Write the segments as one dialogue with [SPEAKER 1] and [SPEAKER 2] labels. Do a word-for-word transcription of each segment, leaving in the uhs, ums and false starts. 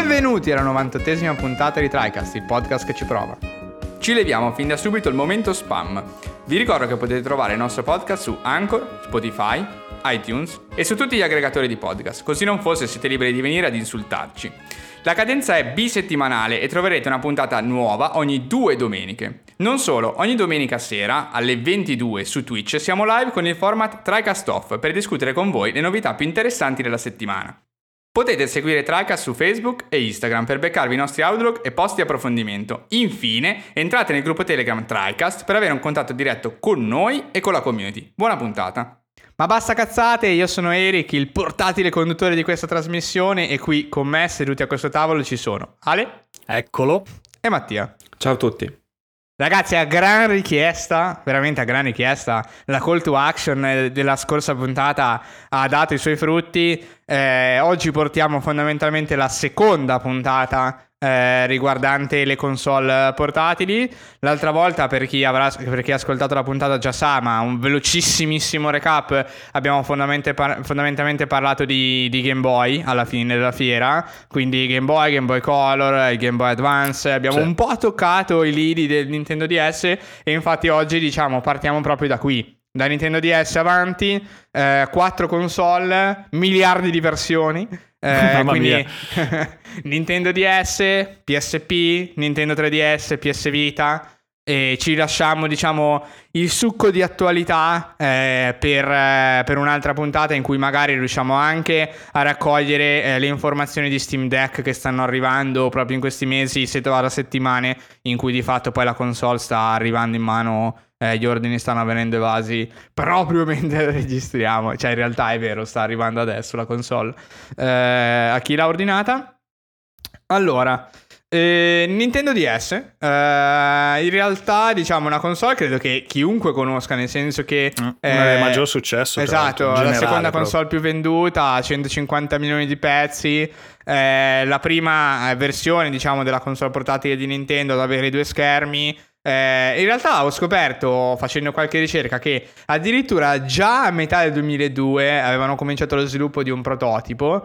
[SPEAKER 1] Benvenuti alla novantottesima puntata di TriCast, il podcast che ci prova. Ci leviamo fin da subito il momento spam. Vi ricordo che potete trovare il nostro podcast su Anchor, Spotify, iTunes e su tutti gli aggregatori di podcast, così non fosse siete liberi di venire ad insultarci. La cadenza è bisettimanale e troverete una puntata nuova ogni due domeniche. Non solo, ogni domenica sera alle ventidue su Twitch siamo live con il format TriCast Off per discutere con voi le novità più interessanti della settimana. Potete seguire TriCast su Facebook e Instagram per beccarvi i nostri audiolog e post di approfondimento. Infine, entrate nel gruppo Telegram TriCast per avere un contatto diretto con noi e con la community. Buona puntata! Ma basta cazzate, io sono Eric, il portatile conduttore di questa trasmissione, e qui con me, seduti a questo tavolo, ci sono Ale.
[SPEAKER 2] Eccolo.
[SPEAKER 1] E Mattia.
[SPEAKER 3] Ciao a tutti.
[SPEAKER 1] Ragazzi, a gran richiesta, veramente a gran richiesta, la call to action della scorsa puntata ha dato i suoi frutti. Eh, oggi portiamo fondamentalmente la seconda puntata eh, riguardante le console portatili. L'altra volta, per chi avrà per chi ha ascoltato la puntata già sa, ma un velocissimissimo recap, abbiamo fondamentalmente, par- fondamentalmente parlato di, di Game Boy alla fine della fiera, quindi Game Boy, Game Boy Color, Game Boy Advance. Abbiamo sì. un po' toccato i lidi del Nintendo D S e infatti oggi diciamo partiamo proprio da qui. Da Nintendo D S avanti, eh, quattro console, miliardi di versioni, eh, quindi Nintendo D S, P S P, Nintendo tre D S, P S Vita, e ci lasciamo diciamo il succo di attualità eh, per, eh, per un'altra puntata in cui magari riusciamo anche a raccogliere eh, le informazioni di Steam Deck che stanno arrivando proprio in questi mesi, se da settimane in cui di fatto poi la console sta arrivando in mano. Eh, gli ordini stanno avvenendo evasi proprio mentre registriamo. Cioè in realtà è vero, sta arrivando adesso la console. eh, A chi l'ha ordinata? Allora eh, Nintendo D S eh, in realtà diciamo una console credo che chiunque conosca, nel senso che
[SPEAKER 2] mm, eh, una del maggior successo,
[SPEAKER 1] esatto, la seconda console più venduta, centocinquanta milioni di pezzi. eh, La prima versione diciamo della console portatile di Nintendo ad avere due schermi. Eh, in realtà ho scoperto, facendo qualche ricerca, che addirittura già a metà del duemiladue avevano cominciato lo sviluppo di un prototipo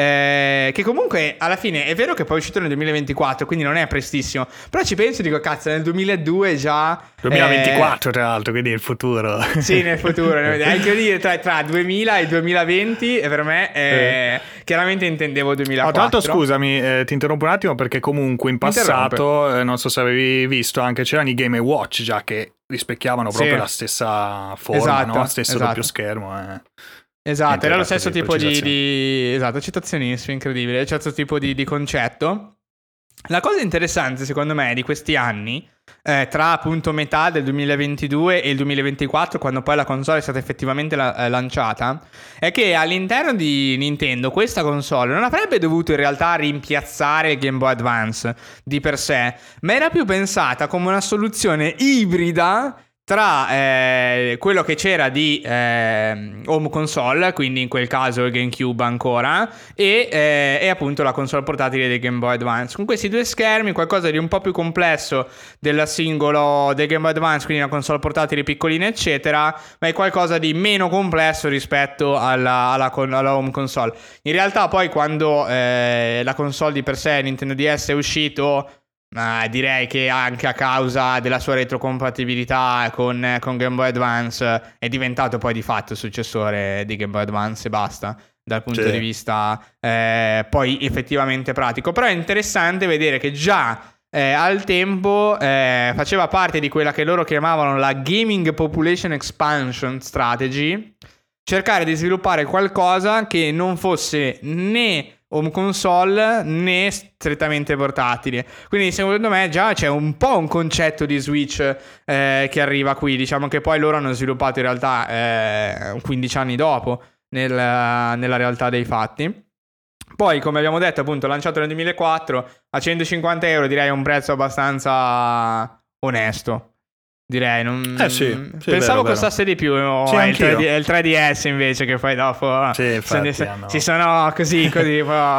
[SPEAKER 1] eh, che comunque alla fine è vero che poi è uscito nel duemilaventiquattro, quindi non è prestissimo, però ci penso e dico cazzo, nel duemiladue già
[SPEAKER 2] duemilaventiquattro eh... tra l'altro, quindi il futuro. Sì, nel futuro.
[SPEAKER 1] Hai che dire tra, tra duemila e duemilaventi, e per me eh, eh. chiaramente intendevo duemilaquattro.
[SPEAKER 2] Oh, tra l'altro scusami, eh, ti interrompo un attimo perché comunque in passato eh, non so se avevi visto, anche c'erano i Game and Watch già che rispecchiavano proprio sì. la stessa forma, esatto, no? Stesso esatto. doppio schermo. Eh.
[SPEAKER 1] Esatto, Niente, era lo stesso di tipo di, di... Esatto, citazionissimo, incredibile. Lo stesso tipo di, di concetto. La cosa interessante secondo me di questi anni, eh, tra appunto metà del duemilaventidue e il duemilaventiquattro, quando poi la console è stata effettivamente la, eh, lanciata, è che all'interno di Nintendo questa console non avrebbe dovuto in realtà rimpiazzare il Game Boy Advance di per sé, ma era più pensata come una soluzione ibrida tra eh, quello che c'era di eh, home console, quindi in quel caso il GameCube ancora, e, eh, e appunto la console portatile del Game Boy Advance, con questi due schermi, qualcosa di un po' più complesso del singolo del Game Boy Advance, quindi una console portatile piccolina eccetera, ma è qualcosa di meno complesso rispetto alla, alla, alla home console. In realtà poi quando eh, la console di per sé Nintendo D S è uscito, Uh, direi che anche a causa della sua retrocompatibilità con, con Game Boy Advance è diventato poi di fatto il successore di Game Boy Advance e basta, dal punto sì. di vista eh, poi effettivamente pratico. Però è interessante vedere che già eh, al tempo eh, faceva parte di quella che loro chiamavano la Gaming Population Expansion Strategy, cercare di sviluppare qualcosa che non fosse né home console né strettamente portatile. Quindi secondo me già c'è un po' un concetto di Switch eh, che arriva qui. Diciamo che poi loro hanno sviluppato in realtà eh, quindici anni dopo nel, nella realtà dei fatti. Poi, come abbiamo detto, appunto lanciato nel duemilaquattro a centocinquanta euro, direi un prezzo abbastanza onesto. Direi, non...
[SPEAKER 2] eh sì, sì
[SPEAKER 1] pensavo
[SPEAKER 2] vero,
[SPEAKER 1] costasse
[SPEAKER 2] vero.
[SPEAKER 1] di più. No?
[SPEAKER 2] Sì,
[SPEAKER 1] è, il tre D, è il tre D S invece che poi dopo
[SPEAKER 2] sì, infatti,
[SPEAKER 1] se ne,
[SPEAKER 2] hanno...
[SPEAKER 1] ci sono così così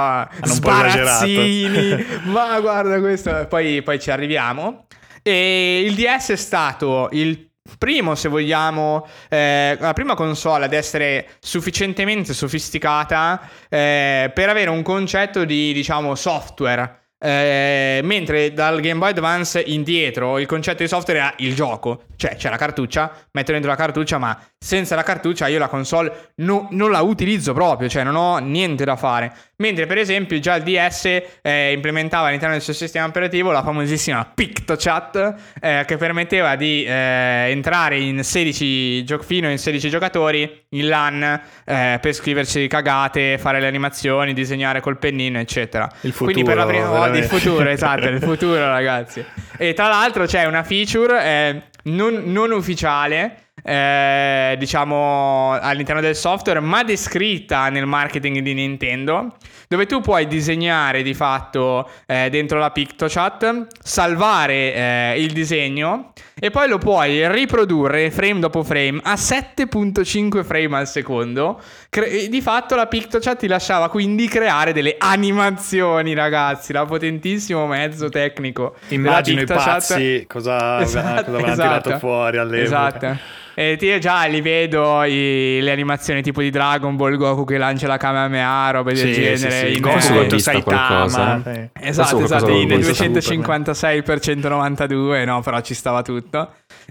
[SPEAKER 1] sbarazzini. Ma guarda questo, poi, poi ci arriviamo. E il D S è stato il primo, se vogliamo, eh, la prima console ad essere sufficientemente sofisticata eh, per avere un concetto di, diciamo, software. Eh, mentre dal Game Boy Advance indietro il concetto di software era il gioco, cioè c'è la cartuccia, metto dentro la cartuccia, ma senza la cartuccia io la console no, non la utilizzo proprio, cioè non ho niente da fare. Mentre per esempio già il D S eh, implementava all'interno del suo sistema operativo la famosissima PictoChat eh, che permetteva di eh, entrare in sedici gioc- fino in sedici giocatori in LAN eh, per scriverci cagate, fare le animazioni, disegnare col pennino, eccetera.
[SPEAKER 2] Il futuro,
[SPEAKER 1] quindi per la prima volta il futuro, esatto, il futuro, ragazzi. E tra l'altro c'è una feature eh, non, non ufficiale, Eh, diciamo all'interno del software, ma descritta nel marketing di Nintendo, dove tu puoi disegnare di fatto eh, dentro la PictoChat, salvare eh, il disegno e poi lo puoi riprodurre frame dopo frame a sette virgola cinque frame al secondo. Cre- di fatto la PictoChat ti lasciava quindi creare delle animazioni, ragazzi, la potentissimo mezzo tecnico.
[SPEAKER 2] Immagino i pazzi cosa, esatto, cosa avranno esatto, tirato fuori all'epoca.
[SPEAKER 1] Esatto. E io già li vedo i, le animazioni tipo di Dragon Ball, Goku che lancia la Kamehameha, robe del
[SPEAKER 2] sì,
[SPEAKER 1] genere.
[SPEAKER 2] Sì, sì.
[SPEAKER 1] In
[SPEAKER 2] Goku contro Saitama.
[SPEAKER 1] Eh. Esatto, esatto, in duecentocinquantasei per centonovantadue, no, però ci stava tutto.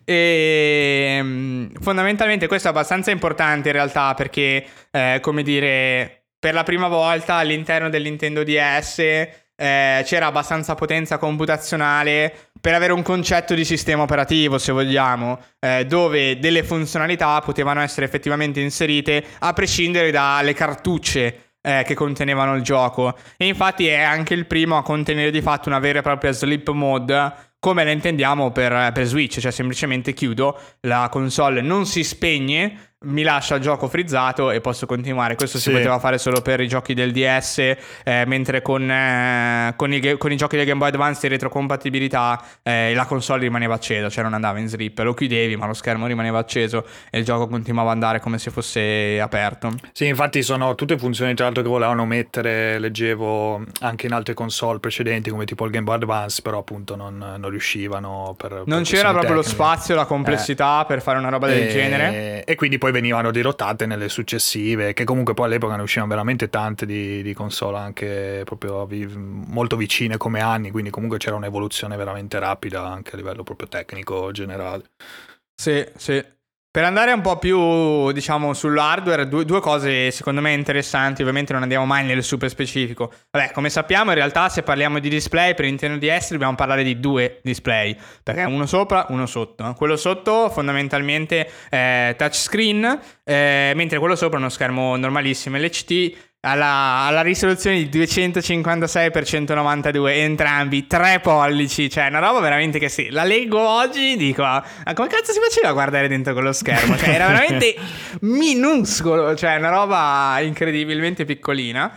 [SPEAKER 1] E fondamentalmente questo è abbastanza importante in realtà perché, eh, come dire, per la prima volta all'interno del Nintendo D S... Eh, c'era abbastanza potenza computazionale per avere un concetto di sistema operativo, se vogliamo, eh, dove delle funzionalità potevano essere effettivamente inserite a prescindere dalle cartucce eh, che contenevano il gioco. E infatti è anche il primo a contenere di fatto una vera e propria sleep mode, come la intendiamo per, per Switch, cioè semplicemente chiudo la console, non si spegne, mi lascia il gioco frizzato e posso continuare. Questo sì. Si poteva fare solo per i giochi del D S, eh, mentre con, eh, con, i, con i giochi del Game Boy Advance in retrocompatibilità eh, la console rimaneva accesa, cioè non andava in sleep, lo chiudevi ma lo schermo rimaneva acceso e il gioco continuava ad andare come se fosse aperto.
[SPEAKER 2] Sì, infatti sono tutte funzioni tra l'altro che volevano mettere, leggevo, anche in altre console precedenti come tipo il Game Boy Advance, però appunto non, non riuscivano per,
[SPEAKER 1] non
[SPEAKER 2] per
[SPEAKER 1] c'era proprio
[SPEAKER 2] tecniche.
[SPEAKER 1] Lo spazio, la complessità eh. per fare una roba del
[SPEAKER 2] e,
[SPEAKER 1] genere,
[SPEAKER 2] e quindi poi venivano dirottate nelle successive, che comunque poi all'epoca ne uscivano veramente tante di, di console anche proprio vi, molto vicine come anni, quindi comunque c'era un'evoluzione veramente rapida anche a livello proprio tecnico generale.
[SPEAKER 1] Sì, sì. Per andare un po' più, diciamo, sull'hardware, due, due cose secondo me interessanti, ovviamente non andiamo mai nel super specifico. Vabbè, come sappiamo in realtà se parliamo di display per Nintendo D S dobbiamo parlare di due display, perché uno sopra, uno sotto. Quello sotto fondamentalmente è touchscreen, eh, mentre quello sopra è uno schermo normalissimo L C D, Alla, alla risoluzione di duecentocinquantasei per centonovantadue, entrambi tre pollici, cioè una roba veramente che sì, la leggo oggi dico ma come cazzo si faceva a guardare dentro quello schermo, cioè era veramente minuscolo, cioè una roba incredibilmente piccolina.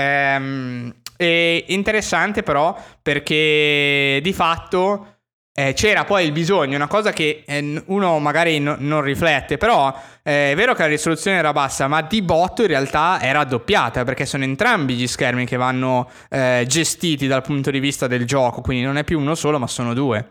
[SPEAKER 1] ehm, e interessante però perché di fatto Eh, c'era poi il bisogno, una cosa che eh, uno magari no, non riflette, però eh, è vero che la risoluzione era bassa, ma di botto in realtà era raddoppiata, perché sono entrambi gli schermi che vanno eh, gestiti dal punto di vista del gioco, quindi non è più uno solo, ma sono due.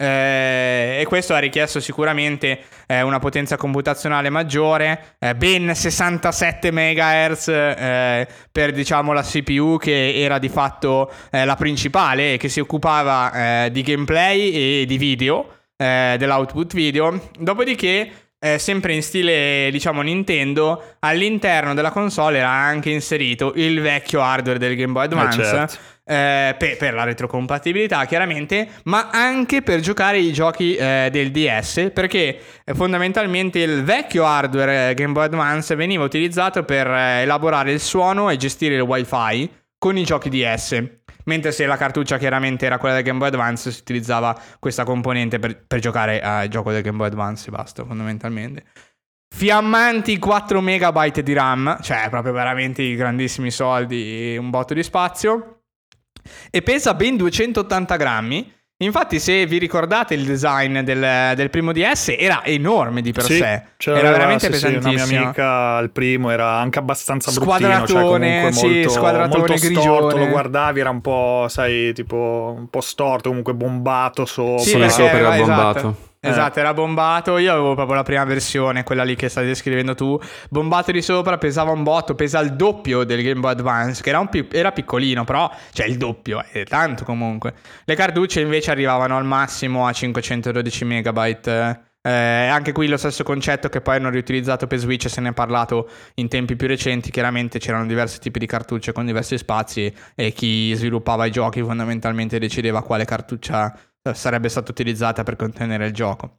[SPEAKER 1] Eh, e questo ha richiesto sicuramente eh, una potenza computazionale maggiore, eh, ben sessantasette megahertz eh, per diciamo la C P U che era di fatto eh, la principale e che si occupava eh, di gameplay e di video, eh, dell'output video. Dopodiché Eh, sempre in stile diciamo Nintendo, all'interno della console era anche inserito il vecchio hardware del Game Boy Advance,
[SPEAKER 2] eh certo.
[SPEAKER 1] eh, per, per la retrocompatibilità chiaramente, ma anche per giocare i giochi eh, del D S, perché eh, fondamentalmente il vecchio hardware eh, Game Boy Advance veniva utilizzato per eh, elaborare il suono e gestire il wifi con i giochi D S. Mentre se la cartuccia chiaramente era quella del Game Boy Advance, si utilizzava questa componente per, per giocare al gioco del Game Boy Advance e basta, fondamentalmente. Fiammanti quattro megabyte di RAM, cioè proprio veramente grandissimi soldi, un botto di spazio. E pesa ben duecentottanta grammi. Infatti se vi ricordate il design del, del primo D S era enorme di per
[SPEAKER 2] sì,
[SPEAKER 1] sé,
[SPEAKER 2] era
[SPEAKER 1] veramente
[SPEAKER 2] sì,
[SPEAKER 1] pesantissimo.
[SPEAKER 2] Sì, una mia amica al primo era anche abbastanza
[SPEAKER 1] squadratone,
[SPEAKER 2] bruttino, cioè comunque
[SPEAKER 1] sì,
[SPEAKER 2] molto,
[SPEAKER 1] squadratone
[SPEAKER 2] molto
[SPEAKER 1] grigione.
[SPEAKER 2] storto, lo guardavi era un po', sai, tipo un po' storto, comunque bombato sopra.
[SPEAKER 1] Sì,
[SPEAKER 3] sì,
[SPEAKER 1] perché,
[SPEAKER 3] sopra era
[SPEAKER 1] esatto.
[SPEAKER 3] bombato.
[SPEAKER 1] Esatto, era bombato. Io avevo proprio la prima versione, quella lì che stai descrivendo tu. Bombato di sopra, pesava un botto, pesa il doppio del Game Boy Advance, che era, un pi- era piccolino, però cioè il doppio, è tanto comunque. Le cartucce invece arrivavano al massimo a cinquecentododici megabyte. Eh, anche qui lo stesso concetto che poi hanno riutilizzato per Switch, se ne è parlato in tempi più recenti. Chiaramente c'erano diversi tipi di cartucce con diversi spazi e chi sviluppava i giochi fondamentalmente decideva quale cartuccia sarebbe stata utilizzata per contenere il gioco.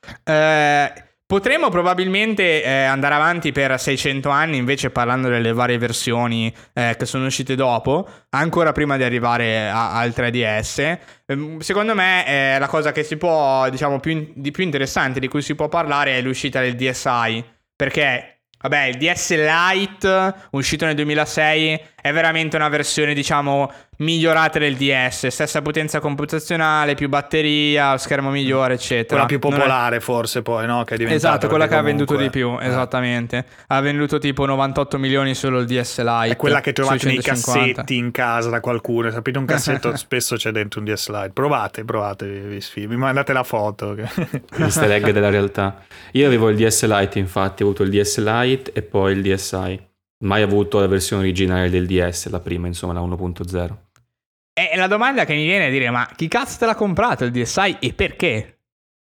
[SPEAKER 1] Eh, potremmo probabilmente eh, andare avanti per seicento anni invece parlando delle varie versioni eh, che sono uscite dopo, ancora prima di arrivare a, al tre D S. Eh, secondo me eh, la cosa che si può, diciamo, più in, di più interessante di cui si può parlare è l'uscita del D S i, perché vabbè, il D S Lite uscito nel duemilasei è veramente una versione, diciamo, migliorata del D S, stessa potenza computazionale, più batteria, schermo migliore, eccetera.
[SPEAKER 2] Quella più popolare
[SPEAKER 1] è...
[SPEAKER 2] forse poi, no? Che è diventata,
[SPEAKER 1] esatto, quella che
[SPEAKER 2] comunque...
[SPEAKER 1] ha venduto di più,
[SPEAKER 2] eh.
[SPEAKER 1] esattamente. Ha venduto tipo novantotto milioni solo il D S Lite.
[SPEAKER 2] È quella che trovate nei
[SPEAKER 1] seicentocinquanta
[SPEAKER 2] cassetti in casa da qualcuno. Sapete, un cassetto spesso c'è dentro un D S Lite. Provate, provate, vi sfido. Mi mandate la foto.
[SPEAKER 3] Easter egg della realtà. Io avevo il D S Lite, infatti, ho avuto il D S Lite e poi il D S i. Mai avuto la versione originale del D S, la prima, insomma, la uno punto zero.
[SPEAKER 1] E la domanda che mi viene a dire, ma chi cazzo te l'ha comprato il D S i e perché?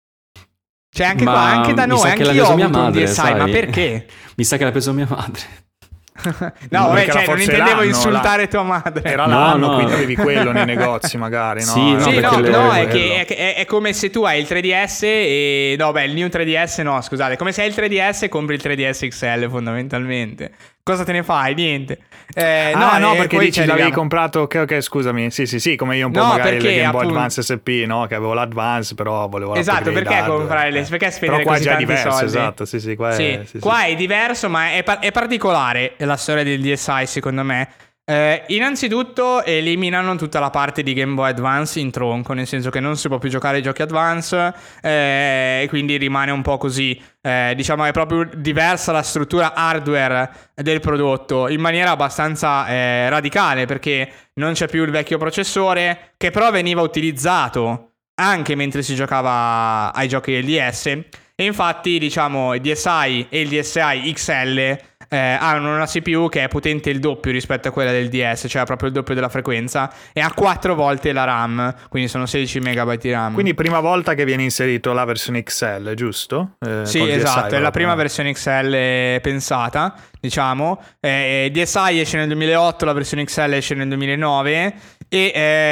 [SPEAKER 1] Cioè anche
[SPEAKER 3] ma
[SPEAKER 1] qua, anche da noi, anche io ho avuto madre, un D S i, sai? Ma perché?
[SPEAKER 3] Mi sa che l'ha preso mia madre.
[SPEAKER 1] No, vabbè, cioè, non intendevo insultare
[SPEAKER 2] la...
[SPEAKER 1] tua madre.
[SPEAKER 2] Era
[SPEAKER 3] no,
[SPEAKER 2] l'anno,
[SPEAKER 3] no.
[SPEAKER 2] quindi avevi quello nei negozi magari, no?
[SPEAKER 3] Sì, no,
[SPEAKER 1] sì, no,
[SPEAKER 3] le...
[SPEAKER 1] no è, che, è, è come se tu hai il tre D S e... No, beh, il New tre D S no, scusate. Come se hai il tre D S e compri il tre D S X L fondamentalmente. Cosa te ne fai? Niente. Eh,
[SPEAKER 2] ah, no,
[SPEAKER 1] no,
[SPEAKER 2] perché dici l'avevi arriviamo. comprato... Ok, ok, scusami. Sì, sì, sì, come io un po'
[SPEAKER 1] no,
[SPEAKER 2] magari
[SPEAKER 1] perché,
[SPEAKER 2] il Game Boy
[SPEAKER 1] appunto...
[SPEAKER 2] Advance S P, no? Che avevo l'Advance, però volevo
[SPEAKER 1] esatto, perché comprare le... Perché spendere
[SPEAKER 2] però qua
[SPEAKER 1] così
[SPEAKER 2] è già
[SPEAKER 1] tanti
[SPEAKER 2] diverso,
[SPEAKER 1] soldi?
[SPEAKER 2] esatto, sì, sì, qua,
[SPEAKER 1] sì,
[SPEAKER 2] è, sì,
[SPEAKER 1] qua
[SPEAKER 2] sì.
[SPEAKER 1] è diverso, ma è, pa- è particolare la storia del D S i, secondo me. Eh, innanzitutto eliminano tutta la parte di Game Boy Advance in tronco, nel senso che non si può più giocare ai giochi Advance eh, e quindi rimane un po' così, eh, diciamo è proprio diversa la struttura hardware del prodotto in maniera abbastanza eh, radicale, perché non c'è più il vecchio processore che però veniva utilizzato anche mentre si giocava ai giochi del D S, e infatti diciamo il D S i e il D S i X L Eh, hanno una C P U che è potente il doppio rispetto a quella del D S, cioè proprio il doppio della frequenza, e ha quattro volte la RAM, quindi sono sedici megabyte di RAM.
[SPEAKER 2] Quindi prima volta che viene inserito la versione X L, giusto? Eh,
[SPEAKER 1] sì, esatto, è la prima versione X L pensata, diciamo. Eh, D S i esce nel duemilaotto, la versione X L esce nel duemilanove e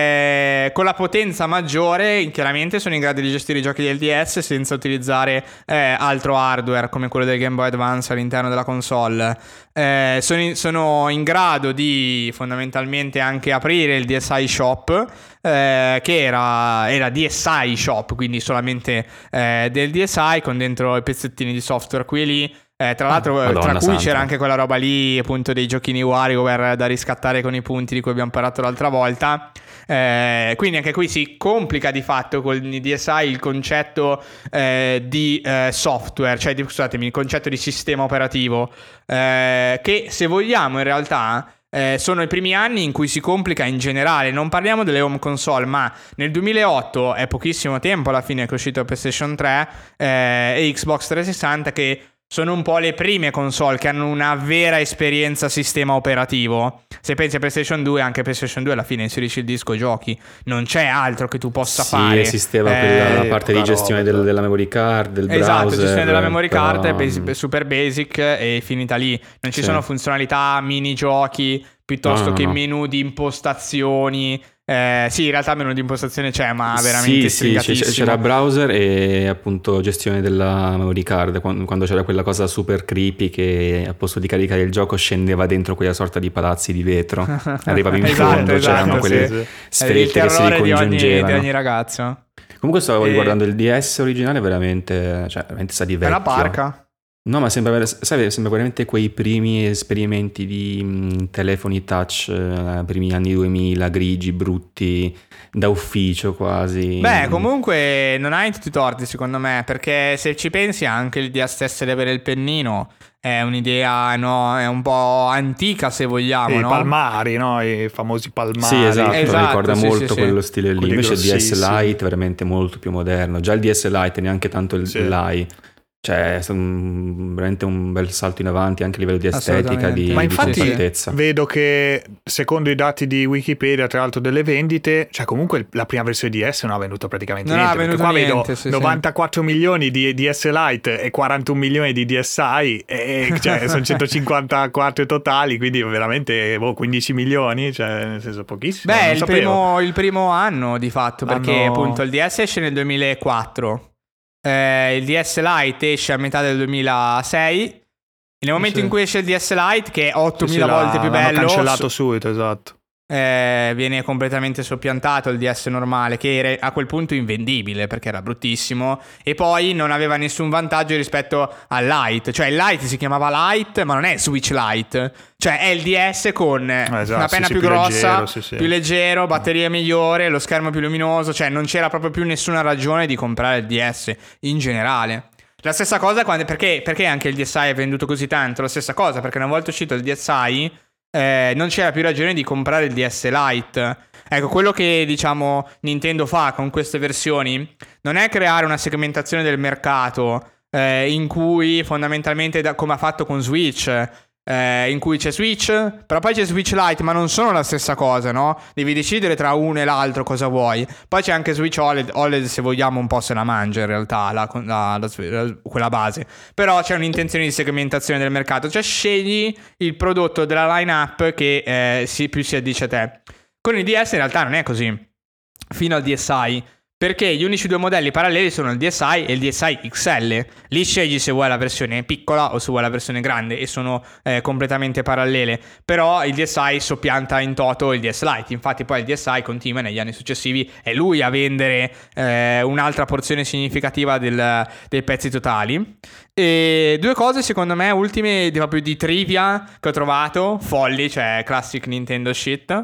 [SPEAKER 1] eh, con la potenza maggiore chiaramente sono in grado di gestire i giochi del D S senza utilizzare eh, altro hardware come quello del Game Boy Advance all'interno della console. Eh, sono, in, sono in grado di fondamentalmente anche aprire il D S i Shop, eh, che era, era D S i Shop, quindi solamente eh, del D S i, con dentro i pezzettini di software qui e lì. Eh, tra l'altro, Madonna tra cui santa. C'era anche quella roba lì, appunto, dei giochini WarioWare da riscattare con i punti di cui abbiamo parlato l'altra volta. Eh, quindi anche qui si complica di fatto con il D S i il concetto eh, di eh, software, cioè di, scusatemi, il concetto di sistema operativo, eh, che se vogliamo in realtà eh, sono i primi anni in cui si complica in generale. Non parliamo delle home console, ma nel duemilaotto è pochissimo tempo alla fine che è uscito PlayStation tre eh, e Xbox trecentosessanta, che sono un po' le prime console che hanno una vera esperienza sistema operativo. Se pensi a PlayStation due, anche PlayStation due alla fine inserisci il disco giochi, non c'è altro che tu possa
[SPEAKER 3] sì,
[SPEAKER 1] fare.
[SPEAKER 3] Sì, esisteva quella
[SPEAKER 2] eh,
[SPEAKER 3] parte di gestione del, della memory card, del
[SPEAKER 1] esatto,
[SPEAKER 3] browser.
[SPEAKER 1] Esatto, gestione della memory
[SPEAKER 3] però...
[SPEAKER 1] card è basic, super basic e finita lì. Non ci sì. sono funzionalità, minigiochi, piuttosto no, no, che no. menu di impostazioni. Eh, sì, in realtà menu di impostazione c'è, ma veramente
[SPEAKER 3] sì, sì, c'era browser e appunto gestione della memory card, quando c'era quella cosa super creepy che a posto di caricare il gioco scendeva dentro quella sorta di palazzi di vetro, arrivavi in
[SPEAKER 1] esatto,
[SPEAKER 3] fondo,
[SPEAKER 1] esatto,
[SPEAKER 3] c'erano quelle
[SPEAKER 1] sì.
[SPEAKER 3] sferette che si ricongiungevano.
[SPEAKER 1] Di ogni, di ogni ragazzo.
[SPEAKER 3] Comunque stavo
[SPEAKER 1] e...
[SPEAKER 3] riguardando il D S originale, veramente, cioè veramente sa di vecchio.
[SPEAKER 1] È una parca.
[SPEAKER 3] No, ma sembra, sai, sembra veramente quei primi esperimenti di mh, telefoni touch, eh, primi anni duemila, grigi, brutti, da ufficio quasi.
[SPEAKER 1] Beh, comunque non hai tutti i torti secondo me, perché se ci pensi anche il D S S di avere il pennino è un'idea, no, è un po' antica se vogliamo,
[SPEAKER 2] I
[SPEAKER 1] no?
[SPEAKER 2] palmari, no? I famosi palmari.
[SPEAKER 3] Sì, esatto,
[SPEAKER 1] Esatto,
[SPEAKER 3] ricorda
[SPEAKER 1] sì,
[SPEAKER 3] molto
[SPEAKER 1] sì,
[SPEAKER 3] quello
[SPEAKER 1] sì.
[SPEAKER 3] stile lì.
[SPEAKER 2] Quelli
[SPEAKER 3] Invece il D S
[SPEAKER 2] grossissimi.
[SPEAKER 3] Lite veramente molto più moderno. Già il D S Lite, neanche tanto il
[SPEAKER 2] Sì.
[SPEAKER 3] Lite. Cioè, è stato un- veramente un bel salto in avanti anche a livello di estetica,
[SPEAKER 1] Assolutamente.
[SPEAKER 3] di,
[SPEAKER 2] Ma
[SPEAKER 3] di
[SPEAKER 2] infatti
[SPEAKER 3] compattezza.
[SPEAKER 2] vedo che secondo i dati di Wikipedia, tra l'altro delle vendite, cioè comunque la prima versione di D S non ha venduto praticamente
[SPEAKER 1] Non ha
[SPEAKER 2] niente. Perché
[SPEAKER 1] venduto
[SPEAKER 2] qua
[SPEAKER 1] niente,
[SPEAKER 2] vedo
[SPEAKER 1] sì, sì.
[SPEAKER 2] novantaquattro milioni di D S Lite e quarantuno milioni di D S I, e cioè, sono centocinquantaquattro totali, quindi veramente boh, quindici milioni, cioè nel senso pochissimo.
[SPEAKER 1] Beh,
[SPEAKER 2] non
[SPEAKER 1] il
[SPEAKER 2] sapevo.
[SPEAKER 1] primo, il primo anno di fatto, perché
[SPEAKER 2] L'anno-
[SPEAKER 1] appunto il D S esce nel duemilaquattro, eh, il D S Lite esce a metà del duemilasei, e nel momento
[SPEAKER 2] Sì.
[SPEAKER 1] in cui esce il D S Lite, che è ottomila
[SPEAKER 2] Sì, sì,
[SPEAKER 1] volte
[SPEAKER 2] l'ha-
[SPEAKER 1] più
[SPEAKER 2] l'hanno
[SPEAKER 1] bello,
[SPEAKER 2] cancellato
[SPEAKER 1] so-
[SPEAKER 2] subito, esatto.
[SPEAKER 1] eh, viene completamente soppiantato il D S normale, che era a quel punto invendibile perché era bruttissimo, e poi non aveva nessun vantaggio rispetto al Lite. Cioè il Lite si chiamava Lite, ma non è Switch Lite, cioè è il D S con
[SPEAKER 2] esatto,
[SPEAKER 1] una
[SPEAKER 2] sì,
[SPEAKER 1] penna
[SPEAKER 2] sì,
[SPEAKER 1] più,
[SPEAKER 2] più
[SPEAKER 1] grossa,
[SPEAKER 2] leggero, sì, sì.
[SPEAKER 1] più leggero, batteria migliore, lo schermo più luminoso. Cioè non c'era proprio più nessuna ragione di comprare il D S in generale. La stessa cosa quando, perché, perché anche il D S i è venduto così tanto? La stessa cosa perché una volta uscito il D S i eh, non c'era più ragione di comprare il D S Lite. Ecco, quello che diciamo Nintendo fa con queste versioni non è creare una segmentazione del mercato eh, in cui fondamentalmente, da, come ha fatto con Switch, eh, in cui c'è Switch, però poi c'è Switch Lite, ma non sono la stessa cosa, no? Devi decidere tra uno e l'altro cosa vuoi. Poi c'è anche Switch O L E D, O L E D se vogliamo un po' se la mangia in realtà la, la, la, la, quella base, però c'è un'intenzione di segmentazione del mercato, cioè scegli il prodotto della line-up che eh, si, più si addice a te. Con il D S in realtà non è così, fino al D S i, perché gli unici due modelli paralleli sono il D S i e il D S i X L. Lì scegli se vuoi la versione piccola o se vuoi la versione grande, e sono eh, completamente parallele. Però il D S i soppianta in toto il D S Lite. Infatti poi il D S i continua negli anni successivi, è lui a vendere eh, un'altra porzione significativa del, dei pezzi totali. E due cose secondo me ultime proprio di trivia che ho trovato folli, cioè classic Nintendo shit.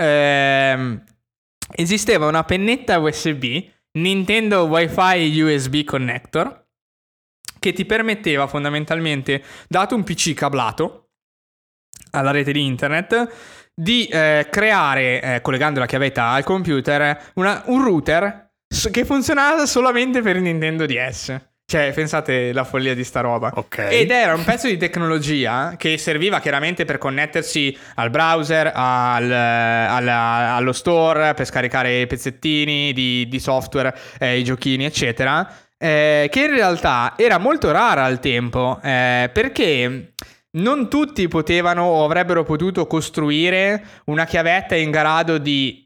[SPEAKER 1] Ehm Esisteva una pennetta U S B, Nintendo Wi-Fi U S B Connector, che ti permetteva fondamentalmente, dato un P C cablato alla rete di internet, di eh, creare, eh, collegando la chiavetta al computer, una, un router che funzionava solamente per il Nintendo D S. Cioè, pensate la follia di sta roba.
[SPEAKER 2] Ok.
[SPEAKER 1] Ed era un pezzo di tecnologia che serviva chiaramente per connettersi al browser, al, alla, allo store, per scaricare i pezzettini di, di software, eh, i giochini, eccetera. Eh, che in realtà era molto rara al tempo, eh, perché non tutti potevano o avrebbero potuto costruire una chiavetta in grado di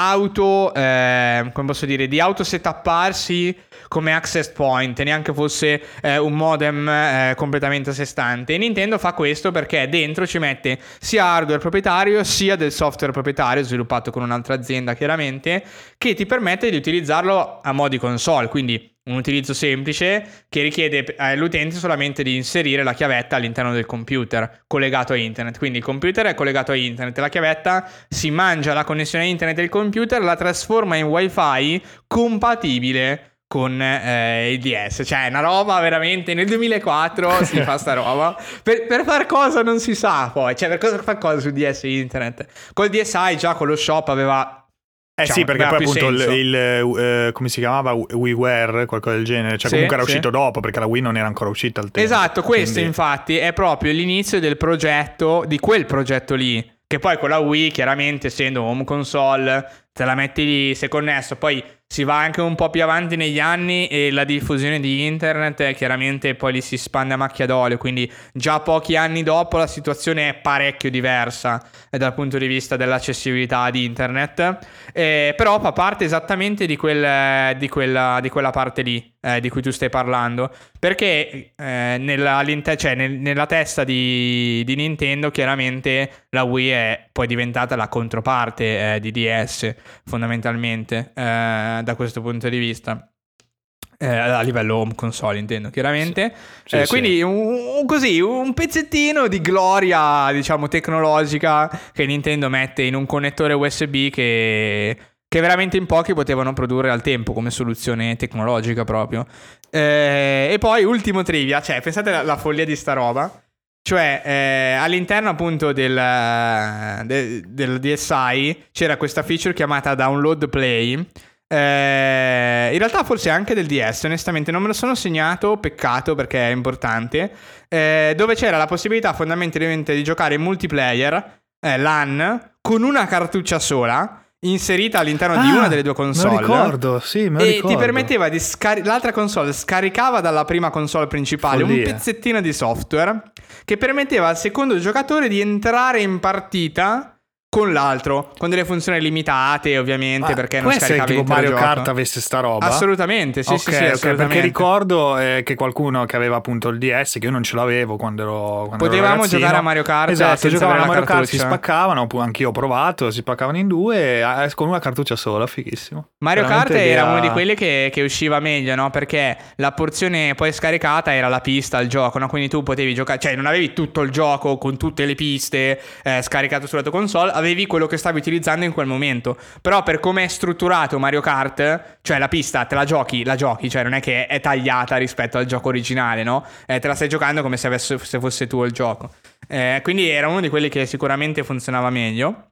[SPEAKER 1] auto, eh, come posso dire, di auto setupparsi come access point, neanche fosse eh, un modem eh, completamente a sé stante. E Nintendo fa questo perché dentro ci mette sia hardware proprietario sia del software proprietario sviluppato con un'altra azienda, chiaramente, che ti permette di utilizzarlo a mo' di console, quindi un utilizzo semplice che richiede all'utente solamente di inserire la chiavetta all'interno del computer collegato a internet. Quindi il computer è collegato a internet, la chiavetta si mangia la connessione a internet del computer, la trasforma in wifi compatibile con eh, il D S. Cioè, è una roba veramente. Nel duemilaquattro si fa sta roba. Per, per far cosa non si sa poi. Cioè, per cosa far cosa su D S internet? Col D S i già con lo shop aveva.
[SPEAKER 2] Eh
[SPEAKER 1] Diciamo,
[SPEAKER 2] sì, perché poi
[SPEAKER 1] aveva più
[SPEAKER 2] appunto il,
[SPEAKER 1] senso.
[SPEAKER 2] il eh, come si chiamava, WiiWare, qualcosa del genere, cioè
[SPEAKER 1] Sì,
[SPEAKER 2] comunque era
[SPEAKER 1] sì.
[SPEAKER 2] uscito dopo, perché la Wii non era ancora uscita al tempo.
[SPEAKER 1] Esatto, questo
[SPEAKER 2] Quindi-
[SPEAKER 1] infatti è proprio l'inizio del progetto, di quel progetto lì, che poi con la Wii, chiaramente essendo home console, te la metti lì, sei connesso, poi si va anche un po' più avanti negli anni e la diffusione di internet eh, chiaramente poi li si spande a macchia d'olio, quindi già pochi anni dopo la situazione è parecchio diversa eh, dal punto di vista dell'accessibilità di internet, eh, però fa parte esattamente di, quel, di, quella, di quella parte lì eh, di cui tu stai parlando, perché eh, nella, cioè, nel, nella testa di, di Nintendo chiaramente la Wii è poi diventata la controparte eh, di D S fondamentalmente eh, da questo punto di vista. Eh, a livello home console intendo chiaramente.
[SPEAKER 2] Sì,
[SPEAKER 1] Eh,
[SPEAKER 2] sì.
[SPEAKER 1] quindi un, un- così un pezzettino di gloria diciamo tecnologica che Nintendo mette in un connettore U S B che, che veramente in pochi potevano produrre al tempo come soluzione tecnologica proprio. Eh, e poi ultimo trivia, cioè pensate alla, alla follia di sta roba. Cioè, eh, all'interno appunto del, del, del D S i c'era questa feature chiamata Download Play. Eh, in realtà forse anche del D S, onestamente non me lo sono segnato, peccato perché è importante. Eh, dove c'era la possibilità fondamentalmente di giocare in multiplayer, eh, LAN, con una cartuccia sola, inserita all'interno ah, di una delle due console.
[SPEAKER 2] Me lo ricordo, sì, me lo
[SPEAKER 1] e
[SPEAKER 2] ricordo.
[SPEAKER 1] ti permetteva di scar- l'altra console scaricava dalla prima console principale Follia. un pezzettino di software che permetteva al secondo giocatore di entrare in partita con l'altro, con delle funzioni limitate ovviamente, ah, perché non scaricavi
[SPEAKER 2] tipo Mario
[SPEAKER 1] gioco.
[SPEAKER 2] Kart avesse sta roba?
[SPEAKER 1] Assolutamente, sì,
[SPEAKER 2] okay,
[SPEAKER 1] sì, sì,
[SPEAKER 2] okay,
[SPEAKER 1] assolutamente.
[SPEAKER 2] Perché ricordo eh, che qualcuno che aveva appunto il D S, che io non ce l'avevo quando ero quando
[SPEAKER 1] potevamo
[SPEAKER 2] ero
[SPEAKER 1] giocare a Mario Kart,
[SPEAKER 2] esatto, giocavamo a Mario Kart, si spaccavano, anch'io ho provato, si spaccavano in due eh, con una cartuccia sola, fighissimo.
[SPEAKER 1] Mario
[SPEAKER 2] Veramente
[SPEAKER 1] Kart era
[SPEAKER 2] idea...
[SPEAKER 1] uno di quelli che, che usciva meglio, no? Perché la porzione poi scaricata era la pista, il gioco, no? Quindi tu potevi giocare, cioè non avevi tutto il gioco con tutte le piste eh, scaricato sulla tua console, avevi quello che stavi utilizzando in quel momento. Però per come è strutturato Mario Kart, cioè la pista te la giochi, la giochi, cioè non è che è tagliata rispetto al gioco originale, no? Eh, te la stai giocando come se, avesse, se fosse tu il gioco. Eh, quindi era uno di quelli che sicuramente funzionava meglio.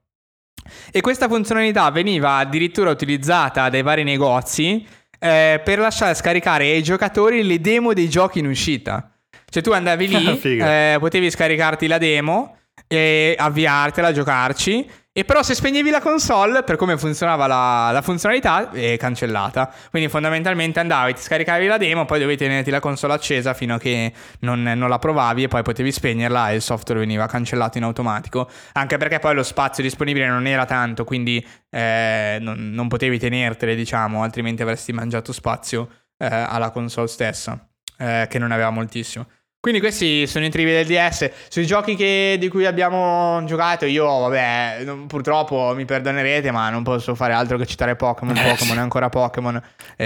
[SPEAKER 1] E questa funzionalità veniva addirittura utilizzata dai vari negozi eh, per lasciare scaricare ai giocatori le demo dei giochi in uscita. Cioè tu andavi lì, eh, potevi scaricarti la demo e avviartela, giocarci. E però se spegnevi la console, per come funzionava la, la funzionalità, è cancellata. Quindi fondamentalmente andavi, ti scaricavi la demo, poi dovevi tenerti la console accesa fino a che non, non la provavi e poi potevi spegnerla e il software veniva cancellato in automatico. Anche perché poi lo spazio disponibile non era tanto, quindi eh, non, non potevi tenertele, diciamo, altrimenti avresti mangiato spazio eh, alla console stessa, eh, che non aveva moltissimo. Quindi questi sono i trivia del D S. Sui giochi che, di cui abbiamo giocato, io vabbè, non, purtroppo mi perdonerete, ma non posso fare altro che citare Pokémon. Pokémon è ancora Pokémon.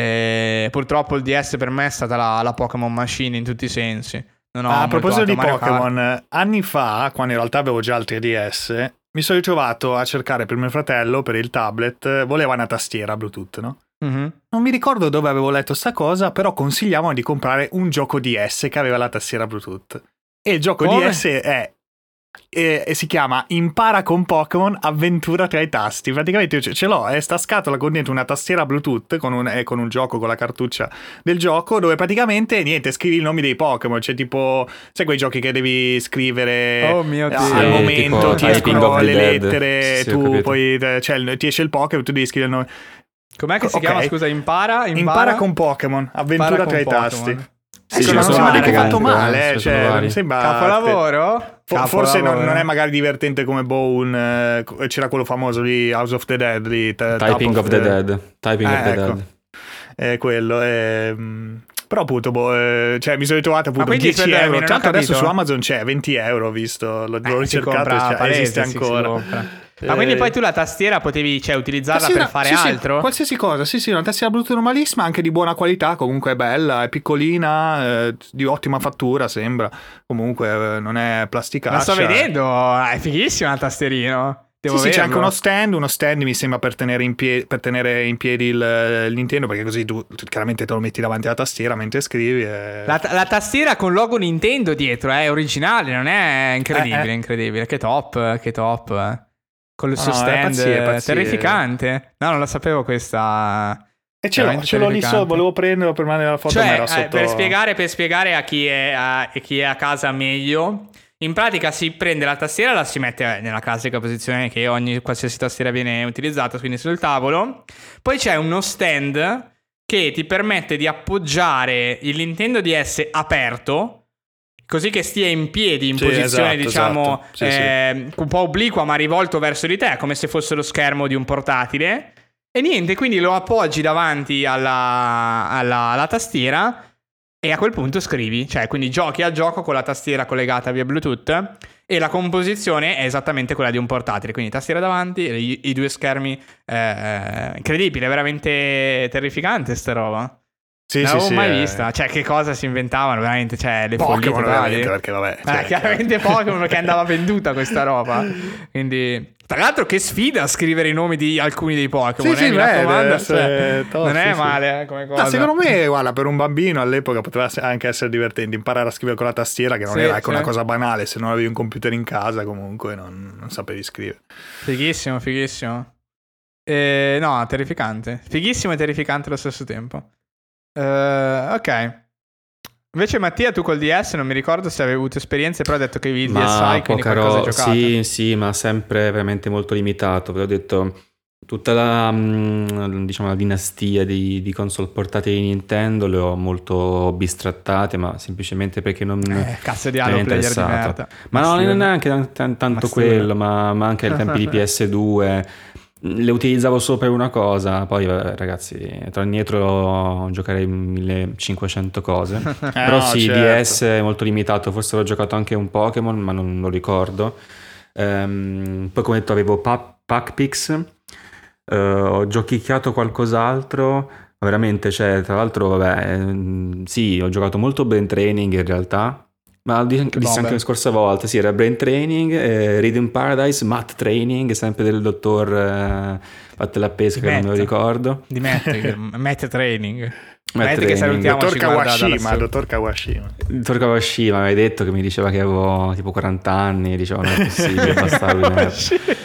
[SPEAKER 1] E purtroppo il D S per me è stata la, la Pokémon Machine in tutti i sensi. Non ho
[SPEAKER 2] ah, a proposito di
[SPEAKER 1] Mario
[SPEAKER 2] Pokémon,
[SPEAKER 1] Kart.
[SPEAKER 2] Anni fa, quando in realtà avevo già altri D S, mi sono ritrovato a cercare per mio fratello, per il tablet, voleva una tastiera Bluetooth, no?
[SPEAKER 1] Mm-hmm.
[SPEAKER 2] Non mi ricordo dove avevo letto sta cosa, però consigliavano di comprare un gioco D S che aveva la tastiera Bluetooth. E il gioco
[SPEAKER 1] Come?
[SPEAKER 2] D S è e, e si chiama Impara con Pokémon Avventura tra i tasti. Praticamente io ce, ce l'ho, è sta scatola con dentro una tastiera Bluetooth con un, eh, con un gioco, con la cartuccia del gioco, dove praticamente niente, scrivi i nomi dei Pokémon. C'è tipo, sai quei giochi che devi scrivere
[SPEAKER 1] oh mio Dio.
[SPEAKER 2] al
[SPEAKER 3] sì,
[SPEAKER 2] momento, ti escono le
[SPEAKER 3] Dead.
[SPEAKER 2] lettere,
[SPEAKER 3] sì,
[SPEAKER 2] tu poi cioè, ti esce il Pokémon, tu devi scrivere il nome.
[SPEAKER 1] Com'è che si
[SPEAKER 2] Ok.
[SPEAKER 1] chiama? Scusa, impara? Impara,
[SPEAKER 2] Impara con Pokémon, avventura
[SPEAKER 1] Impara
[SPEAKER 2] tra i
[SPEAKER 1] con
[SPEAKER 2] tasti.
[SPEAKER 1] Pokémon.
[SPEAKER 2] Sì,
[SPEAKER 3] Sì,
[SPEAKER 2] non
[SPEAKER 3] sono
[SPEAKER 2] so,
[SPEAKER 3] vari
[SPEAKER 2] è
[SPEAKER 3] che
[SPEAKER 2] fatto
[SPEAKER 3] comunque,
[SPEAKER 2] male,
[SPEAKER 3] eh,
[SPEAKER 2] eh,
[SPEAKER 3] sono
[SPEAKER 2] cioè,
[SPEAKER 3] vari.
[SPEAKER 2] mi sembra
[SPEAKER 1] Capolavoro?
[SPEAKER 2] For- forse non,
[SPEAKER 1] Capolavoro.
[SPEAKER 2] non è magari divertente come Bone, eh, c'era quello famoso lì, House of the Dead, lì, t-
[SPEAKER 3] Typing
[SPEAKER 2] Top
[SPEAKER 3] of the Dead. Typing
[SPEAKER 2] Eh,
[SPEAKER 3] of the
[SPEAKER 2] ecco.
[SPEAKER 3] Dead.
[SPEAKER 2] È quello, ehm, però appunto, boh, eh, cioè mi sono ritrovato appunto
[SPEAKER 1] quindi,
[SPEAKER 2] dieci
[SPEAKER 1] aspetta,
[SPEAKER 2] euro,
[SPEAKER 1] non ho
[SPEAKER 2] tanto adesso
[SPEAKER 1] capito.
[SPEAKER 2] su Amazon c'è venti euro, ho visto, l'ho, l'ho
[SPEAKER 1] Eh, si
[SPEAKER 2] ricercato,
[SPEAKER 1] compra
[SPEAKER 2] cioè,
[SPEAKER 1] palese,
[SPEAKER 2] esiste
[SPEAKER 1] sì, si
[SPEAKER 2] ancora.
[SPEAKER 1] compra. Ma quindi poi tu la tastiera potevi, cioè, utilizzarla
[SPEAKER 2] Tastiera-
[SPEAKER 1] per fare
[SPEAKER 2] sì, sì,
[SPEAKER 1] altro?
[SPEAKER 2] qualsiasi cosa, sì sì, una tastiera Bluetooth normalissima, anche di buona qualità, comunque è bella, è piccolina, eh, di ottima fattura sembra, comunque eh, non è plasticaccia.
[SPEAKER 1] La sto vedendo, è fighissima il tastierino. Devo
[SPEAKER 2] sì, sì, c'è anche
[SPEAKER 1] vederlo.
[SPEAKER 2] uno stand, uno stand mi sembra per tenere in piedi, per tenere in piedi il, il Nintendo, perché così tu chiaramente te lo metti davanti alla tastiera mentre scrivi. E...
[SPEAKER 1] La, la tastiera con logo Nintendo dietro, è originale, non è incredibile,
[SPEAKER 2] Eh, eh.
[SPEAKER 1] incredibile. Che top, che top. eh. Con il suo
[SPEAKER 2] No, è
[SPEAKER 1] stand,
[SPEAKER 2] pazzia, pazzia.
[SPEAKER 1] terrificante. No, non lo sapevo questa...
[SPEAKER 2] E ce l'ho,
[SPEAKER 1] veramente
[SPEAKER 2] ce l'ho lì
[SPEAKER 1] terrificante.
[SPEAKER 2] sopra, volevo prenderlo per mandare la foto, ma
[SPEAKER 1] Cioè,
[SPEAKER 2] era
[SPEAKER 1] eh,
[SPEAKER 2] sotto...
[SPEAKER 1] per, spiegare, per spiegare a chi, è a, chi è a casa meglio, in pratica si prende la tastiera e la si mette nella classica posizione che ogni qualsiasi tastiera viene utilizzata, quindi sul tavolo. Poi c'è uno stand che ti permette di appoggiare il Nintendo D S aperto, così che stia in piedi, in
[SPEAKER 2] Sì,
[SPEAKER 1] posizione,
[SPEAKER 2] esatto,
[SPEAKER 1] diciamo,
[SPEAKER 2] esatto. Sì,
[SPEAKER 1] eh, un po' obliqua ma rivolto verso di te, come se fosse lo schermo di un portatile. E niente, quindi lo appoggi davanti alla, alla, alla tastiera e a quel punto scrivi. Cioè, quindi giochi al gioco con la tastiera collegata via Bluetooth e la composizione è esattamente quella di un portatile. Quindi tastiera davanti e i, i due schermi. Eh, incredibile, veramente terrificante sta roba.
[SPEAKER 2] Sì,
[SPEAKER 1] non
[SPEAKER 2] sì,
[SPEAKER 1] l'avevo
[SPEAKER 2] sì,
[SPEAKER 1] mai
[SPEAKER 2] eh.
[SPEAKER 1] vista. Cioè, che cosa si inventavano veramente? Cioè, le
[SPEAKER 2] Pokémon
[SPEAKER 1] follie totali.
[SPEAKER 2] veramente, perché vabbè.
[SPEAKER 1] Eh,
[SPEAKER 2] cioè,
[SPEAKER 1] chiaramente Pokémon, perché andava venduta questa roba. Quindi, tra l'altro, che sfida scrivere i nomi di alcuni dei Pokémon.
[SPEAKER 2] Sì,
[SPEAKER 1] eh,
[SPEAKER 2] sì,
[SPEAKER 1] mi
[SPEAKER 2] beh,
[SPEAKER 1] raccomando.
[SPEAKER 2] deve
[SPEAKER 1] Cioè,
[SPEAKER 2] essere tosto,
[SPEAKER 1] non è
[SPEAKER 2] sì.
[SPEAKER 1] male eh, come cosa.
[SPEAKER 2] No, secondo me, guarda, per un bambino all'epoca poteva anche essere divertente imparare a scrivere con la tastiera, che non
[SPEAKER 1] Sì,
[SPEAKER 2] era ecco,
[SPEAKER 1] sì.
[SPEAKER 2] una cosa banale. Se non avevi un computer in casa, comunque non, non sapevi scrivere.
[SPEAKER 1] Fighissimo, fighissimo. Eh, no, terrificante. Fighissimo e terrificante allo stesso tempo. Eh, ok. Invece Mattia, tu col D S non mi ricordo se avevi avuto esperienze, però hai detto che avevi il
[SPEAKER 3] Ma
[SPEAKER 1] D S i, quindi
[SPEAKER 3] poca
[SPEAKER 1] qualcosa hai
[SPEAKER 3] roba,
[SPEAKER 1] giocato.
[SPEAKER 3] sì, sì, ma sempre veramente molto limitato. Vi ho detto, tutta la, mm, diciamo, la dinastia di, di console portatili di Nintendo le ho molto bistrattate, ma semplicemente perché non
[SPEAKER 1] Eh, cazzo di
[SPEAKER 3] mi è
[SPEAKER 1] Halo player di
[SPEAKER 3] interessato.
[SPEAKER 1] merda.
[SPEAKER 3] Ma no,
[SPEAKER 1] sì,
[SPEAKER 3] non è neanche tan- tan- tanto
[SPEAKER 1] sì,
[SPEAKER 3] quello, ma, ma anche ai tempi di P S due. Le utilizzavo solo per una cosa, poi vabbè, ragazzi, torno indietro giocherei millecinquecento cose. Però
[SPEAKER 2] no,
[SPEAKER 3] sì,
[SPEAKER 2] certo.
[SPEAKER 3] D S è molto limitato, forse ho giocato anche un Pokémon, ma non lo ricordo. Ehm, poi come detto avevo Pa- Pac-Pix, eh, ho giochicchiato qualcos'altro, ma veramente, cioè, tra l'altro, vabbè, ehm, sì, ho giocato molto Brain Training in realtà. Ma lo dis- dissi
[SPEAKER 1] bombe.
[SPEAKER 3] anche la scorsa volta, sì, era Brain Training, eh, Rhythm Paradise, Math Training, sempre del dottor eh, Fatte la pesca, che non me lo
[SPEAKER 1] Matt.
[SPEAKER 3] ricordo.
[SPEAKER 1] Di Matt, Matt Training.
[SPEAKER 3] Matt
[SPEAKER 1] Matt che
[SPEAKER 3] Training.
[SPEAKER 1] salutiamo,
[SPEAKER 2] Dottor
[SPEAKER 1] ci guarda
[SPEAKER 2] Kawashima,
[SPEAKER 1] dalla-
[SPEAKER 2] dottor Kawashima.
[SPEAKER 3] Il dottor Kawashima mi aveva detto che mi diceva che avevo tipo quaranta anni, dicevo non è possibile, bastardo di merda.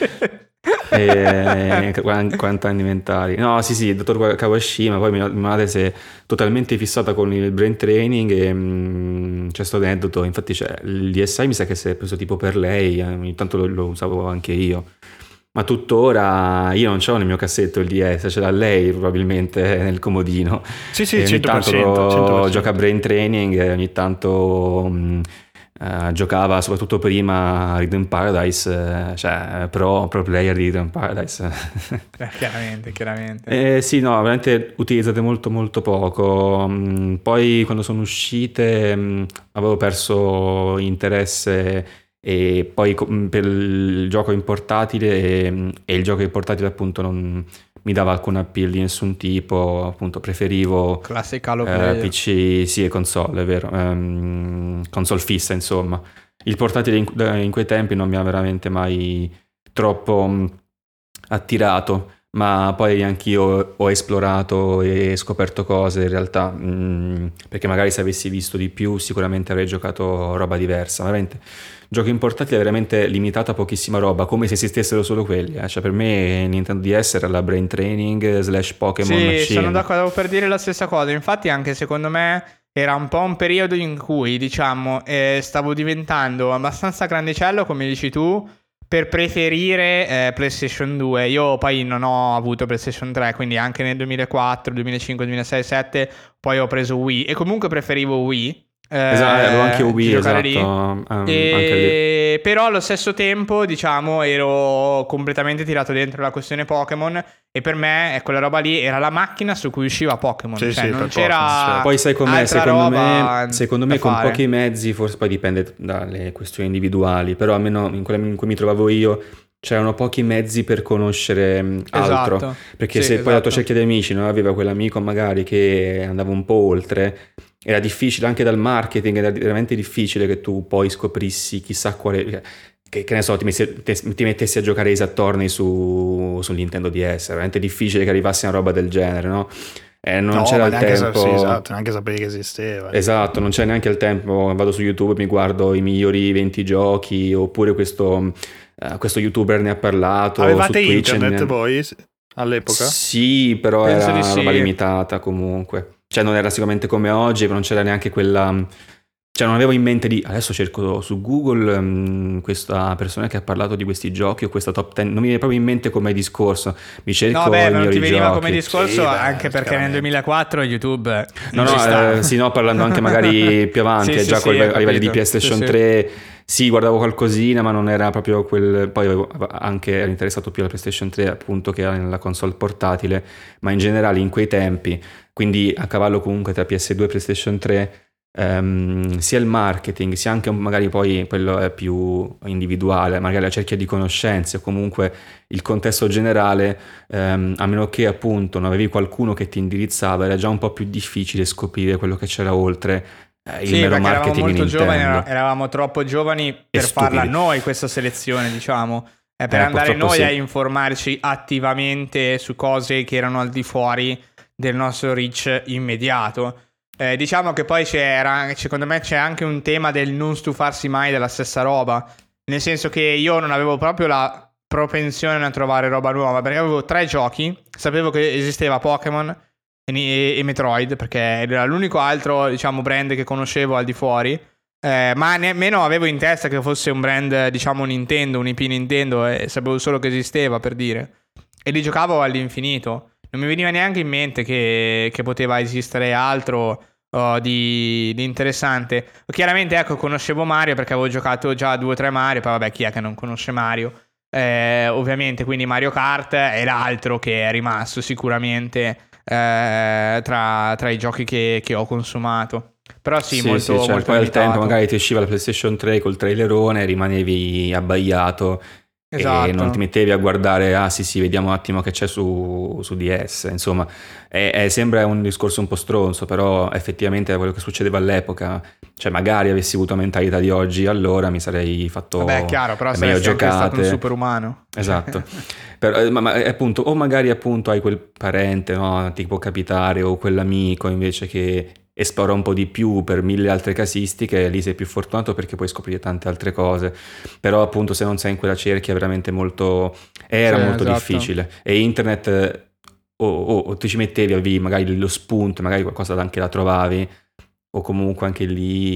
[SPEAKER 3] E quaranta anni mentali. No, sì, sì, il dottor Kawashima. Poi mia madre si è totalmente fissata con il brain training e mh, c'è sto aneddoto. Infatti, cioè, il D S i mi sa che si è preso tipo per lei. eh, Ogni tanto lo, lo usavo anche io. Ma tuttora io non c'ho nel mio cassetto il D S, ce l'ha lei probabilmente nel comodino.
[SPEAKER 2] Sì, sì,
[SPEAKER 3] E ogni
[SPEAKER 2] cento per cento,
[SPEAKER 3] tanto
[SPEAKER 2] cento per cento.
[SPEAKER 3] gioca a brain training e ogni tanto mh, eh, giocava soprattutto prima a Rhythm Paradise, eh, cioè pro, pro player di Rhythm Paradise.
[SPEAKER 1] Eh, chiaramente, chiaramente.
[SPEAKER 3] Eh, sì, no, veramente utilizzate molto molto poco. Mm, Poi quando sono uscite mm, avevo perso interesse e poi co- mm, per il gioco in portatile e, e il gioco in portatile appunto non mi dava alcun appeal di nessun tipo, appunto preferivo
[SPEAKER 1] Classic Halo
[SPEAKER 3] eh,
[SPEAKER 1] player.
[SPEAKER 3] P C, sì, e console, è vero, ehm, console fissa insomma. Il portatile in, in quei tempi non mi ha veramente mai troppo mm, attirato, ma poi anch'io ho esplorato e scoperto cose in realtà, mm, perché magari se avessi visto di più sicuramente avrei giocato roba diversa. Veramente giochi in portatile veramente limitato a pochissima roba, come se esistessero solo quelli, eh. Cioè per me Nintendo D S era la brain training slash Pokémon
[SPEAKER 1] Sì,
[SPEAKER 3] machine.
[SPEAKER 1] sono d'accordo per dire la stessa cosa. Infatti, anche secondo me era un po' un periodo in cui, diciamo, eh, stavo diventando abbastanza grandicello, come dici tu, per preferire eh, PlayStation due. Io poi non ho avuto PlayStation tre, quindi anche nel duemilaquattro, duemilacinque, duemilasei, duemilasette poi ho preso Wii e comunque preferivo Wii.
[SPEAKER 3] Esatto, avevo anche
[SPEAKER 1] eh,
[SPEAKER 3] Wii,
[SPEAKER 1] di giocare
[SPEAKER 3] esatto,
[SPEAKER 1] lì.
[SPEAKER 3] um, anche
[SPEAKER 1] E... però allo stesso tempo, diciamo, ero completamente tirato dentro la questione Pokémon e per me eh, quella roba lì era la macchina su cui usciva Pokémon.
[SPEAKER 2] Sì,
[SPEAKER 1] cioè
[SPEAKER 2] sì,
[SPEAKER 1] non
[SPEAKER 2] per
[SPEAKER 1] c'era
[SPEAKER 2] Pokémon, certo.
[SPEAKER 3] Poi sai com'è,
[SPEAKER 1] altra
[SPEAKER 3] secondo
[SPEAKER 1] roba
[SPEAKER 3] me, secondo me
[SPEAKER 1] da
[SPEAKER 3] con
[SPEAKER 1] fare.
[SPEAKER 3] pochi mezzi, forse poi dipende dalle questioni individuali, però almeno in quella in cui mi trovavo io c'erano pochi mezzi per conoscere mh, altro,
[SPEAKER 1] Esatto.
[SPEAKER 3] perché
[SPEAKER 1] Sì,
[SPEAKER 3] se poi la tua
[SPEAKER 1] esatto.
[SPEAKER 3] cerchia di amici non aveva quell'amico magari che andava un po' oltre, era difficile anche dal marketing, era veramente difficile che tu poi scoprissi chissà quale... Che, che ne so, ti, messi, ti, ti mettessi a giocare Ace Attorney su, su Nintendo D S, è veramente difficile che arrivassi a una roba del genere, no? Eh, non
[SPEAKER 2] No,
[SPEAKER 3] c'era
[SPEAKER 2] ma
[SPEAKER 3] il
[SPEAKER 2] neanche
[SPEAKER 3] tempo.
[SPEAKER 2] sa- sì, esatto, neanche sapevi che esisteva.
[SPEAKER 3] Esatto, non c'è neanche il tempo. Vado su YouTube e mi guardo i migliori venti giochi, oppure questo, eh, questo YouTuber ne ha parlato.
[SPEAKER 2] Avevate
[SPEAKER 3] su Twitch
[SPEAKER 2] internet
[SPEAKER 3] ne...
[SPEAKER 2] voi all'epoca?
[SPEAKER 3] Sì, però
[SPEAKER 1] Penso
[SPEAKER 3] era
[SPEAKER 1] di sì.
[SPEAKER 3] roba limitata comunque. Cioè non era sicuramente come oggi, non c'era neanche quella... Cioè non avevo in mente di... Adesso cerco su Google um, questa persona che ha parlato di questi giochi o questa top dieci. Non mi viene proprio in mente come discorso. Mi cerco
[SPEAKER 1] No, beh,
[SPEAKER 3] i
[SPEAKER 1] non ti
[SPEAKER 3] migliori
[SPEAKER 1] veniva
[SPEAKER 3] giochi.
[SPEAKER 1] come discorso
[SPEAKER 2] Sì, beh,
[SPEAKER 1] anche perché nel
[SPEAKER 2] chiaramente.
[SPEAKER 1] duemilaquattro YouTube
[SPEAKER 3] No,
[SPEAKER 1] non ci
[SPEAKER 3] no,
[SPEAKER 1] stava.
[SPEAKER 3] eh, sì, no, parlando anche magari più avanti,
[SPEAKER 1] Sì,
[SPEAKER 3] eh,
[SPEAKER 1] sì,
[SPEAKER 3] già
[SPEAKER 1] sì,
[SPEAKER 3] col-
[SPEAKER 1] ho
[SPEAKER 3] a livelli di
[SPEAKER 1] capito.
[SPEAKER 3] PlayStation
[SPEAKER 1] Sì, sì.
[SPEAKER 3] tre, sì, guardavo qualcosina, ma non era proprio quel... Poi avevo anche ero interessato più alla PlayStation tre, appunto, che era nella console portatile, ma in generale in quei tempi, quindi a cavallo comunque tra P S due e PlayStation tre, ehm, sia il marketing, sia anche magari poi quello è più individuale, magari la cerchia di conoscenze o comunque il contesto generale, ehm, a meno che appunto non avevi qualcuno che ti indirizzava, era già un po' più difficile scoprire quello che c'era oltre eh, il
[SPEAKER 1] sì,
[SPEAKER 3] mero
[SPEAKER 1] perché
[SPEAKER 3] marketing
[SPEAKER 1] eravamo molto
[SPEAKER 3] Nintendo.
[SPEAKER 1] giovani, eravamo troppo giovani per farla
[SPEAKER 3] stupidi.
[SPEAKER 1] noi questa selezione, diciamo. È per
[SPEAKER 3] Eh,
[SPEAKER 1] andare
[SPEAKER 3] purtroppo
[SPEAKER 1] noi
[SPEAKER 3] sì.
[SPEAKER 1] a informarci attivamente su cose che erano al di fuori del nostro reach immediato. Eh, diciamo che poi c'era, secondo me c'è anche un tema del non stufarsi mai della stessa roba, nel senso che io non avevo proprio la propensione a trovare roba nuova, perché avevo tre giochi, sapevo che esisteva Pokémon e, e Metroid, perché era l'unico altro, diciamo, brand che conoscevo al di fuori. Eh, ma nemmeno avevo in testa che fosse un brand, diciamo, Nintendo, un I P Nintendo, e sapevo solo che esisteva, per dire. E li giocavo all'infinito. Non mi veniva neanche in mente che, che poteva esistere altro oh, di, di interessante. Chiaramente, ecco, conoscevo Mario perché avevo giocato già due o tre Mario, poi vabbè, chi è che non conosce Mario? Eh, ovviamente, quindi Mario Kart è l'altro che è rimasto sicuramente eh, tra, tra i giochi che, che ho consumato. Però sì,
[SPEAKER 3] Sì,
[SPEAKER 1] molto,
[SPEAKER 3] sì, cioè,
[SPEAKER 1] molto
[SPEAKER 3] poi al
[SPEAKER 1] limitato.
[SPEAKER 3] tempo magari ti usciva la PlayStation tre col trailerone, rimanevi abbaiato
[SPEAKER 1] Esatto.
[SPEAKER 3] e non ti mettevi a guardare, ah sì sì, vediamo un attimo che c'è su, su D S, insomma, è, è, sembra un discorso un po' stronzo, però effettivamente è quello che succedeva all'epoca, cioè magari avessi avuto la mentalità di oggi, allora mi sarei fatto
[SPEAKER 1] Vabbè, è chiaro, però
[SPEAKER 3] le meglio
[SPEAKER 1] saresti anche stato un
[SPEAKER 3] giocate.
[SPEAKER 1] superumano.
[SPEAKER 3] Esatto. Per, ma, ma appunto, o magari appunto hai quel parente, no, ti può capitare, o quell'amico invece che esplora un po' di più per mille altre casistiche, lì sei più fortunato perché puoi scoprire tante altre cose, però appunto se non sei in quella cerchia è veramente molto era
[SPEAKER 1] Sì,
[SPEAKER 3] molto
[SPEAKER 1] esatto.
[SPEAKER 3] difficile, e internet o, o, o ti ci mettevi, avevi magari lo spunto, magari qualcosa anche la trovavi, o comunque anche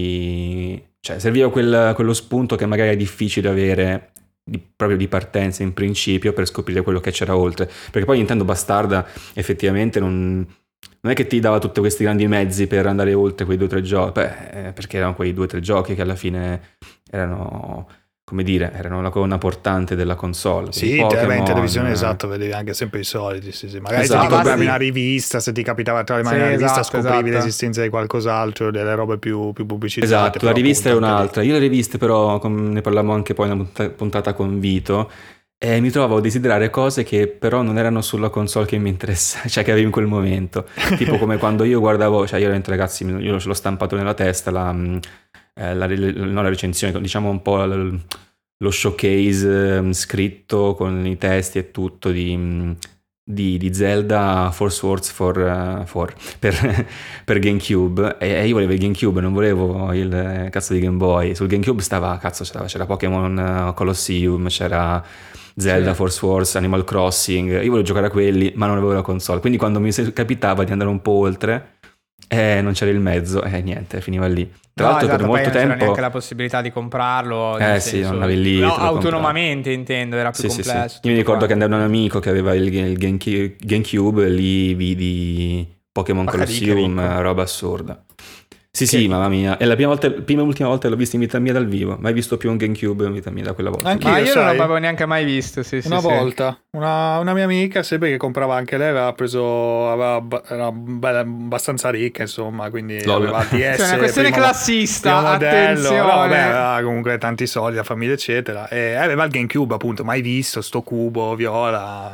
[SPEAKER 3] lì, cioè serviva quel, quello spunto che magari è difficile avere di, proprio di partenza in principio per scoprire quello che c'era oltre, perché poi Nintendo bastarda effettivamente non non è che ti dava tutti questi grandi mezzi per andare oltre quei due o tre giochi, beh, perché erano quei due o tre giochi che alla fine erano, come dire, erano la colonna portante della console.
[SPEAKER 2] Sì,
[SPEAKER 3] Pokémon,
[SPEAKER 2] in televisione,
[SPEAKER 3] eh.
[SPEAKER 2] esatto, vedevi anche sempre i soliti. Sì, sì. Magari
[SPEAKER 3] Esatto.
[SPEAKER 2] se ti compravi
[SPEAKER 1] Sì.
[SPEAKER 2] una rivista, se ti capitava tra le mani
[SPEAKER 1] Sì,
[SPEAKER 2] una rivista,
[SPEAKER 1] esatto,
[SPEAKER 2] scoprivi
[SPEAKER 1] esatto.
[SPEAKER 2] l'esistenza di qualcos'altro, delle robe più, più pubblicizzate.
[SPEAKER 3] Esatto,
[SPEAKER 2] però
[SPEAKER 3] la rivista è
[SPEAKER 2] appunto anche
[SPEAKER 3] un'altra. Io le riviste però, com- ne parlavamo anche poi nella punt- puntata con Vito, e mi trovavo a desiderare cose che però non erano sulla console che mi interessa, cioè che avevo in quel momento. Tipo come quando io guardavo, cioè io ero ragazzi, io ce l'ho stampato nella testa, la, eh, la, non la recensione, diciamo un po' l- lo showcase eh, scritto con i testi e tutto di, di, di Zelda Force Wars for, uh, for, per, per GameCube, e, e io volevo il GameCube, non volevo il cazzo di Game Boy. Sul GameCube stava, cazzo, c'era, c'era Pokémon Colosseum, c'era Zelda,
[SPEAKER 1] Sì.
[SPEAKER 3] Force Wars, Animal Crossing, io volevo giocare a quelli ma non avevo la console, quindi quando mi capitava di andare un po' oltre eh, non c'era il mezzo e eh, niente, finiva lì. Tra
[SPEAKER 1] No,
[SPEAKER 3] l'altro
[SPEAKER 1] esatto,
[SPEAKER 3] per
[SPEAKER 1] poi
[SPEAKER 3] molto
[SPEAKER 1] non c'era
[SPEAKER 3] tempo
[SPEAKER 1] neanche la possibilità di comprarlo,
[SPEAKER 3] Eh,
[SPEAKER 1] nel
[SPEAKER 3] sì,
[SPEAKER 1] senso-
[SPEAKER 3] non avevi lì,
[SPEAKER 1] no,
[SPEAKER 3] te lo
[SPEAKER 1] autonomamente intendo, era più
[SPEAKER 3] sì, sì, sì.
[SPEAKER 1] complesso.
[SPEAKER 3] Io mi ricordo che
[SPEAKER 1] tutto
[SPEAKER 3] andavo da un amico che aveva il, il Genki- GameCube e lì vidi Pokémon
[SPEAKER 1] Ma che
[SPEAKER 3] Colosseum,
[SPEAKER 1] ricco.
[SPEAKER 3] roba assurda. Sì,
[SPEAKER 1] Che-
[SPEAKER 3] sì, mamma mia. È la prima volta, prima e ultima volta che l'ho visto in vita mia dal vivo. Mai visto più un GameCube in vita mia da quella volta.
[SPEAKER 2] Anche
[SPEAKER 1] Ma
[SPEAKER 2] io,
[SPEAKER 1] io non
[SPEAKER 2] sai,
[SPEAKER 1] l'avevo neanche mai visto, sì, sì,
[SPEAKER 2] una
[SPEAKER 1] sì.
[SPEAKER 2] volta una, una mia amica, sempre che comprava anche lei, aveva preso, aveva, era bella- abbastanza ricca, insomma, quindi
[SPEAKER 3] Lol.
[SPEAKER 2] aveva il D S.
[SPEAKER 1] Cioè, è una questione
[SPEAKER 2] primo-
[SPEAKER 1] classista,
[SPEAKER 2] primo modello.
[SPEAKER 1] attenzione.
[SPEAKER 2] No, vabbè, aveva comunque tanti soldi, la famiglia, eccetera. E aveva il GameCube, appunto, mai visto sto cubo viola.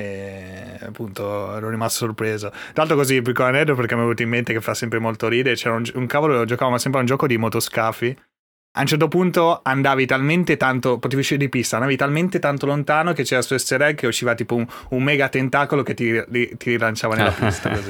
[SPEAKER 2] E appunto ero rimasto sorpreso. Tra l'altro, così piccolo aneddoto, perché mi è venuto in mente che fa sempre molto ridere. C'era un, un cavolo, giocavamo sempre a un gioco di motoscafi. A un certo punto andavi talmente tanto, potevi uscire di pista, andavi talmente tanto lontano che c'era su easter egg che usciva tipo un, un mega tentacolo che ti, ri- ti rilanciava nella pista così.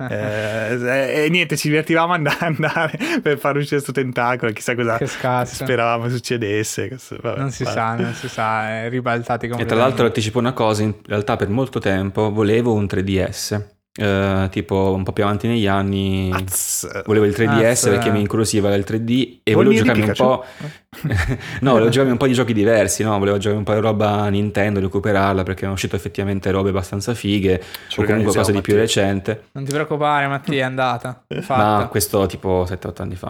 [SPEAKER 2] eh, e niente, ci divertivamo ad andare per far uscire questo tentacolo, chissà cosa
[SPEAKER 1] Che scasso.
[SPEAKER 2] speravamo succedesse. Questo, vabbè,
[SPEAKER 1] Non si
[SPEAKER 2] vabbè.
[SPEAKER 1] sa, non si sa, eh, ribaltati
[SPEAKER 3] E
[SPEAKER 1] completamente.
[SPEAKER 3] tra l'altro anticipo una cosa, in realtà per molto tempo volevo un tre D S, eh, tipo un po' più avanti negli anni.
[SPEAKER 2] Azz.
[SPEAKER 3] Volevo il tre D S
[SPEAKER 1] Azz.
[SPEAKER 3] perché mi incuriosiva il tre D e
[SPEAKER 2] Volmi
[SPEAKER 3] volevo
[SPEAKER 2] di
[SPEAKER 3] giocarmi un
[SPEAKER 2] Pikachu?
[SPEAKER 3] po'. No, volevo giocarmi un po' di giochi diversi, no? Volevo giocare un po' di roba Nintendo, recuperarla perché erano uscite effettivamente robe abbastanza fighe,
[SPEAKER 2] Ci
[SPEAKER 3] o comunque cose di più
[SPEAKER 2] organizziamo,
[SPEAKER 3] recente.
[SPEAKER 1] Non ti preoccupare, Mattia, è andata. È
[SPEAKER 3] Ma
[SPEAKER 1] fatta.
[SPEAKER 3] questo tipo sette otto anni fa.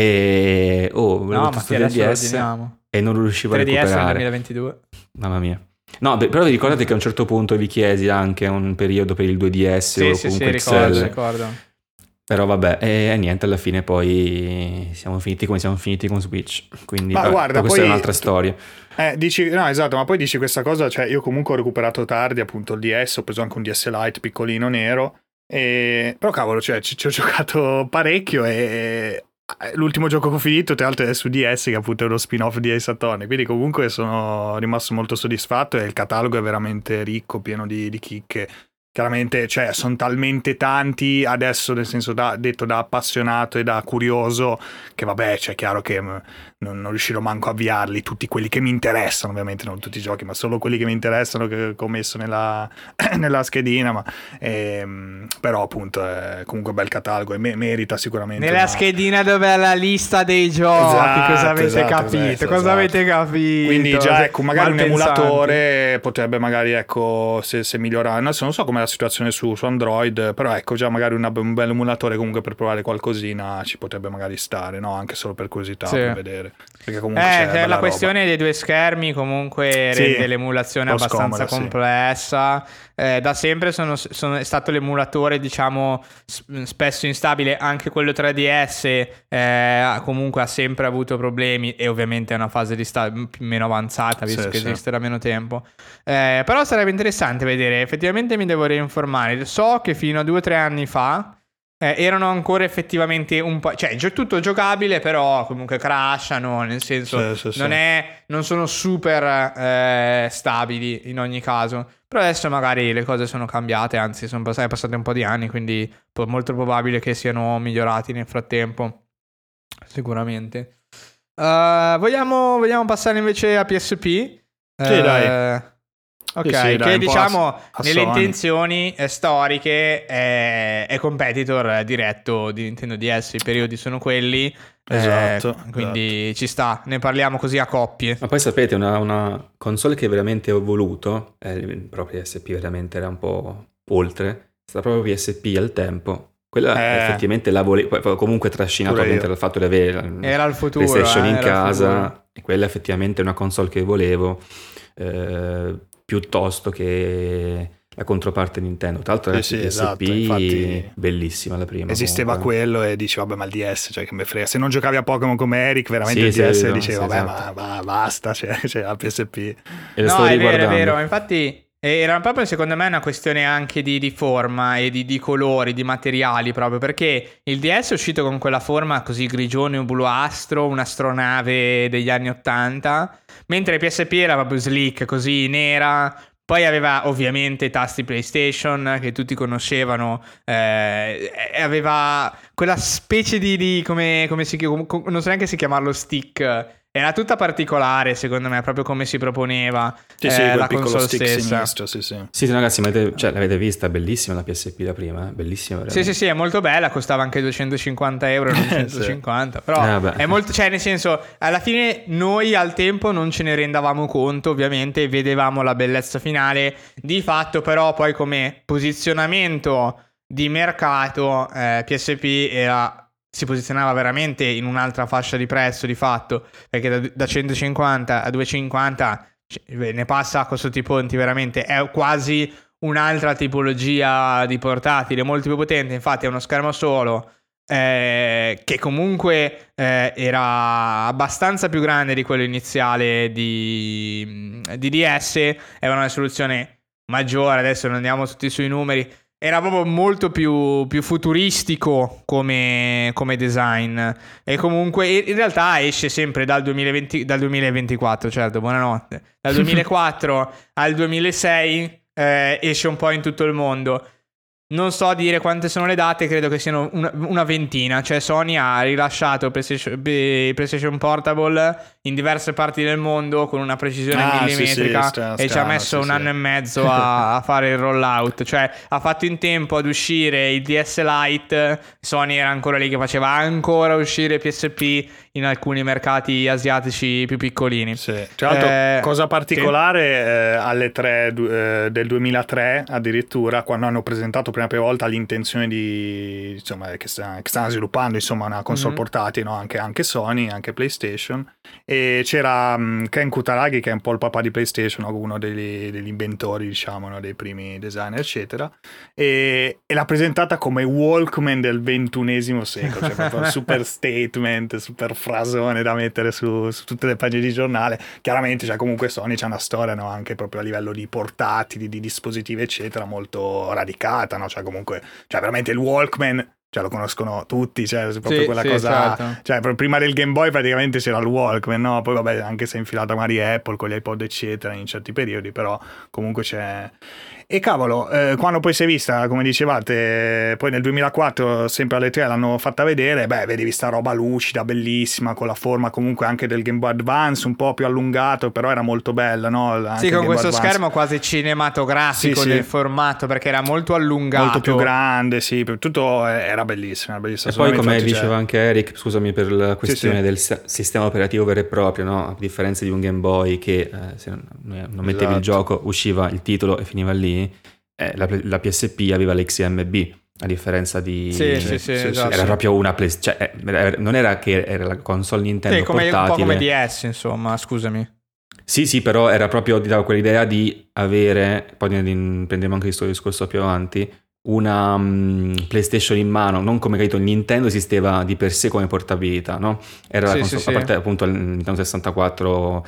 [SPEAKER 3] E oh, volevo
[SPEAKER 1] No,
[SPEAKER 3] questo
[SPEAKER 1] Mattia, adesso lo
[SPEAKER 3] tre D S
[SPEAKER 1] ordiniamo.
[SPEAKER 3] e non riuscivo a
[SPEAKER 1] tre D S nel
[SPEAKER 3] recuperare.
[SPEAKER 1] duemilaventidue.
[SPEAKER 3] Mamma mia. No, beh, però vi ricordate che a un certo punto vi chiesi anche un periodo per il due D S
[SPEAKER 1] Sì,
[SPEAKER 3] o
[SPEAKER 1] sì, sì,
[SPEAKER 3] comunque
[SPEAKER 1] ricordo,
[SPEAKER 3] X L.
[SPEAKER 1] ricordo.
[SPEAKER 3] Però vabbè, e, e niente, alla fine poi siamo finiti come siamo finiti con Switch, quindi
[SPEAKER 2] ma
[SPEAKER 3] vabbè,
[SPEAKER 2] guarda,
[SPEAKER 3] questa
[SPEAKER 2] poi
[SPEAKER 3] è un'altra storia.
[SPEAKER 2] Eh, dici, no, esatto, ma poi dici questa cosa, cioè io comunque ho recuperato tardi appunto il D S, ho preso anche un D S Lite piccolino nero, e... però cavolo, cioè ci, ci ho giocato parecchio e l'ultimo gioco che ho finito tra l'altro è su D S, che appunto è uno spin-off di Ace Attorney, quindi comunque sono rimasto molto soddisfatto e il catalogo è veramente ricco, pieno di, di chicche. Chiaramente, cioè, sono talmente tanti adesso, nel senso da, detto da appassionato e da curioso, che vabbè, cioè, è chiaro che mh, non, non riuscirò manco a avviarli, tutti quelli che mi interessano, ovviamente non tutti i giochi, ma solo quelli che mi interessano, che, che ho messo nella, nella schedina, ma ehm, però appunto è comunque bel catalogo e me, merita sicuramente.
[SPEAKER 1] Nella
[SPEAKER 2] una...
[SPEAKER 1] schedina dove è la lista dei giochi,
[SPEAKER 2] esatto,
[SPEAKER 1] cosa avete
[SPEAKER 2] esatto,
[SPEAKER 1] capito?
[SPEAKER 2] esatto,
[SPEAKER 1] cosa
[SPEAKER 2] esatto.
[SPEAKER 1] avete capito?
[SPEAKER 2] Quindi già, ecco, magari un
[SPEAKER 1] Malpensanti.
[SPEAKER 2] emulatore potrebbe magari, ecco, se, se migliorare, adesso non so com'è la situazione su, su Android, però ecco, già magari una, un bel emulatore comunque per provare qualcosina ci potrebbe magari stare, no? Anche solo per curiosità,
[SPEAKER 1] Sì.
[SPEAKER 2] per vedere. Perché comunque
[SPEAKER 1] Eh,
[SPEAKER 2] c'è
[SPEAKER 1] che
[SPEAKER 2] bella
[SPEAKER 1] la questione
[SPEAKER 2] roba.
[SPEAKER 1] dei due schermi comunque
[SPEAKER 2] Sì,
[SPEAKER 1] rende l'emulazione
[SPEAKER 2] un po'
[SPEAKER 1] abbastanza
[SPEAKER 2] scomoda, sì.
[SPEAKER 1] complessa. Eh, da sempre sono, sono è stato l'emulatore, diciamo, s- spesso instabile. Anche quello tre D S eh, comunque ha sempre avuto problemi, e ovviamente è una fase di sta- meno avanzata, visto
[SPEAKER 2] Sì,
[SPEAKER 1] che
[SPEAKER 2] sì.
[SPEAKER 1] esiste da meno tempo. Eh, però sarebbe interessante vedere. Effettivamente mi devo reinformare. So che fino a due o tre anni fa Eh, erano ancora effettivamente un po', cioè è tutto giocabile, però comunque crashano, nel senso
[SPEAKER 2] Sì, sì,
[SPEAKER 1] non
[SPEAKER 2] sì.
[SPEAKER 1] è non sono super eh, stabili in ogni caso. Però adesso magari le cose sono cambiate, anzi sono passati, passati un po' di anni, quindi è molto probabile che siano migliorati nel frattempo, sicuramente. Uh, vogliamo, vogliamo passare invece a P S P?
[SPEAKER 2] Sì,
[SPEAKER 1] Eh,
[SPEAKER 2] dai.
[SPEAKER 1] Ok,
[SPEAKER 2] Sì, sì,
[SPEAKER 1] che
[SPEAKER 2] dai, un po'
[SPEAKER 1] diciamo
[SPEAKER 2] a- a
[SPEAKER 1] nelle
[SPEAKER 2] Sony.
[SPEAKER 1] intenzioni eh, storiche è, è competitor diretto di Nintendo D S, i periodi sono quelli, eh,
[SPEAKER 2] Esatto,
[SPEAKER 1] quindi ci sta, ne parliamo così a coppie.
[SPEAKER 3] Ma poi sapete, una, una console che veramente ho voluto, eh, proprio P S P veramente era un po' oltre, è stata proprio P S P al tempo. Quella
[SPEAKER 2] Eh.
[SPEAKER 3] effettivamente la volevo, comunque trascinato
[SPEAKER 2] Pure
[SPEAKER 3] ovviamente
[SPEAKER 2] io.
[SPEAKER 3] dal fatto di avere la
[SPEAKER 1] Era il futuro,
[SPEAKER 3] PlayStation
[SPEAKER 1] eh,
[SPEAKER 3] in
[SPEAKER 1] era il
[SPEAKER 3] casa,
[SPEAKER 1] futuro.
[SPEAKER 3] e quella effettivamente è una console che volevo, eh, piuttosto che la controparte Nintendo. Tra l'altro
[SPEAKER 2] Sì,
[SPEAKER 3] ragazzi,
[SPEAKER 2] sì,
[SPEAKER 3] P S P
[SPEAKER 2] esatto, infatti
[SPEAKER 3] bellissima la prima.
[SPEAKER 2] esisteva
[SPEAKER 3] comunque.
[SPEAKER 2] quello e dici vabbè, ma il D S, cioè che me frega, se non giocavi a Pokémon come Eric veramente
[SPEAKER 3] Sì,
[SPEAKER 2] il D S
[SPEAKER 3] sì, no,
[SPEAKER 2] dicevi
[SPEAKER 3] sì,
[SPEAKER 2] vabbè,
[SPEAKER 3] esatto.
[SPEAKER 2] ma, ma basta, cioè, cioè la P S P.
[SPEAKER 3] E lo
[SPEAKER 1] No,
[SPEAKER 3] stavo
[SPEAKER 1] è vero, è
[SPEAKER 3] riguardando.
[SPEAKER 1] vero, infatti era proprio secondo me una questione anche di, di forma e di, di colori, di materiali, proprio perché il D S è uscito con quella forma così grigione, bluastro, un'astronave degli anni ottanta, mentre il P S P era proprio slick, così nera. Poi aveva ovviamente i tasti PlayStation che tutti conoscevano, eh, aveva quella specie di, di come, come si chiama, non so neanche se chiamarlo stick. Era tutta particolare, secondo me, proprio come si proponeva
[SPEAKER 2] Sì, sì,
[SPEAKER 1] eh,
[SPEAKER 2] quel
[SPEAKER 1] la
[SPEAKER 2] piccolo
[SPEAKER 1] console
[SPEAKER 2] stick
[SPEAKER 1] stessa.
[SPEAKER 2] sinistro, sì, sì.
[SPEAKER 3] Sì, sì, ragazzi, ma avete, cioè, l'avete vista? È bellissima la P S P la prima, eh? Bellissima
[SPEAKER 1] Sì,
[SPEAKER 3] veramente.
[SPEAKER 1] sì, sì, è molto bella, costava anche duecentocinquanta euro, non centocinquanta, però
[SPEAKER 3] Eh, vabbè.
[SPEAKER 1] è molto, cioè nel senso, alla fine noi al tempo non ce ne rendavamo conto, ovviamente, vedevamo la bellezza finale, di fatto però poi come posizionamento di mercato eh, P S P era... si posizionava veramente in un'altra fascia di prezzo di fatto, perché da, da centocinquanta a duecentocinquanta cioè, ne passa a questo tipo ponti, veramente è quasi un'altra tipologia di portatile, molto più potente. Infatti è uno schermo solo eh, che comunque eh, era abbastanza più grande di quello iniziale di, di D S, era una risoluzione maggiore, adesso non andiamo tutti sui numeri. Era proprio molto più, più futuristico come, come design. E comunque in realtà esce sempre dal duemilaventi, dal duemilaventiquattro, certo, buonanotte. Dal duemilaquattro al duemilasei eh, esce un po' in tutto il mondo. Non so dire quante sono le date, credo che siano una, una ventina. Cioè Sony ha rilasciato PlayStation, PlayStation Portable in diverse parti del mondo con una precisione
[SPEAKER 2] Ah,
[SPEAKER 1] millimetrica,
[SPEAKER 2] sì, sì, stra-
[SPEAKER 1] e ci ha
[SPEAKER 2] strano,
[SPEAKER 1] messo
[SPEAKER 2] sì,
[SPEAKER 1] un
[SPEAKER 2] sì.
[SPEAKER 1] anno e mezzo a, a fare il rollout. Cioè ha fatto in tempo ad uscire il D S Lite. Sony era ancora lì che faceva ancora uscire P S P in alcuni mercati asiatici più piccolini.
[SPEAKER 2] Sì. Tra l'altro,
[SPEAKER 1] Eh,
[SPEAKER 2] cosa particolare, eh, alle tre eh, del duemilatré addirittura, quando hanno presentato per la prima volta l'intenzione di insomma che, sta, che stanno sviluppando insomma una console mm-hmm. portatile, no? anche, anche Sony, anche PlayStation, e c'era um, Ken Kutaragi, che è un po' il papà di PlayStation, no? uno degli, degli inventori, diciamo, no? dei primi designer eccetera, e, e l'ha presentata come Walkman del ventunesimo secolo, cioè proprio un super statement, super frasone da mettere su, su tutte le pagine di giornale. Chiaramente cioè, comunque Sony c'ha una storia, no? anche proprio a livello di portatili, di dispositivi eccetera, molto radicata, no? Cioè comunque, cioè veramente il Walkman, cioè lo conoscono tutti, cioè proprio
[SPEAKER 1] sì,
[SPEAKER 2] quella
[SPEAKER 1] sì,
[SPEAKER 2] cosa,
[SPEAKER 1] certo.
[SPEAKER 2] Cioè prima del Game Boy praticamente c'era il Walkman, no? Poi vabbè, anche se è infilata magari Apple con gli iPod eccetera in certi periodi, però comunque c'è. E cavolo, eh, quando poi si è vista, come dicevate, poi nel duemilaquattro sempre alle tre l'hanno fatta vedere, beh, vedevi sta roba lucida, bellissima, con la forma comunque anche del Game Boy Advance, un po' più allungato, però era molto bella, no? Anche
[SPEAKER 1] sì, con questo
[SPEAKER 2] Advance.
[SPEAKER 1] Schermo quasi cinematografico
[SPEAKER 2] sì,
[SPEAKER 1] del
[SPEAKER 2] sì.
[SPEAKER 1] formato, perché era molto allungato.
[SPEAKER 2] Molto più grande, sì, tutto era bellissimo. Era bellissimo.
[SPEAKER 3] E poi come
[SPEAKER 2] infatti,
[SPEAKER 3] diceva
[SPEAKER 2] cioè...
[SPEAKER 3] anche Eric, scusami per la questione
[SPEAKER 2] sì, sì.
[SPEAKER 3] del sistema operativo vero e proprio, no? A differenza di un Game Boy che eh, se non, non mettevi
[SPEAKER 2] esatto.
[SPEAKER 3] il gioco, usciva il titolo e finiva lì, eh, la, la P S P aveva l'X M B, a differenza di...
[SPEAKER 1] Sì, sì, sì,
[SPEAKER 3] era
[SPEAKER 1] esatto.
[SPEAKER 3] proprio una play... cioè, era, non era che era la console Nintendo
[SPEAKER 1] sì, come,
[SPEAKER 3] portatile.
[SPEAKER 1] un po' come D S, insomma, scusami.
[SPEAKER 3] Sì, sì, però era proprio, ti dava quell'idea di avere, poi ne prendiamo anche questo discorso più avanti, una um, PlayStation in mano, non come capito il Nintendo esisteva di per sé come portabilità, no? Era
[SPEAKER 1] sì,
[SPEAKER 3] la console,
[SPEAKER 1] sì,
[SPEAKER 3] a parte
[SPEAKER 1] sì.
[SPEAKER 3] appunto il Nintendo sessantaquattro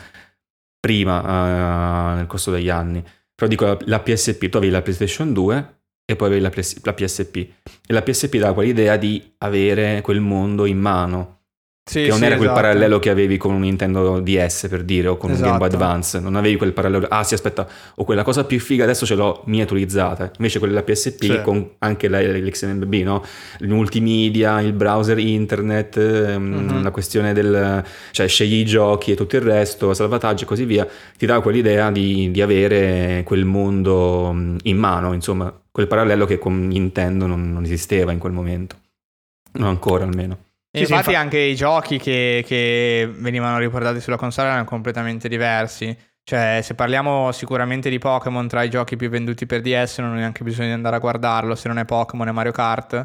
[SPEAKER 3] prima, uh, nel corso degli anni. Però dico, la, la P S P, tu avevi la PlayStation due e poi avevi la, la P S P. E la P S P dava quell'idea di avere quel mondo in mano.
[SPEAKER 1] Sì,
[SPEAKER 3] che non
[SPEAKER 1] sì,
[SPEAKER 3] era quel
[SPEAKER 1] esatto.
[SPEAKER 3] parallelo che avevi con un Nintendo D S, per dire, o con
[SPEAKER 1] esatto.
[SPEAKER 3] un Game Boy Advance, non avevi quel parallelo, ah sì aspetta, o quella cosa più figa adesso ce l'ho miniaturizzata, invece quella della P S P sì. con anche la, l'X M B, no? Il multimedia, il browser internet, mm-hmm. la questione del, cioè scegli i giochi e tutto il resto, salvataggio e così via, ti dà quell'idea di, di avere quel mondo in mano, insomma, quel parallelo che con Nintendo non, non esisteva in quel momento, non ancora almeno.
[SPEAKER 1] Sì, infatti sì, infa- anche i giochi che, che venivano riportati sulla console erano completamente diversi. Cioè, se parliamo sicuramente di Pokémon, tra i giochi più venduti per D S non ho neanche bisogno di andare a guardarlo, se non è Pokémon è Mario Kart.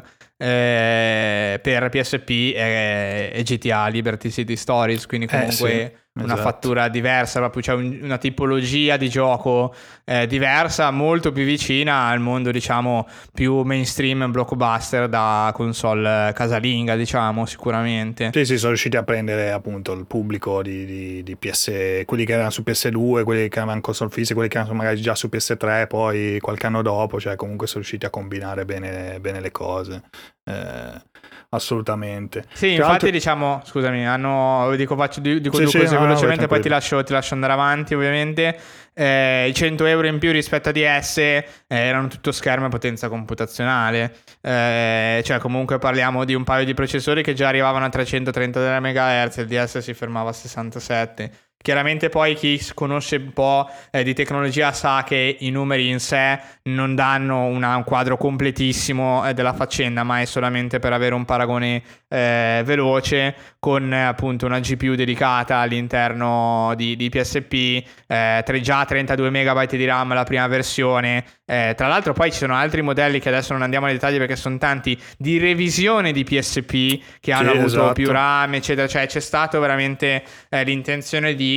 [SPEAKER 1] Eh, per P S P è, è G T A, Liberty City Stories, quindi comunque
[SPEAKER 2] eh, sì,
[SPEAKER 1] una
[SPEAKER 2] esatto.
[SPEAKER 1] fattura diversa, proprio c'è un, una tipologia di gioco eh, diversa, molto più vicina al mondo, diciamo, più mainstream blockbuster da console casalinga, diciamo, sicuramente.
[SPEAKER 2] Sì, sì, sono riusciti a prendere appunto il pubblico di, di, di P S, quelli che erano su P S due, quelli che avevano console fisiche, quelli che erano magari già su P S tre, poi qualche anno dopo, cioè comunque sono riusciti a combinare bene, bene le cose. Eh, assolutamente.
[SPEAKER 1] Sì,
[SPEAKER 2] Tra
[SPEAKER 1] infatti
[SPEAKER 2] l'altro...
[SPEAKER 1] diciamo, scusami, hanno, dico, faccio, dico
[SPEAKER 2] sì,
[SPEAKER 1] due
[SPEAKER 2] sì,
[SPEAKER 1] cose
[SPEAKER 2] no,
[SPEAKER 1] velocemente,
[SPEAKER 2] no,
[SPEAKER 1] poi ti lascio, ti lascio andare avanti ovviamente. Eh, I cento euro in più rispetto a D S eh, erano tutto schermo e potenza computazionale, eh, cioè comunque parliamo di un paio di processori che già arrivavano a trecentotrentatré megahertz, il D S si fermava a sessantasette. Chiaramente poi chi conosce un po' eh, di tecnologia sa che i numeri in sé non danno una, un quadro completissimo eh, della faccenda, ma è solamente per avere un paragone eh, veloce con eh, appunto una G P U dedicata all'interno di, di P S P, eh, tre, già trentadue megabyte di RAM la prima versione. Eh, tra l'altro poi ci sono altri modelli che adesso non andiamo nei dettagli perché sono tanti, di revisione di P S P che hanno
[SPEAKER 2] sì,
[SPEAKER 1] avuto
[SPEAKER 2] esatto.
[SPEAKER 1] più RAM eccetera, cioè c'è stato veramente eh, l'intenzione di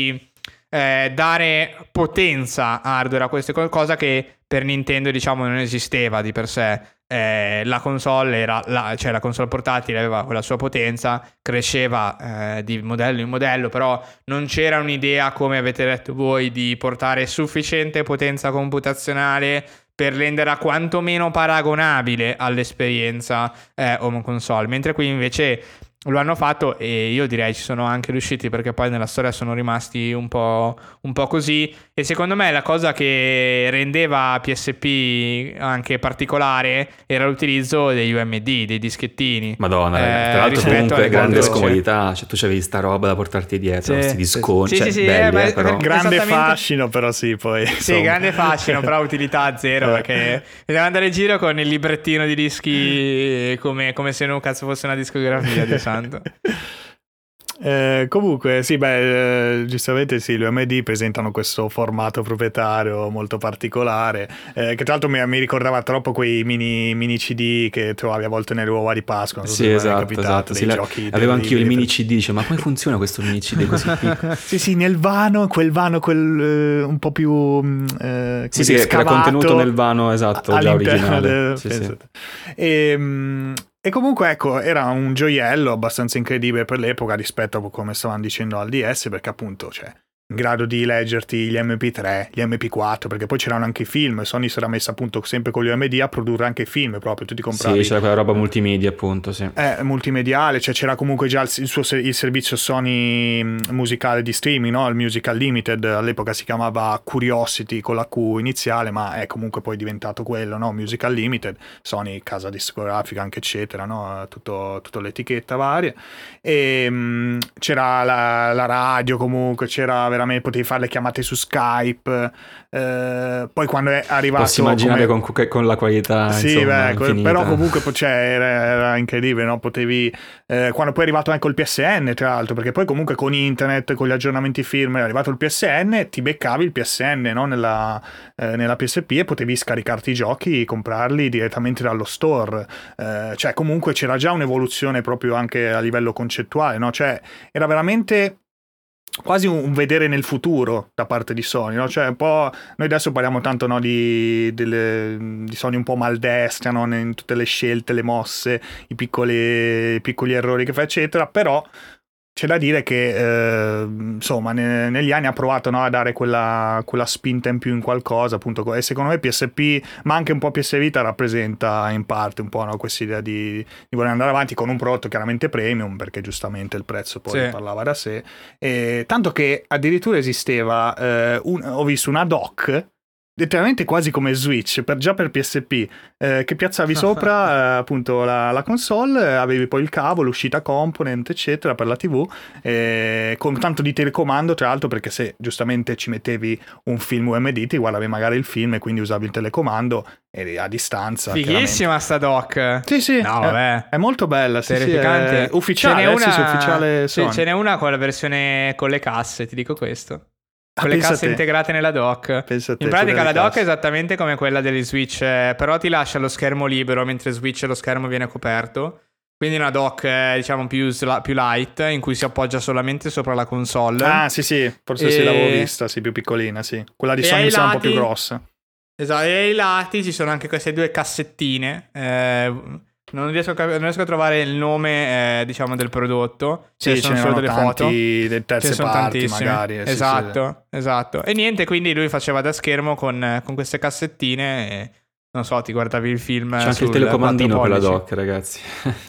[SPEAKER 1] Eh, dare potenza hardware a queste cose, cosa che per Nintendo diciamo non esisteva di per sé. Eh, la console era la, cioè la console portatile aveva quella sua potenza, cresceva eh, di modello in modello, però non c'era un'idea, come avete detto voi, di portare sufficiente potenza computazionale per renderla quantomeno paragonabile all'esperienza eh, home console, mentre qui invece lo hanno fatto e io direi ci sono anche riusciti, perché poi nella storia sono rimasti un po', un po' così. E secondo me la cosa che rendeva P S P anche particolare era l'utilizzo degli U M D, dei dischettini.
[SPEAKER 3] Madonna,
[SPEAKER 1] eh,
[SPEAKER 3] tra l'altro comunque grande
[SPEAKER 1] quando...
[SPEAKER 3] scomodità, cioè tu c'avevi sta roba da portarti dietro, questi
[SPEAKER 1] sì,
[SPEAKER 3] disconi,
[SPEAKER 1] sì,
[SPEAKER 3] cioè
[SPEAKER 1] sì, sì,
[SPEAKER 3] belli,
[SPEAKER 1] eh,
[SPEAKER 3] eh, però.
[SPEAKER 2] grande
[SPEAKER 1] esattamente...
[SPEAKER 2] fascino però sì, poi
[SPEAKER 1] sì,
[SPEAKER 2] insomma.
[SPEAKER 1] grande fascino, però utilità zero, perché bisogna andare in giro con il librettino di dischi come, come se non cazzo fosse una discografia di santo.
[SPEAKER 2] Eh, comunque, sì, beh, eh, giustamente sì, gli U M D presentano questo formato proprietario molto particolare, eh, che tra l'altro mi, mi ricordava troppo quei mini, mini C D che trovavi a volte nelle uova di Pasqua. Non so
[SPEAKER 3] sì,
[SPEAKER 2] se
[SPEAKER 3] esatto,
[SPEAKER 2] è capitato,
[SPEAKER 3] esatto.
[SPEAKER 2] dei
[SPEAKER 3] Sì,
[SPEAKER 2] giochi
[SPEAKER 3] avevo anch'io il mini
[SPEAKER 2] per...
[SPEAKER 3] C D, dice, ma come funziona questo mini C D così piccolo?
[SPEAKER 2] Sì, sì, nel vano, quel vano, quel eh, un po' più eh,
[SPEAKER 3] sì, sì, che era contenuto nel vano, esatto, già originale.
[SPEAKER 2] Del...
[SPEAKER 3] Sì, sì.
[SPEAKER 2] E, e comunque ecco, era un gioiello abbastanza incredibile per l'epoca rispetto a come stavano dicendo al D S, perché appunto, cioè, in grado di leggerti gli M P tre, gli M P quattro, perché poi c'erano anche i film. Sony si era messa appunto sempre con gli U M D a produrre anche film proprio, tu ti compravi.
[SPEAKER 3] Sì, c'era quella roba multimedia appunto, sì.
[SPEAKER 2] Eh, multimediale, cioè c'era comunque già il, il suo il servizio Sony musicale di streaming, no? Il Music Unlimited, all'epoca si chiamava Curiosity con la Q iniziale, ma è comunque poi diventato quello, no? Music Unlimited, Sony casa discografica anche eccetera, no? Tutto, tutto l'etichetta varia. E mh, c'era la, la radio comunque, c'era veramente, potevi fare le chiamate su Skype, eh, poi quando è arrivato...
[SPEAKER 3] Posso immaginare
[SPEAKER 2] come...
[SPEAKER 3] con, con la qualità,
[SPEAKER 2] sì,
[SPEAKER 3] insomma,
[SPEAKER 2] beh,
[SPEAKER 3] infinita.
[SPEAKER 2] però comunque cioè, era, era incredibile, no? Potevi... Eh, quando poi è arrivato anche il P S N, tra l'altro, perché poi comunque con internet, con gli aggiornamenti firmware, è arrivato il P S N, ti beccavi il P S N, no? nella, eh, nella P S P e potevi scaricarti i giochi, comprarli direttamente dallo store. Eh, cioè comunque c'era già un'evoluzione proprio anche a livello concettuale, no? Cioè era veramente... quasi un vedere nel futuro da parte di Sony, no? Cioè un po', noi adesso parliamo tanto, no, di, delle, di Sony un po' maldestra, no? In tutte le scelte, le mosse, i piccoli, i piccoli errori che fa eccetera, però c'è da dire che eh, insomma ne, negli anni ha provato, no, a dare quella, quella spinta in più in qualcosa appunto, e secondo me P S P ma anche un po' P S Vita rappresenta in parte un po', no, questa idea di, di voler andare avanti con un prodotto chiaramente premium, perché giustamente il prezzo poi sì. parlava da sé, e tanto che addirittura esisteva eh, un, ho visto una dock letteralmente quasi come Switch, per, già per P S P, eh, che piazzavi sopra eh, appunto la, la console, eh, avevi poi il cavo, l'uscita component eccetera per la tivù, eh, con tanto di telecomando tra l'altro, perché se giustamente ci mettevi un film U M D ti guardavi magari il film e quindi usavi il telecomando eri a distanza.
[SPEAKER 1] Fighissima sta doc.
[SPEAKER 2] Sì sì,
[SPEAKER 1] no, vabbè.
[SPEAKER 2] È, è molto bella, sì,
[SPEAKER 1] terrificante.
[SPEAKER 2] Sì, è ufficiale,
[SPEAKER 1] ce n'è
[SPEAKER 2] eh,
[SPEAKER 1] una...
[SPEAKER 2] sì, sì, ufficiale Sony.
[SPEAKER 1] Sì, ce n'è una con la versione con le casse, ti dico questo. Con
[SPEAKER 2] ah,
[SPEAKER 1] le casse
[SPEAKER 2] te.
[SPEAKER 1] integrate nella dock.
[SPEAKER 2] Pensa te,
[SPEAKER 1] in pratica la dock
[SPEAKER 2] casse.
[SPEAKER 1] è esattamente come quella degli Switch, eh, però ti lascia lo schermo libero, mentre Switch lo schermo viene coperto. Quindi una dock eh, diciamo più, più light, in cui si appoggia solamente sopra la console.
[SPEAKER 2] Ah sì sì, forse
[SPEAKER 1] e...
[SPEAKER 2] sì l'avevo vista, sì, più piccolina, sì. Quella di Sony mi sembra un po' più grossa.
[SPEAKER 1] Esatto, e ai lati ci sono anche queste due cassettine. Eh, non, riesco a, non riesco a trovare il nome, eh, diciamo, del prodotto.
[SPEAKER 2] Sì,
[SPEAKER 1] ce sono solo delle foto.
[SPEAKER 2] Delle terze
[SPEAKER 1] sono
[SPEAKER 2] parti,
[SPEAKER 1] tantissime.
[SPEAKER 2] magari. Eh,
[SPEAKER 1] esatto,
[SPEAKER 2] sì, sì.
[SPEAKER 1] esatto. E niente, quindi lui faceva da schermo con, con queste cassettine e, non so, ti guardavi il film.
[SPEAKER 3] C'è anche il telecomandino per la dock, ragazzi.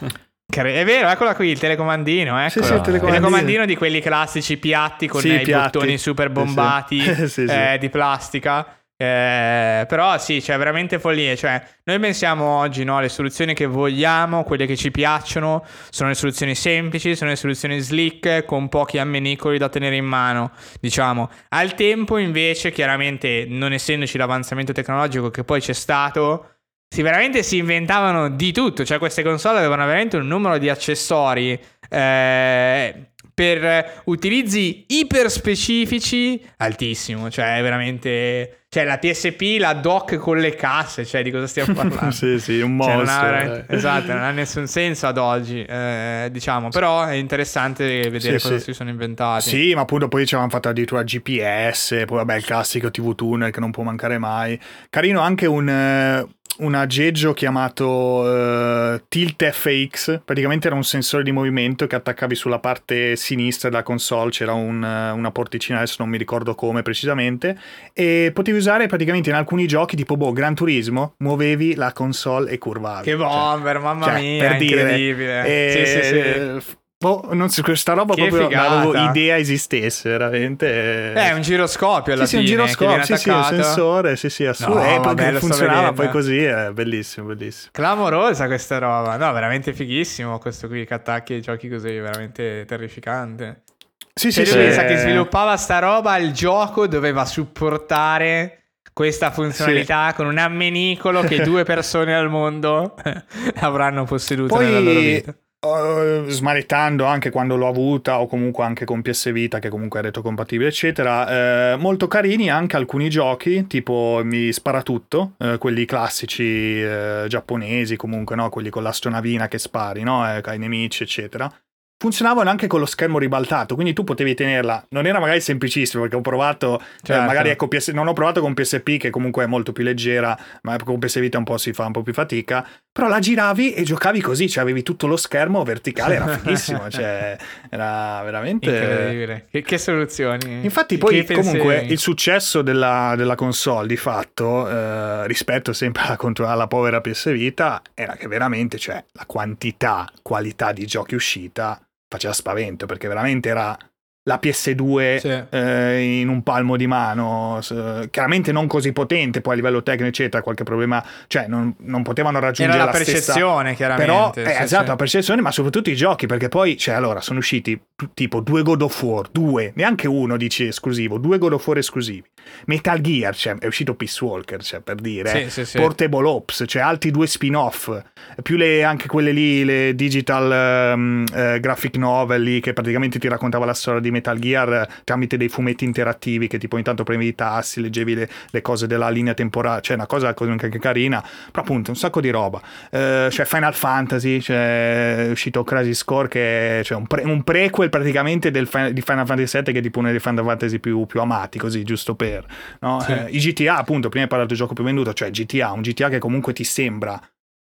[SPEAKER 1] È vero, eccolo qui, il telecomandino, ecco.
[SPEAKER 2] Sì, sì, il telecomandino.
[SPEAKER 1] Il telecomandino di quelli classici piatti con
[SPEAKER 2] sì,
[SPEAKER 1] i
[SPEAKER 2] piatti.
[SPEAKER 1] bottoni super bombati
[SPEAKER 2] sì, sì.
[SPEAKER 1] eh, di plastica. Eh, però sì, c'è veramente follia. Cioè, noi pensiamo oggi, no, le soluzioni che vogliamo, quelle che ci piacciono, sono le soluzioni semplici, sono le soluzioni slick con pochi ammenicoli da tenere in mano, diciamo. Al tempo invece, chiaramente, non essendoci l'avanzamento tecnologico che poi c'è stato, si veramente si inventavano di tutto. Cioè queste console avevano veramente un numero di accessori eh, per utilizzi iper specifici altissimo. Cioè veramente... Cioè la P S P, la dock con le casse, cioè di cosa stiamo parlando?
[SPEAKER 2] sì, sì, un mostro.
[SPEAKER 1] Cioè, non ha, eh. Esatto, non ha nessun senso ad oggi, eh, diciamo. Però è interessante vedere
[SPEAKER 2] sì,
[SPEAKER 1] cosa
[SPEAKER 2] sì.
[SPEAKER 1] si sono inventati.
[SPEAKER 2] Sì, ma appunto poi ci avevano fatto addirittura G P S, poi vabbè il classico T V tuner che non può mancare mai. Carino anche un... un aggeggio chiamato uh, Tilt F X, praticamente era un sensore di movimento che attaccavi sulla parte sinistra della console, c'era un, una porticina, adesso non mi ricordo come precisamente, e potevi usare praticamente in alcuni giochi tipo boh, Gran Turismo, muovevi la console e curvavi.
[SPEAKER 1] Che bomber,
[SPEAKER 2] cioè,
[SPEAKER 1] mamma
[SPEAKER 2] cioè,
[SPEAKER 1] mia,
[SPEAKER 2] per
[SPEAKER 1] incredibile.
[SPEAKER 2] Dire,
[SPEAKER 1] sì,
[SPEAKER 2] e,
[SPEAKER 1] sì, sì.
[SPEAKER 2] Boh, non so, questa roba
[SPEAKER 1] che
[SPEAKER 2] proprio
[SPEAKER 1] figata.
[SPEAKER 2] non avevo idea esistesse veramente.
[SPEAKER 1] È un giroscopio alla
[SPEAKER 2] sì,
[SPEAKER 1] fine.
[SPEAKER 2] Sì, un giroscopio, sì, sì, un sensore, sì, sì, assurdo.
[SPEAKER 1] No,
[SPEAKER 2] e
[SPEAKER 1] vabbè,
[SPEAKER 2] poi funzionava poi così, è bellissimo, bellissimo.
[SPEAKER 1] Clamorosa questa roba. No, veramente fighissimo questo qui che attacchi ai giochi così, veramente terrificante.
[SPEAKER 2] Sì,
[SPEAKER 1] Se
[SPEAKER 2] sì,
[SPEAKER 1] lui
[SPEAKER 2] sì.
[SPEAKER 1] pensa che sviluppava sta roba, il gioco doveva supportare questa funzionalità sì. con un ammenicolo che due persone al mondo avranno posseduto
[SPEAKER 2] poi,
[SPEAKER 1] nella loro vita.
[SPEAKER 2] Uh, smanettando anche quando l'ho avuta o comunque anche con P S Vita che comunque è retrocompatibile eccetera, eh, molto carini anche alcuni giochi tipo mi spara tutto, eh, quelli classici eh, giapponesi comunque, no? Quelli con l'astronavina che spari, no? eh, ai nemici eccetera, funzionavano anche con lo schermo ribaltato, quindi tu potevi tenerla, non era magari semplicissimo perché ho provato, certo. eh, magari ecco P S, non ho provato con P S P che comunque è molto più leggera, ma con P S Vita un po' si fa un po' più fatica, però la giravi e giocavi così, cioè avevi tutto lo schermo verticale, era fighissimo, cioè era veramente
[SPEAKER 1] incredibile. Che, che soluzioni.
[SPEAKER 2] Infatti poi comunque il successo della, della console di fatto eh, rispetto sempre alla, contro- alla povera P S Vita era che veramente, cioè la quantità, qualità di giochi uscita faceva spavento, perché veramente era la P S due sì. eh, in un palmo di mano, chiaramente non così potente poi a livello tecnico eccetera, qualche problema, cioè non, non potevano raggiungere
[SPEAKER 1] era la,
[SPEAKER 2] la
[SPEAKER 1] percezione
[SPEAKER 2] stessa,
[SPEAKER 1] chiaramente
[SPEAKER 2] però eh,
[SPEAKER 1] sì,
[SPEAKER 2] esatto
[SPEAKER 1] sì.
[SPEAKER 2] la percezione, ma soprattutto i giochi, perché poi cioè allora sono usciti tipo due God of War, due, neanche uno dici esclusivo, due God of War esclusivi, Metal Gear, cioè è uscito Peace Walker, cioè per dire,
[SPEAKER 1] sì, sì, sì.
[SPEAKER 2] Portable Ops, cioè altri due spin-off, più le anche quelle lì, le digital um, uh, graphic novel lì che praticamente ti raccontava la storia di Metal Gear tramite dei fumetti interattivi che tipo intanto premi i tassi, leggevi le, le cose della linea temporale, cioè una cosa anche carina, però appunto un sacco di roba, uh, cioè Final Fantasy, cioè è uscito Crazy Score che è cioè un, pre- un prequel praticamente del fi- di Final Fantasy sette, che è tipo uno dei Final Fantasy più, più amati, così giusto per no? Sì. Eh, i G T A appunto, prima hai parlato del gioco più venduto, cioè G T A, un G T A che comunque ti sembra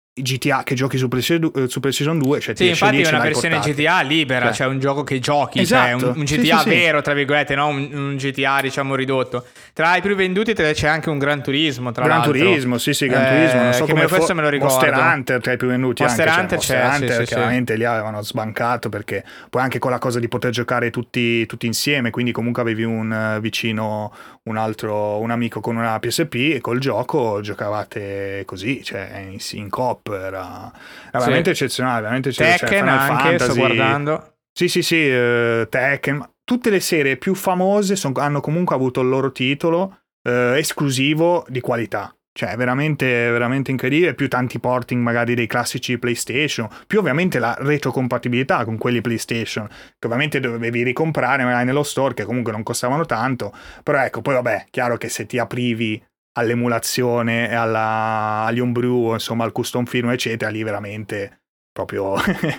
[SPEAKER 2] G T A che giochi su PlayStation due, cioè
[SPEAKER 1] sì,
[SPEAKER 2] ti
[SPEAKER 1] infatti è una versione
[SPEAKER 2] portato.
[SPEAKER 1] G T A libera, cioè, cioè un gioco che giochi,
[SPEAKER 2] esatto.
[SPEAKER 1] cioè un, un G T A
[SPEAKER 2] sì, sì,
[SPEAKER 1] vero
[SPEAKER 2] sì.
[SPEAKER 1] tra virgolette, no? un, un G T A diciamo ridotto. Tra i più venduti c'è anche un Gran Turismo, tra
[SPEAKER 2] Gran
[SPEAKER 1] l'altro.
[SPEAKER 2] Turismo, sì sì, Gran eh, Turismo, non so
[SPEAKER 1] che
[SPEAKER 2] come
[SPEAKER 1] me, questo me lo ricordo.
[SPEAKER 2] Monster Hunter tra i più venduti,
[SPEAKER 1] Monster
[SPEAKER 2] anche,
[SPEAKER 1] Hunter
[SPEAKER 2] cioè,
[SPEAKER 1] c'è,
[SPEAKER 2] Monster Hunter
[SPEAKER 1] sì,
[SPEAKER 2] chiaramente
[SPEAKER 1] sì.
[SPEAKER 2] lì avevano sbancato, perché poi anche con la cosa di poter giocare tutti, tutti insieme, quindi comunque avevi un uh, vicino, un altro, un amico con una P S P e col gioco giocavate così, cioè in, in coop, era, era veramente
[SPEAKER 1] sì.
[SPEAKER 2] eccezionale, veramente
[SPEAKER 1] Tekken
[SPEAKER 2] cioè, Final
[SPEAKER 1] anche,
[SPEAKER 2] Fantasy,
[SPEAKER 1] sto guardando.
[SPEAKER 2] Sì, sì, sì, uh, Tekken, tutte le serie più famose son, hanno comunque avuto il loro titolo uh, esclusivo di qualità. Cioè, veramente, veramente incredibile, più tanti porting magari dei classici PlayStation, più ovviamente la retrocompatibilità con quelli PlayStation, che ovviamente dovevi ricomprare magari nello store, che comunque non costavano tanto, però ecco, poi vabbè, chiaro che se ti aprivi all'emulazione e alla, agli homebrew, insomma al custom firmware eccetera, lì veramente proprio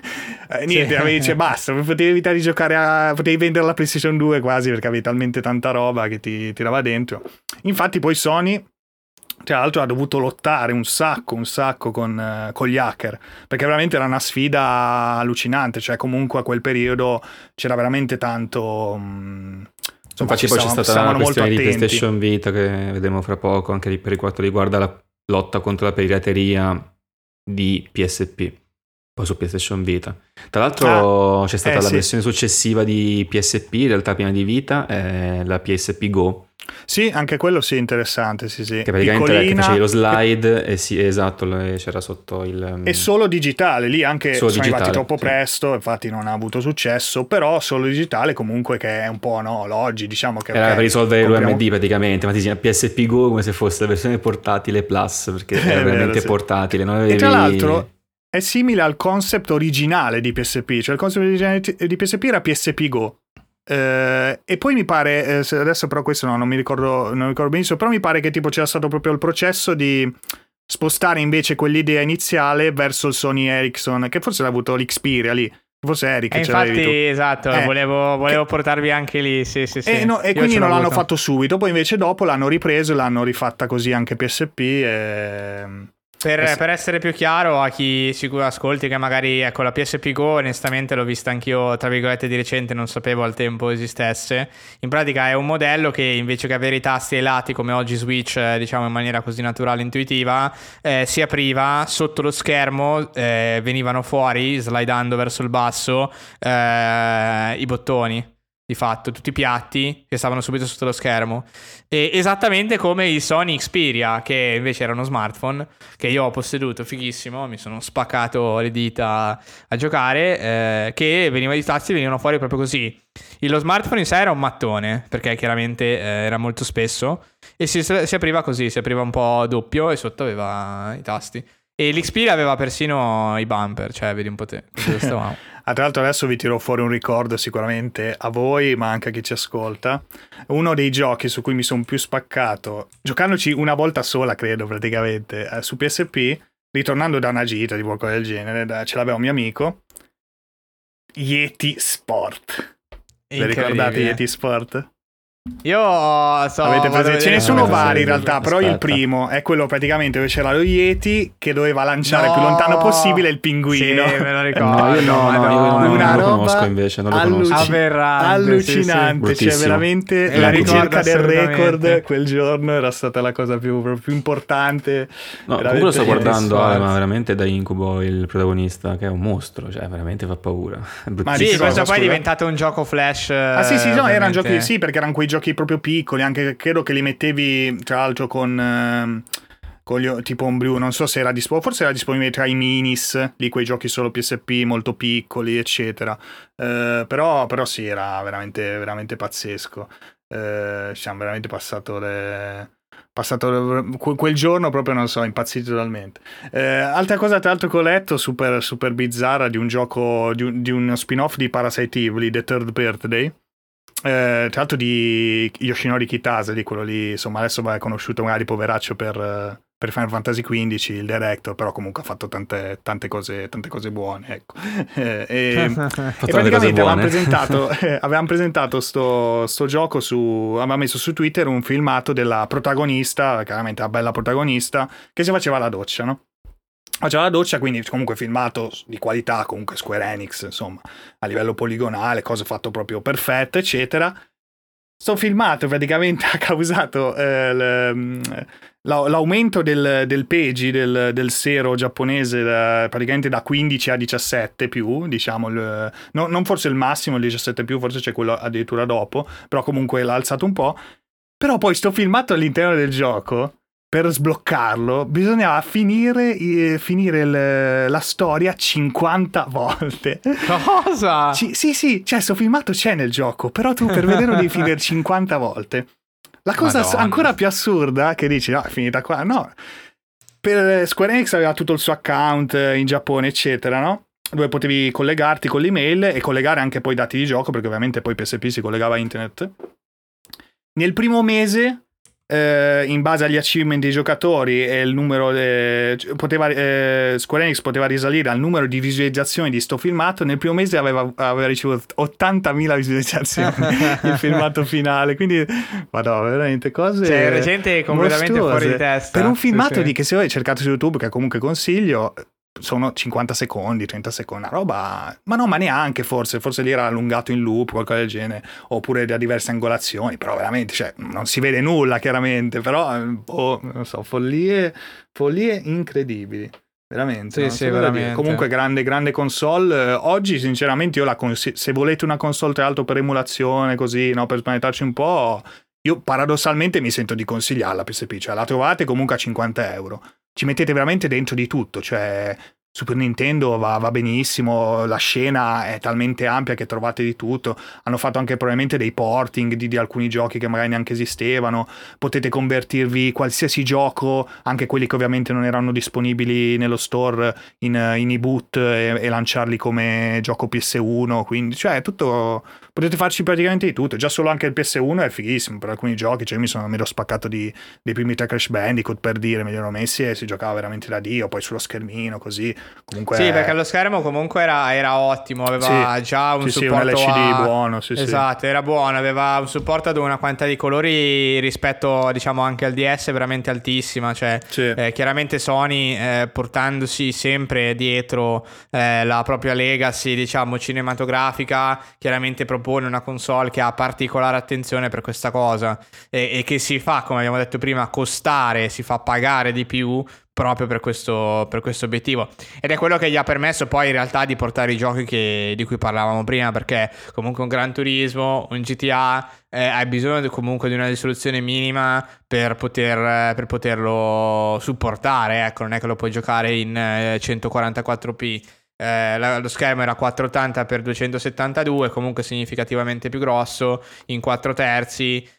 [SPEAKER 2] niente, sì. Dice basta, potevi evitare di giocare a, potevi vendere la PlayStation due quasi, perché avevi talmente tanta roba che ti tirava dentro. Infatti poi Sony tra l'altro ha dovuto lottare un sacco, un sacco con, uh, con gli hacker, perché veramente era una sfida allucinante, cioè comunque a quel periodo c'era veramente tanto... Um,
[SPEAKER 3] insomma, infatti poi c'è stata la questione di PlayStation Vita che vedremo fra poco, anche per quanto riguarda la lotta contro la pirateria di P S P, poi su PlayStation Vita. Tra l'altro ah, c'è stata eh, la sì. versione successiva di P S P, in realtà prima di Vita, è la P S P Go.
[SPEAKER 2] Sì, anche quello sì, interessante, sì, sì.
[SPEAKER 3] Che praticamente che facevi lo slide e sì, esatto, c'era sotto il...
[SPEAKER 2] È solo digitale, lì anche
[SPEAKER 3] solo
[SPEAKER 2] sono
[SPEAKER 3] digitale,
[SPEAKER 2] arrivati troppo
[SPEAKER 3] sì.
[SPEAKER 2] presto, infatti non ha avuto successo, però solo digitale comunque, che è un po', no, l'oggi, diciamo che...
[SPEAKER 3] Era
[SPEAKER 2] okay,
[SPEAKER 3] per risolvere
[SPEAKER 2] compriamo...
[SPEAKER 3] l'U M D praticamente, ma ti dice P S P Go come se fosse la versione portatile Plus, perché era veramente vero, sì. portatile. Non avevi...
[SPEAKER 2] E tra l'altro è simile al concept originale di P S P, cioè il concept originale di P S P era P S P Go. Uh, e poi mi pare uh, adesso però questo no, non mi ricordo non mi ricordo benissimo, però mi pare che tipo c'era stato proprio il processo di spostare invece quell'idea iniziale verso il Sony Ericsson, che forse l'ha avuto l'Xperia lì, forse Eric
[SPEAKER 1] e infatti tu. esatto eh, volevo, volevo che... portarvi anche lì sì, sì, sì.
[SPEAKER 2] E, no, e quindi non l'hanno avuto. fatto subito, poi invece dopo l'hanno ripreso e l'hanno rifatta così anche P S P e...
[SPEAKER 1] Per,
[SPEAKER 2] eh sì.
[SPEAKER 1] per essere più chiaro a chi sicuro ascolti, che magari ecco la P S P Go onestamente l'ho vista anch'io tra virgolette di recente, non sapevo al tempo esistesse. In pratica è un modello che invece che avere i tasti ai lati come oggi Switch eh, diciamo in maniera così naturale e intuitiva, eh, si apriva sotto lo schermo, eh, venivano fuori slidando verso il basso eh, i bottoni. Di fatto tutti i piatti che stavano subito sotto lo schermo, e esattamente come il Sony Xperia, che invece era uno smartphone che io ho posseduto, fighissimo, mi sono spaccato le dita a giocare, eh, che veniva i tasti venivano fuori proprio così. E lo smartphone in sé era un mattone, perché chiaramente eh, era molto spesso, e si, si apriva così, si apriva un po' doppio e sotto aveva i tasti. E l'X P aveva persino i bumper, cioè vedi un po' te.
[SPEAKER 2] Ah, tra l'altro adesso vi tiro fuori un ricordo sicuramente a voi, ma anche a chi ci ascolta. Uno dei giochi su cui mi sono più spaccato, giocandoci una volta sola, credo, praticamente, eh, su P S P, ritornando da una gita di qualcosa del genere, da, ce l'aveva un mio amico, Yeti Sport. Vi ricordate Yeti Sport?
[SPEAKER 1] Io so,
[SPEAKER 2] avete presente? Ce ne sono
[SPEAKER 3] ah,
[SPEAKER 2] vari
[SPEAKER 3] sì,
[SPEAKER 2] in realtà,
[SPEAKER 3] aspetta.
[SPEAKER 2] però il primo è quello praticamente dove c'era lo Yeti che doveva lanciare
[SPEAKER 1] no,
[SPEAKER 2] più lontano possibile il pinguino.
[SPEAKER 1] Sì, me lo ricordo.
[SPEAKER 3] No, io no, no, io non,
[SPEAKER 2] una
[SPEAKER 3] non lo
[SPEAKER 2] roba
[SPEAKER 3] conosco invece, non lo
[SPEAKER 2] alluci-
[SPEAKER 3] conosco.
[SPEAKER 1] Aberrante,
[SPEAKER 2] allucinante,
[SPEAKER 3] sì, sì.
[SPEAKER 2] cioè veramente
[SPEAKER 1] Me
[SPEAKER 2] la
[SPEAKER 1] la
[SPEAKER 2] ricerca del
[SPEAKER 1] ricordo
[SPEAKER 2] record
[SPEAKER 1] assolutamente.
[SPEAKER 2] quel giorno era stata la cosa più, più importante.
[SPEAKER 3] No,
[SPEAKER 2] Veramente
[SPEAKER 3] comunque lo sto guardando,
[SPEAKER 1] sforzo.
[SPEAKER 3] Ale, ma veramente da incubo il protagonista, che è un mostro, cioè veramente fa paura. È
[SPEAKER 2] Ma
[SPEAKER 1] Sì,
[SPEAKER 3] bruttissimo.
[SPEAKER 2] di
[SPEAKER 1] questo
[SPEAKER 2] cosa,
[SPEAKER 1] poi è
[SPEAKER 2] scusa?
[SPEAKER 1] diventato un gioco flash.
[SPEAKER 2] Ah sì sì, no, erano
[SPEAKER 1] ovviamente.
[SPEAKER 2] giochi, sì, perché erano quei giochi proprio piccoli, anche credo che li mettevi tra l'altro con, ehm, con gli, tipo Homebrew, non so se era disponibile, forse era disponibile tra i minis, lì quei giochi solo P S P molto piccoli eccetera, eh, però, però sì, era veramente, veramente pazzesco, eh, ci siamo veramente passato le... passato quel giorno proprio, non so, impazzito totalmente. Eh, altra cosa tra l'altro che ho letto super, super bizzarra, di un gioco, di, un, di uno spin-off di Parasite Eve, The Third Birthday, eh, tra l'altro di Yoshinori Kitase, di quello lì, insomma adesso va conosciuto magari poveraccio per, per Final Fantasy quindici, il director, però comunque ha fatto tante, tante cose tante cose buone, ecco. eh, e, e praticamente avevamo presentato, eh, avevamo presentato sto, sto gioco su, aveva messo su Twitter un filmato della protagonista, chiaramente la bella protagonista, che si faceva la doccia, no? Faceva la doccia, quindi comunque filmato di qualità, comunque Square Enix, insomma, a livello poligonale, cose fatto proprio perfette, eccetera. Sto filmato praticamente ha causato eh, l'aumento del, del pegi del, del sero giapponese da, praticamente da quindici a diciassette più, diciamo, il, no, non forse il massimo, il diciassette più, forse c'è quello addirittura dopo, però comunque l'ha alzato un po'. Però poi sto filmato all'interno del gioco, per sbloccarlo bisognava finire, eh, finire il, la storia cinquanta volte.
[SPEAKER 1] Cosa?
[SPEAKER 2] Ci, sì, sì, cioè sto filmato c'è nel gioco, però tu per vederlo devi finire cinquanta volte. La cosa
[SPEAKER 1] Madonna.
[SPEAKER 2] ancora più assurda che dici, no, è finita qua, no. Per Square Enix aveva tutto il suo account in Giappone, eccetera, no? Dove potevi collegarti con l'email e collegare anche poi i dati di gioco, perché ovviamente poi P S P si collegava a internet. Nel primo mese... Uh, in base agli achievement dei giocatori e il numero de... poteva, eh, Square Enix poteva risalire al numero di visualizzazioni di sto filmato. Nel primo mese aveva, aveva ricevuto ottantamila visualizzazioni il filmato finale, quindi vado veramente cose,
[SPEAKER 1] cioè gente completamente
[SPEAKER 2] mostruose.
[SPEAKER 1] fuori di testa
[SPEAKER 2] per un filmato
[SPEAKER 1] sì, sì.
[SPEAKER 2] di che se voi cercate su YouTube, che comunque consiglio, sono cinquanta secondi, trenta secondi, una roba, ma no, ma neanche forse, forse lì era allungato in loop, qualcosa del genere, oppure da diverse angolazioni, però veramente, cioè, non si vede nulla chiaramente, però, oh, non so, follie, follie incredibili, veramente.
[SPEAKER 1] Sì,
[SPEAKER 2] non
[SPEAKER 1] sì,
[SPEAKER 2] so cosa
[SPEAKER 1] veramente.
[SPEAKER 2] dire. Comunque grande, grande console, oggi sinceramente io la consiglio, se volete una console tra l'altro per emulazione, così, no, per spaventarci un po', io paradossalmente mi sento di consigliarla P S P, cioè la trovate comunque a cinquanta euro. Ci mettete veramente dentro di tutto, cioè Super Nintendo va, va benissimo, la scena è talmente ampia che trovate di tutto, hanno fatto anche probabilmente dei porting di, di alcuni giochi che magari neanche esistevano, potete convertirvi qualsiasi gioco, anche quelli che ovviamente non erano disponibili nello store, in, in e-boot e, e lanciarli come gioco P S uno, quindi cioè tutto, potete farci praticamente di tutto, già solo anche il P S uno è fighissimo per alcuni giochi, cioè io mi sono me l'ho spaccato di, dei primi tre Crash Bandicoot per dire, me li ero messi e si giocava veramente da Dio, poi sullo schermino così. Comunque
[SPEAKER 1] sì, perché lo schermo comunque era, era ottimo, aveva
[SPEAKER 2] sì,
[SPEAKER 1] già un
[SPEAKER 2] sì,
[SPEAKER 1] supporto
[SPEAKER 2] sì, un L C D
[SPEAKER 1] a...
[SPEAKER 2] buono, sì,
[SPEAKER 1] esatto,
[SPEAKER 2] sì.
[SPEAKER 1] era buono, aveva un supporto ad una quantità di colori rispetto, diciamo, anche al D S veramente altissima, cioè
[SPEAKER 2] sì.
[SPEAKER 1] eh, chiaramente Sony eh, portandosi sempre dietro eh, la propria legacy, diciamo, cinematografica, chiaramente propone una console che ha particolare attenzione per questa cosa e, e che si fa, come abbiamo detto prima, costare, si fa pagare di più proprio per questo, per questo obiettivo, ed è quello che gli ha permesso poi in realtà di portare i giochi che, di cui parlavamo prima, perché comunque un Gran Turismo, un G T A eh, hai bisogno di, comunque di una risoluzione minima per, poter, per poterlo supportare, ecco, non è che lo puoi giocare in eh, centoquarantaquattro p. Eh, la, lo schermo era quattrocentottanta per duecentosettantadue, comunque significativamente più grosso, in quattro terzi,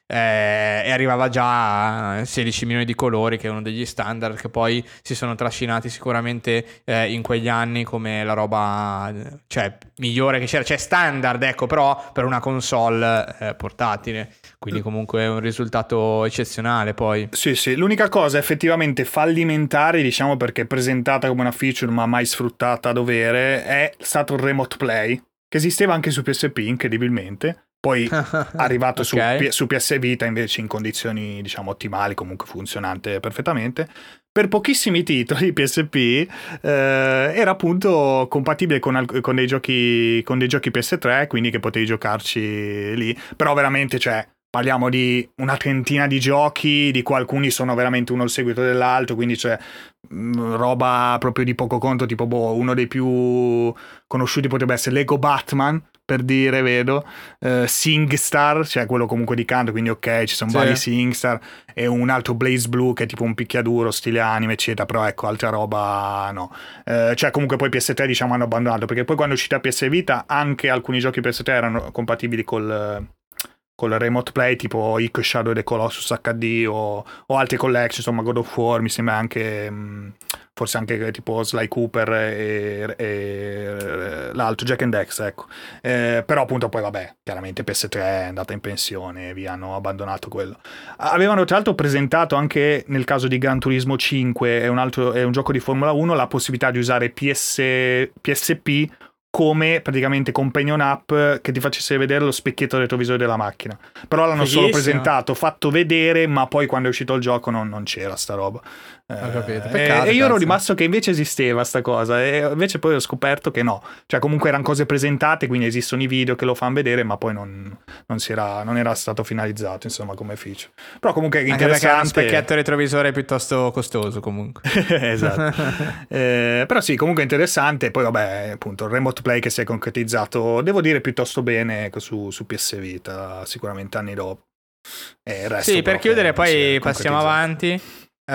[SPEAKER 1] eh, e arrivava già a sedici milioni di colori, che è uno degli standard che poi si sono trascinati sicuramente eh, in quegli anni come la roba cioè migliore che c'era, cioè standard, ecco, però per una console eh, portatile, quindi comunque è un risultato eccezionale. Poi
[SPEAKER 2] sì sì, l'unica cosa effettivamente fallimentare, diciamo, perché presentata come una feature ma mai sfruttata a dovere, è stato il Remote Play, che esisteva anche su P S P incredibilmente, poi arrivato okay. su, su P S Vita invece in condizioni diciamo ottimali, comunque funzionante perfettamente. Per pochissimi titoli P S P eh, era appunto compatibile con, con dei giochi con dei giochi P S tre, quindi che potevi giocarci lì, però veramente, cioè, parliamo di una trentina di giochi, di cui alcuni sono veramente uno il seguito dell'altro, quindi c'è mh, roba proprio di poco conto, tipo boh, uno dei più conosciuti potrebbe essere Lego Batman, per dire, vedo, uh, SingStar, cioè quello comunque di canto, quindi ok, ci sono sì. vari SingStar, e un altro Blaze Blue che è tipo un picchiaduro, stile anime, eccetera, però ecco, altra roba no. Uh, cioè comunque poi P S tre diciamo hanno abbandonato, perché poi quando è uscita P S Vita anche alcuni giochi P S tre erano compatibili col... con il Remote Play, tipo Ico Shadow of the Colossus acca di o, o altre collection, insomma God of War, mi sembra anche mh, forse anche tipo Sly Cooper e, e l'altro Jack and Dex, ecco. Eh, però appunto poi vabbè, chiaramente P S tre è andata in pensione e vi hanno abbandonato quello. Avevano tra l'altro presentato anche nel caso di Gran Turismo cinque, è un, altro, è un gioco di Formula uno, la possibilità di usare P S, P S P come praticamente companion app che ti facesse vedere lo specchietto retrovisore della macchina, però l'hanno Fighissimo. solo presentato, fatto vedere, ma poi quando è uscito il gioco non, non c'era sta roba.
[SPEAKER 1] Ho capito.
[SPEAKER 2] Eh,
[SPEAKER 1] Peccato,
[SPEAKER 2] e io ero
[SPEAKER 1] cazzo.
[SPEAKER 2] rimasto che invece esisteva sta cosa, e invece poi ho scoperto che no, cioè comunque erano cose presentate, quindi esistono i video che lo fanno vedere, ma poi non, non, si era, non era stato finalizzato insomma come feature. Però comunque
[SPEAKER 1] anche
[SPEAKER 2] interessante,
[SPEAKER 1] perché è uno specchietto retrovisore piuttosto costoso comunque.
[SPEAKER 2] Esatto. eh, però sì, comunque interessante. Poi vabbè, appunto il Remote Play che si è concretizzato, devo dire, piuttosto bene su, su P S Vita, sicuramente anni dopo. E il resto
[SPEAKER 1] sì, per chiudere poi passiamo avanti. Uh,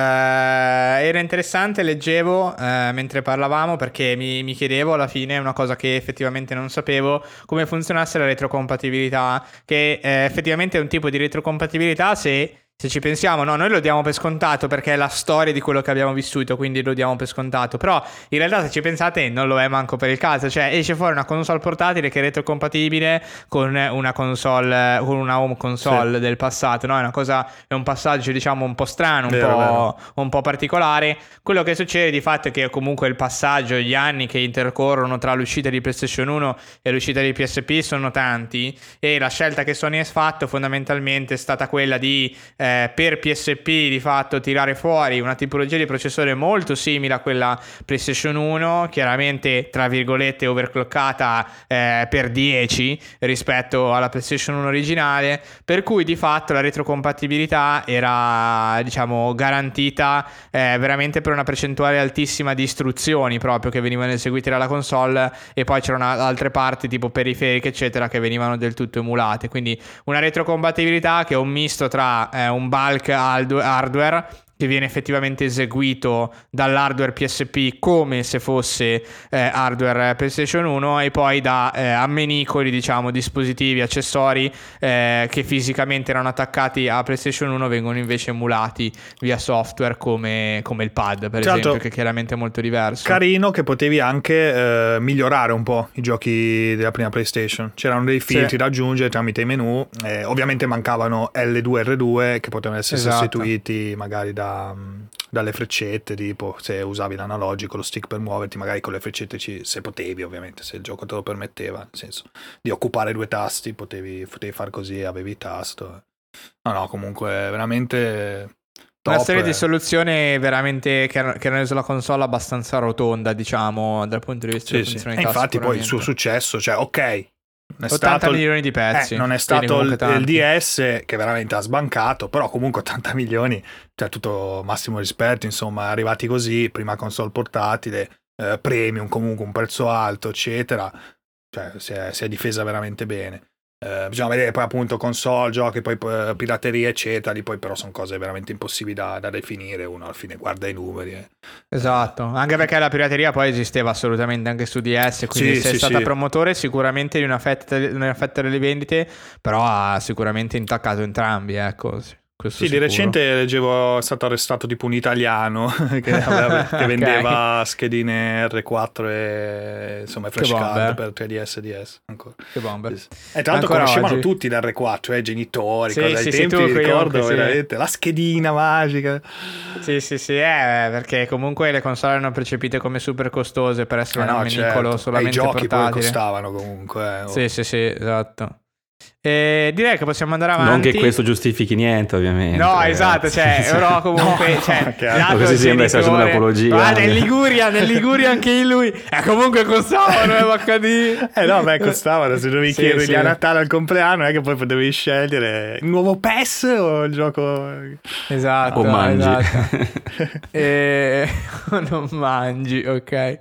[SPEAKER 1] era interessante, leggevo uh, mentre parlavamo, perché mi, mi chiedevo alla fine una cosa che effettivamente non sapevo, come funzionasse la retrocompatibilità, che eh, effettivamente è un tipo di retrocompatibilità, se Se ci pensiamo, no, noi lo diamo per scontato perché è la storia di quello che abbiamo vissuto, quindi lo diamo per scontato. Però in realtà, se ci pensate, non lo è manco per il caso. Cioè esce fuori una console portatile che è retrocompatibile con una console, con una home console sì. del passato, no? È una cosa, è un passaggio diciamo un po' strano, un, vero, po', vero. un po' particolare. Quello che succede di fatto è che comunque il passaggio, gli anni che intercorrono tra l'uscita di PlayStation uno e l'uscita di P S P sono tanti, e la scelta che Sony ha fatto fondamentalmente è stata quella di Eh, per P S P di fatto tirare fuori una tipologia di processore molto simile a quella PlayStation uno, chiaramente tra virgolette overclockata eh, per dieci rispetto alla PlayStation uno originale, per cui di fatto la retrocompatibilità era diciamo garantita eh, veramente per una percentuale altissima di istruzioni proprio che venivano eseguite dalla console, e poi c'erano altre parti tipo periferiche eccetera che venivano del tutto emulate, quindi una retrocompatibilità che è un misto tra eh, un bulk hardware che viene effettivamente eseguito dall'hardware P S P come se fosse eh, hardware PlayStation uno, e poi da eh, ammenicoli, diciamo, dispositivi, accessori eh, che fisicamente erano attaccati a PlayStation uno vengono invece emulati via software come, come il pad, per
[SPEAKER 2] certo,
[SPEAKER 1] esempio, che chiaramente è molto diverso.
[SPEAKER 2] Carino che potevi anche eh, migliorare un po' i giochi della prima PlayStation, c'erano dei filtri sì. da aggiungere tramite i menu, eh, ovviamente mancavano L due R due che potevano essere esatto. sostituiti magari da dalle freccette, tipo se usavi l'analogico, lo stick per muoverti, magari con le freccette ci, se potevi, ovviamente, se il gioco te lo permetteva, nel senso di occupare due tasti, potevi, potevi far così, avevi il tasto. No, no, comunque veramente top.
[SPEAKER 1] Una serie di soluzioni veramente che hanno, che hanno reso la console abbastanza rotonda, diciamo, dal punto di vista
[SPEAKER 2] sì,
[SPEAKER 1] della
[SPEAKER 2] sì.
[SPEAKER 1] funzionalità.
[SPEAKER 2] E infatti poi il suo successo, cioè ok,
[SPEAKER 1] non è ottanta stato milioni di pezzi,
[SPEAKER 2] eh, non è stato il, il D S che veramente ha sbancato, però comunque ottanta milioni, cioè tutto massimo rispetto, insomma, arrivati così, prima console portatile, eh, premium, comunque un prezzo alto, eccetera, cioè si è, si è difesa veramente bene. Eh, bisogna vedere poi appunto console, giochi, poi eh, pirateria eccetera, lì poi però sono cose veramente impossibili da, da definire, uno alla fine guarda i numeri. Eh.
[SPEAKER 1] Esatto, anche perché la pirateria poi esisteva assolutamente anche su D S, quindi
[SPEAKER 2] sì,
[SPEAKER 1] sei
[SPEAKER 2] sì,
[SPEAKER 1] stata
[SPEAKER 2] sì.
[SPEAKER 1] promotore sicuramente di una fetta, una fetta delle vendite, però ha sicuramente intaccato entrambi, ecco.
[SPEAKER 2] Sì, di recente leggevo, è stato arrestato tipo un italiano che, aveva, che vendeva okay. schedine R quattro e insomma flash card per tre D S e D S ancora.
[SPEAKER 1] Che bombe.
[SPEAKER 2] E tra l'altro ancora conoscevano oggi. Tutti l'R quattro, eh, genitori,
[SPEAKER 1] sì,
[SPEAKER 2] cosa
[SPEAKER 1] sì,
[SPEAKER 2] ai
[SPEAKER 1] sì,
[SPEAKER 2] tempi,
[SPEAKER 1] tu,
[SPEAKER 2] ricordo
[SPEAKER 1] io,
[SPEAKER 2] veramente
[SPEAKER 1] sì.
[SPEAKER 2] la schedina magica.
[SPEAKER 1] Sì, sì, sì, eh, perché comunque le console erano percepite come super costose per essere eh no, un manicolo certo. solamente
[SPEAKER 2] e i giochi
[SPEAKER 1] portatile.
[SPEAKER 2] poi costavano comunque. Eh, oh.
[SPEAKER 1] Sì, sì, sì, esatto. E direi che possiamo andare avanti.
[SPEAKER 3] Non che questo giustifichi niente, ovviamente.
[SPEAKER 1] No,
[SPEAKER 3] ragazzi.
[SPEAKER 1] esatto, cioè, però comunque,
[SPEAKER 2] no,
[SPEAKER 1] cioè,
[SPEAKER 3] no, così sembra essere una apologia.
[SPEAKER 1] Ah, nel Liguria, nel Liguria anche lui. E eh, comunque costavano le H D.
[SPEAKER 2] Eh no, beh, costavano, se dovevi sì, chiedergli sì. a Natale al compleanno, non è che poi potevi scegliere il nuovo P E S o il gioco.
[SPEAKER 1] Esatto,
[SPEAKER 3] o mangi.
[SPEAKER 1] Esatto. e... non mangi, ok.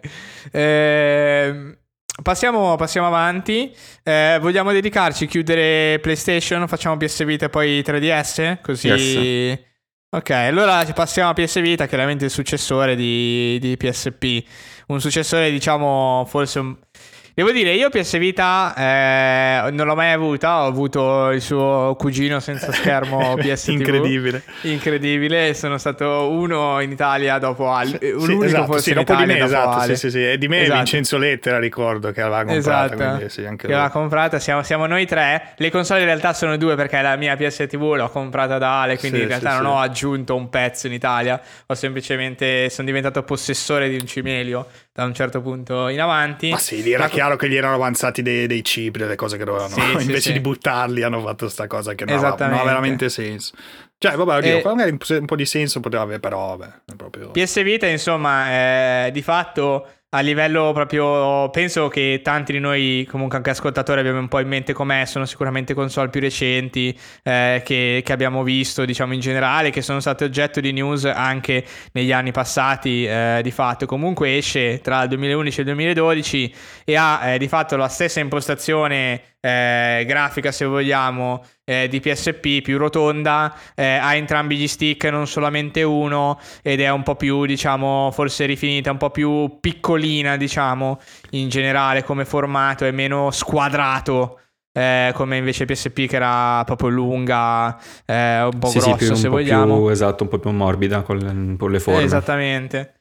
[SPEAKER 1] Ehm Passiamo, passiamo avanti. Eh, vogliamo dedicarci, chiudere PlayStation, facciamo P S Vita e poi tre D S? Così.
[SPEAKER 3] Yes.
[SPEAKER 1] Ok, allora passiamo a P S Vita, chiaramente il successore di, di P S P. Un successore, diciamo, forse un... Devo dire, io P S Vita eh, non l'ho mai avuta, ho avuto il suo cugino senza schermo P S T V.
[SPEAKER 2] Incredibile.
[SPEAKER 1] Incredibile, sono stato uno in Italia dopo altro,
[SPEAKER 2] sì,
[SPEAKER 1] l'unico
[SPEAKER 2] esatto,
[SPEAKER 1] forse
[SPEAKER 2] sì,
[SPEAKER 1] in
[SPEAKER 2] dopo
[SPEAKER 1] Italia
[SPEAKER 2] di me,
[SPEAKER 1] dopo
[SPEAKER 2] esatto,
[SPEAKER 1] Ale.
[SPEAKER 2] sì, sì, sì. E di me
[SPEAKER 1] esatto.
[SPEAKER 2] Vincenzo Lettera ricordo che aveva comprata,
[SPEAKER 1] esatto,
[SPEAKER 2] quindi, sì, anche
[SPEAKER 1] che l'aveva comprata, siamo, siamo noi tre. Le console in realtà sono due perché la mia P S T V l'ho comprata da Ale, quindi
[SPEAKER 2] sì,
[SPEAKER 1] in realtà
[SPEAKER 2] sì,
[SPEAKER 1] non
[SPEAKER 2] sì.
[SPEAKER 1] ho aggiunto un pezzo in Italia, ho semplicemente sono diventato possessore di un cimelio da un certo punto in avanti.
[SPEAKER 2] Ma sì, lì era Ma... chiaro che gli erano avanzati dei, dei chip, delle cose che dovevano,
[SPEAKER 1] sì,
[SPEAKER 2] invece
[SPEAKER 1] sì,
[SPEAKER 2] di
[SPEAKER 1] sì.
[SPEAKER 2] buttarli hanno fatto sta cosa che non aveva, non aveva veramente senso. Cioè, vabbè, oddio, e... magari un po' di senso poteva avere, però vabbè, è proprio...
[SPEAKER 1] P S Vita, insomma, eh, di fatto a livello proprio, penso che tanti di noi, comunque anche ascoltatori, abbiamo un po' in mente com'è, sono sicuramente console più recenti eh, che, che abbiamo visto, diciamo in generale, che sono state oggetto di news anche negli anni passati, eh, di fatto. Comunque esce tra il duemilaundici e il duemiladodici e ha eh, di fatto la stessa impostazione eh, grafica, se vogliamo, eh, di P S P, più rotonda, eh, ha entrambi gli stick, non solamente uno, ed è un po' più, diciamo, forse rifinita, un po' più piccolina, diciamo, in generale come formato, è meno squadrato. Eh, come invece P S P che era proprio lunga, eh, un po'
[SPEAKER 3] sì,
[SPEAKER 1] grossa,
[SPEAKER 3] sì, più,
[SPEAKER 1] se
[SPEAKER 3] un po'
[SPEAKER 1] vogliamo.
[SPEAKER 3] Più, esatto, un po' più morbida con le, con le forme.
[SPEAKER 1] Eh, esattamente.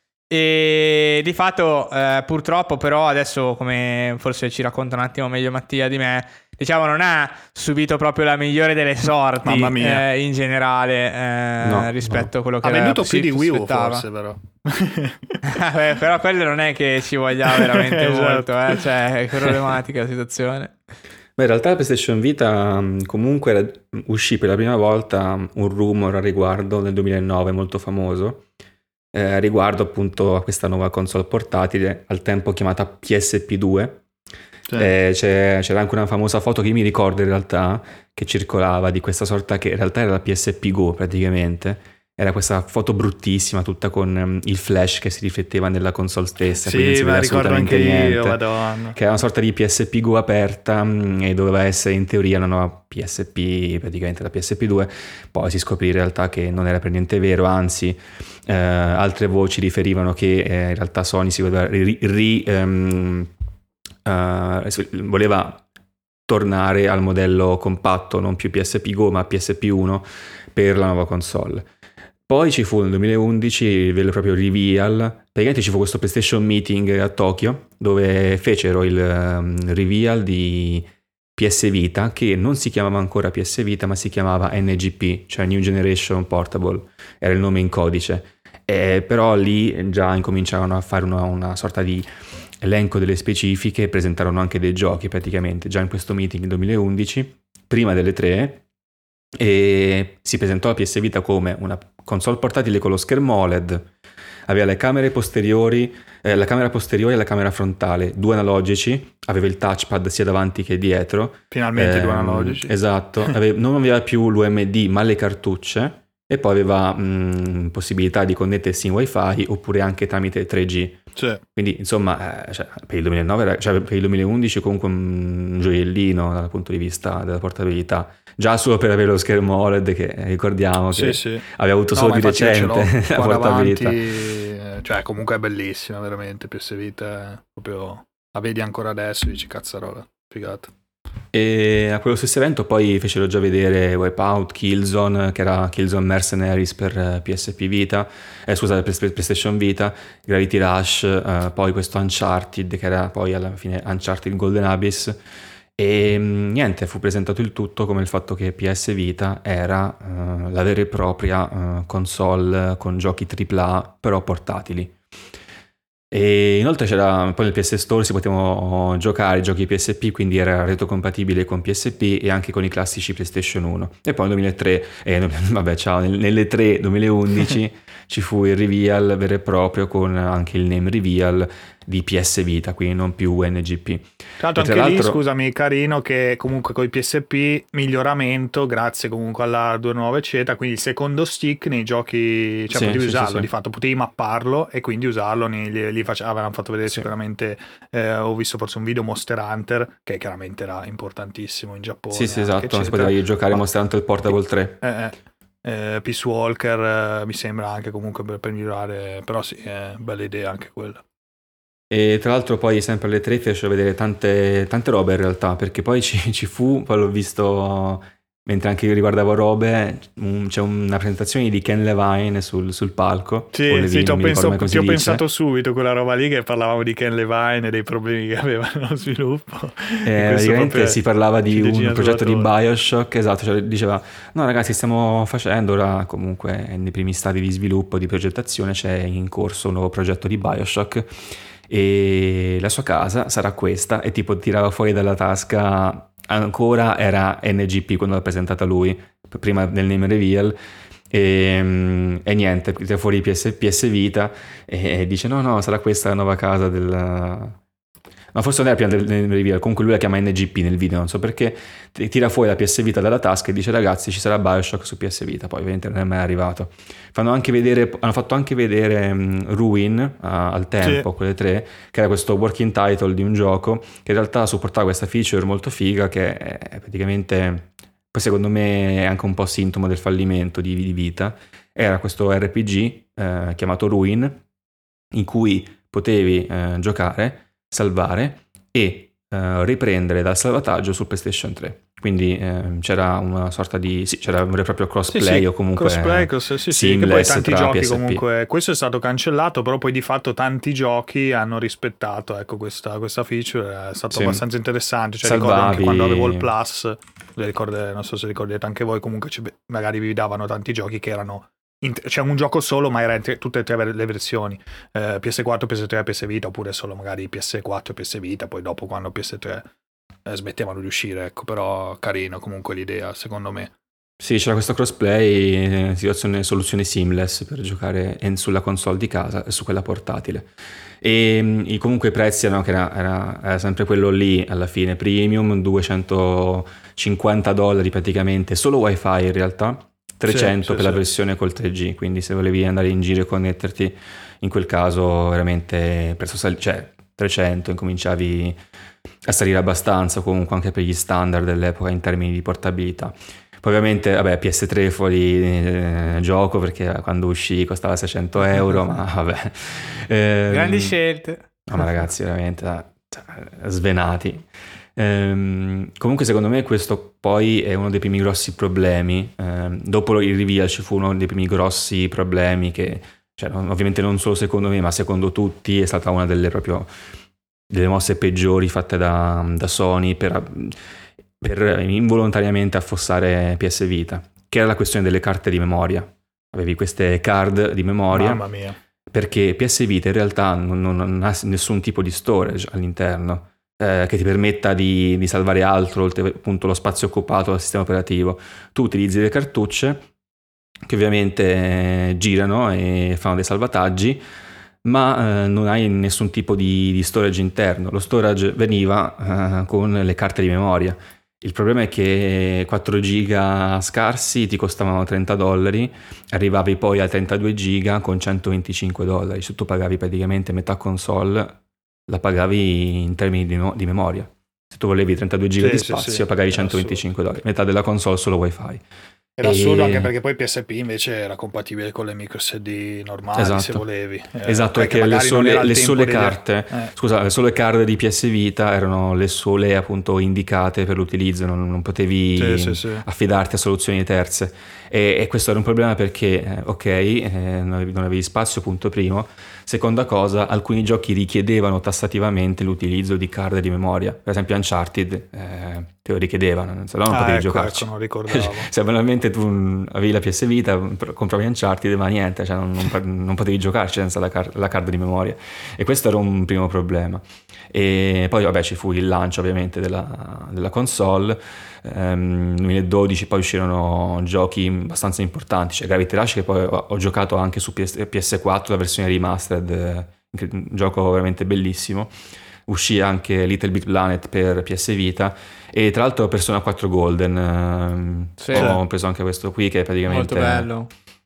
[SPEAKER 1] E di fatto eh, purtroppo però adesso, come forse ci racconta un attimo meglio Mattia di me, diciamo non ha subito proprio la migliore delle sorti.
[SPEAKER 2] Mamma mia.
[SPEAKER 1] Eh, in generale eh,
[SPEAKER 3] no,
[SPEAKER 1] rispetto
[SPEAKER 3] no.
[SPEAKER 1] a quello che
[SPEAKER 2] ha venduto
[SPEAKER 1] si
[SPEAKER 2] più di Wii U
[SPEAKER 1] aspettava.
[SPEAKER 2] forse però.
[SPEAKER 1] Beh, però quello non è che ci voglia veramente
[SPEAKER 2] esatto.
[SPEAKER 1] molto, eh? Cioè è problematica la situazione.
[SPEAKER 3] Beh, in realtà la PlayStation Vita comunque era, uscì per la prima volta un rumor a riguardo nel duemilanove molto famoso, eh, riguardo appunto a questa nuova console portatile, al tempo chiamata P S P due. Sì. Eh, c'è, c'era anche una famosa foto che io mi ricordo in realtà, che circolava di questa sorta che in realtà era la P S P Go praticamente. Era questa foto bruttissima, tutta con um, il flash che si rifletteva nella console stessa.
[SPEAKER 2] Sì,
[SPEAKER 3] quindi non si
[SPEAKER 2] ma
[SPEAKER 3] vedeva
[SPEAKER 2] ricordo anche
[SPEAKER 3] niente,
[SPEAKER 2] io, Madonna.
[SPEAKER 3] Che era una sorta di P S P Go aperta mh, e doveva essere in teoria una nuova P S P, praticamente la P S P due. Poi si scoprì in realtà che non era per niente vero, anzi eh, altre voci riferivano che eh, in realtà Sony si voleva ri, ri, um, uh, voleva tornare al modello compatto, non più P S P Go ma P S P uno per la nuova console. Poi ci fu nel duemilaundici il vero e proprio reveal, praticamente ci fu questo PlayStation Meeting a Tokyo dove fecero il um, reveal di P S Vita, che non si chiamava ancora P S Vita ma si chiamava N G P, cioè New Generation Portable, era il nome in codice, e però lì già incominciarono a fare una, una sorta di elenco delle specifiche, presentarono anche dei giochi praticamente già in questo meeting del duemilaundici, prima delle tre. E si presentò la P S Vita come una console portatile con lo schermo O L E D, aveva le camere posteriori, eh, la camera posteriore e la camera frontale, due analogici, aveva il touchpad sia davanti che dietro.
[SPEAKER 2] Finalmente
[SPEAKER 3] eh,
[SPEAKER 2] due analogici.
[SPEAKER 3] Esatto, aveva, non aveva più l'U M D ma le cartucce, e poi aveva mh, possibilità di connettersi in wifi oppure anche tramite tre G.
[SPEAKER 2] Sì.
[SPEAKER 3] Quindi insomma eh, cioè, per il duemilanove era, cioè, per il duemilaundici comunque un gioiellino dal punto di vista della portabilità, già solo per avere lo schermo O L E D che ricordiamo
[SPEAKER 2] Sì,
[SPEAKER 3] che
[SPEAKER 2] sì.
[SPEAKER 3] aveva avuto
[SPEAKER 2] No,
[SPEAKER 3] solo
[SPEAKER 2] ma
[SPEAKER 3] di
[SPEAKER 2] infatti io ce l'ho
[SPEAKER 3] recente la
[SPEAKER 2] qua
[SPEAKER 3] portabilità.
[SPEAKER 2] davanti, cioè comunque è bellissima veramente P S Vita, è proprio la vedi ancora adesso e dici cazzarola, figata.
[SPEAKER 3] E a quello stesso evento poi fecero già vedere Wipeout, Killzone, che era Killzone Mercenaries per eh, P S P Vita, eh, scusate, per per PlayStation Vita, Gravity Rush, eh, poi questo Uncharted, che era poi alla fine Uncharted Golden Abyss, e mh, niente, fu presentato il tutto come il fatto che P S Vita era eh, la vera e propria eh, console con giochi tripla A, però portatili. E inoltre c'era poi nel P S Store si potevano giocare i giochi P S P, quindi era retrocompatibile con P S P e anche con i classici PlayStation uno. E poi nel duemilatré, eh, vabbè ciao, nelle tre duemilaundici ci fu il reveal vero e proprio con anche il name reveal di P S Vita, quindi non più N G P.
[SPEAKER 2] Tra l'altro anche lì, scusami, carino che comunque con i P S P miglioramento grazie comunque all'hardware nuovo eccetera, quindi il secondo stick nei giochi, cioè
[SPEAKER 3] sì,
[SPEAKER 2] potevi
[SPEAKER 3] sì,
[SPEAKER 2] usarlo
[SPEAKER 3] sì, sì.
[SPEAKER 2] di fatto, potevi mapparlo e quindi usarlo, nei, li, li face, avevano fatto vedere
[SPEAKER 3] sì.
[SPEAKER 2] sicuramente, eh, ho visto forse un video Monster Hunter che chiaramente era importantissimo in Giappone.
[SPEAKER 3] Sì, sì, esatto,
[SPEAKER 2] eccetera.
[SPEAKER 3] si poteva giocare
[SPEAKER 2] Ma,
[SPEAKER 3] Monster Hunter Portable tre.
[SPEAKER 2] Eh, eh. Eh, Peace Walker eh, mi sembra anche comunque per, per migliorare, però sì, è bella idea anche quella.
[SPEAKER 3] E tra l'altro poi sempre alle tre fecero vedere tante, tante robe in realtà, perché poi ci, ci fu, poi l'ho visto mentre anche io riguardavo robe, un, c'è una presentazione di Ken Levine sul, sul palco.
[SPEAKER 2] Sì,
[SPEAKER 3] Levine,
[SPEAKER 2] sì, ti ho, penso,
[SPEAKER 3] come
[SPEAKER 2] ti ho
[SPEAKER 3] si
[SPEAKER 2] pensato subito quella roba lì che parlavamo di Ken Levine e dei problemi che aveva nello sviluppo.
[SPEAKER 3] Eh, praticamente si parlava di un progetto di Bioshock, esatto, cioè diceva no ragazzi stiamo facendo ora comunque nei primi stadi di sviluppo, di progettazione, c'è in corso un nuovo progetto di Bioshock e la sua casa sarà questa, e tipo tirava fuori dalla tasca, ancora era N G P quando l'ha presentata lui, prima del name reveal, e, e niente, tira fuori P S, P S Vita e dice no no sarà questa la nuova casa del... No, forse non era prima del, del reveal, comunque lui la chiama N G P nel video, non so perché, tira fuori la P S Vita dalla tasca e dice ragazzi ci sarà Bioshock su P S Vita, poi ovviamente non è mai arrivato. Fanno anche vedere, hanno fatto anche vedere um, Ruin uh, al tempo, sì. Quelle tre, che era questo working title di un gioco che in realtà supportava questa feature molto figa che è praticamente, poi secondo me è anche un po' sintomo del fallimento di, di Vita, era questo R P G eh, chiamato Ruin in cui potevi eh, giocare, salvare e uh, riprendere dal salvataggio su PlayStation tre. Quindi eh, c'era una sorta di sì, c'era un vero e proprio crossplay, sì, sì, o comunque
[SPEAKER 2] crossplay, cross, sì, sì, che poi tanti giochi P S P. Comunque questo è stato cancellato, però poi di fatto tanti giochi hanno rispettato ecco questa, questa feature, è stato sì. abbastanza interessante, cioè
[SPEAKER 3] Salvavi...
[SPEAKER 2] ricordo anche quando avevo il Plus, ricordo, non so se ricordate anche voi, comunque magari vi davano tanti giochi che erano c'è cioè un gioco solo ma era in tutte e tre le versioni, eh, P S quattro, P S tre, P S Vita, oppure solo magari P S quattro e P S Vita, poi dopo quando P S tre eh, smettevano di uscire, ecco, però carino comunque l'idea secondo me.
[SPEAKER 3] Sì, c'era questo crossplay, situazione, soluzione seamless per giocare sulla console di casa e su quella portatile. E comunque i prezzi erano, che era, era, era sempre quello lì alla fine, premium, duecentocinquanta dollari praticamente, solo wifi in realtà, trecento sì, sì, per sì. La versione col tre G, quindi se volevi andare in giro e connetterti, in quel caso veramente prezzo sal- cioè trecento, incominciavi a salire abbastanza comunque anche per gli standard dell'epoca in termini di portabilità. Poi ovviamente vabbè P S tre fuori eh, gioco perché quando uscì costava seicento euro, ma vabbè.
[SPEAKER 1] Ehm, Grandi scelte.
[SPEAKER 3] No, ma ragazzi veramente svenati. Ehm, comunque secondo me questo poi è uno dei primi grossi problemi, ehm, dopo il reveal ci fu uno dei primi grossi problemi che, cioè, ovviamente non solo secondo me ma secondo tutti è stata una delle proprio delle mosse peggiori fatte da, da Sony per, per involontariamente affossare P S Vita, che era la questione delle carte di memoria. Avevi queste card di memoria,
[SPEAKER 2] mamma mia,
[SPEAKER 3] perché P S Vita in realtà non, non, non ha nessun tipo di storage all'interno che ti permetta di, di salvare altro oltre appunto lo spazio occupato dal sistema operativo. Tu utilizzi le cartucce che ovviamente eh, girano e fanno dei salvataggi, ma eh, non hai nessun tipo di, di storage interno. Lo storage veniva eh, con le carte di memoria Il problema è che quattro giga scarsi ti costavano trenta dollari, arrivavi poi a trentadue giga con centoventicinque dollari, se tu pagavi praticamente metà console, la pagavi in termini di, no- di memoria. Se tu volevi trentadue giga
[SPEAKER 2] Sì,
[SPEAKER 3] di
[SPEAKER 2] sì,
[SPEAKER 3] spazio,
[SPEAKER 2] sì,
[SPEAKER 3] pagavi
[SPEAKER 2] era
[SPEAKER 3] centoventicinque dollari, metà della console solo wifi.
[SPEAKER 2] Era
[SPEAKER 3] E-
[SPEAKER 2] assurdo anche perché poi P S P invece era compatibile con le micro S D normali,
[SPEAKER 3] Esatto.
[SPEAKER 2] se volevi. Eh,
[SPEAKER 3] Esatto,
[SPEAKER 2] ok, che
[SPEAKER 3] perché le
[SPEAKER 2] magari non
[SPEAKER 3] sole,
[SPEAKER 2] era il
[SPEAKER 3] le
[SPEAKER 2] tempo
[SPEAKER 3] sole
[SPEAKER 2] di-
[SPEAKER 3] carte,
[SPEAKER 2] eh.
[SPEAKER 3] scusa, le sole card di P S Vita erano le sole appunto indicate per l'utilizzo, non, non potevi
[SPEAKER 2] Sì, sì, sì.
[SPEAKER 3] affidarti a soluzioni terze. E, e questo era un problema perché, eh, ok, eh, non avevi, non avevi spazio, punto primo. Seconda cosa, alcuni giochi richiedevano tassativamente l'utilizzo di card di memoria. Per esempio Uncharted eh, te lo richiedevano, se no non
[SPEAKER 2] Ah,
[SPEAKER 3] potevi
[SPEAKER 2] ecco,
[SPEAKER 3] giocarci.
[SPEAKER 2] ecco, non ricordavo.
[SPEAKER 3] Se banalmente tu avevi la P S Vita, compravi Uncharted, ma niente, cioè non, non, non potevi giocarci senza la, car- la card di memoria. E questo era un primo problema. E poi vabbè ci fu il lancio ovviamente della, della console. Um, nel duemiladodici poi uscirono giochi abbastanza importanti, cioè Gravity Rush, che poi ho, ho giocato anche su P S, P S quattro, la versione remastered, eh, un gioco veramente bellissimo. Uscì anche Little Big Planet per P S Vita e tra l'altro Persona quattro Golden, ehm,
[SPEAKER 1] Sì.
[SPEAKER 3] ho preso anche questo qui che è praticamente
[SPEAKER 1] Molto bello.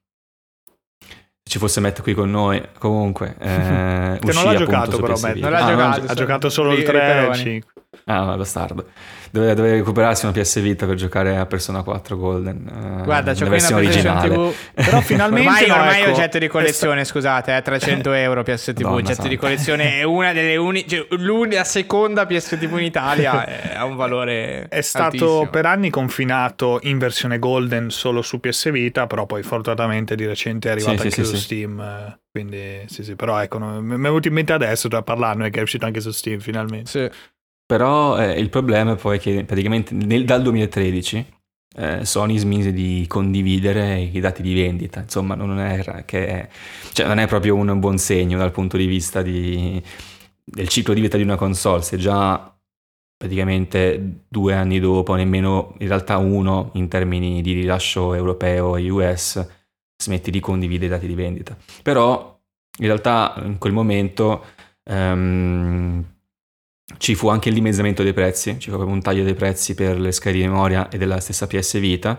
[SPEAKER 3] se ci fosse Matt qui con noi comunque eh,
[SPEAKER 2] Che
[SPEAKER 3] uscì
[SPEAKER 2] non l'ha
[SPEAKER 3] appunto
[SPEAKER 2] giocato
[SPEAKER 3] su
[SPEAKER 2] però
[SPEAKER 3] P S
[SPEAKER 2] Matt.
[SPEAKER 3] Vita.
[SPEAKER 1] Non l'ha
[SPEAKER 3] Ah,
[SPEAKER 1] giocato,
[SPEAKER 2] ha
[SPEAKER 1] sì.
[SPEAKER 2] giocato solo il
[SPEAKER 1] Ri-
[SPEAKER 2] tre e il
[SPEAKER 1] riperoni.
[SPEAKER 2] cinque.
[SPEAKER 3] Ah, bastardo. Doveva, doveva recuperarsi una P S Vita per giocare a Persona quattro Golden. eh,
[SPEAKER 1] Guarda, c'ho
[SPEAKER 3] la
[SPEAKER 1] qui una
[SPEAKER 3] versione
[SPEAKER 1] PlayStation
[SPEAKER 3] originale.
[SPEAKER 1] T V.
[SPEAKER 2] Però finalmente
[SPEAKER 1] ormai,
[SPEAKER 2] no,
[SPEAKER 1] ormai
[SPEAKER 2] ecco,
[SPEAKER 1] oggetto di
[SPEAKER 2] è
[SPEAKER 1] collezione, scusate, eh, trecento euro P S T V.
[SPEAKER 3] Madonna
[SPEAKER 1] Oggetto
[SPEAKER 3] santa.
[SPEAKER 1] di collezione è una delle uniche, cioè, l'unica seconda P S T V in Italia, eh, ha un valore
[SPEAKER 2] È stato
[SPEAKER 1] altissimo.
[SPEAKER 2] per anni confinato in versione Golden solo su P S Vita, però poi fortunatamente di recente è arrivato
[SPEAKER 3] Sì,
[SPEAKER 2] anche
[SPEAKER 3] sì,
[SPEAKER 2] su
[SPEAKER 3] sì, sì.
[SPEAKER 2] Steam. eh, Quindi sì, sì, però ecco, no, mi è venuto in mente adesso da parlarne che è uscito anche su Steam finalmente.
[SPEAKER 1] Sì.
[SPEAKER 3] Però eh, il problema è poi che praticamente nel- dal duemilatredici eh, Sony smise di condividere i dati di vendita. Insomma, non è, che, cioè, non è proprio un buon segno dal punto di vista di, del ciclo di vita di una console. Se già praticamente due anni dopo, nemmeno in realtà uno in termini di rilascio europeo e U S, smetti di condividere i dati di vendita. Però in realtà in quel momento ehm, ci fu anche il dimezzamento dei prezzi, ci fu proprio un taglio dei prezzi per le schede di memoria e della stessa P S Vita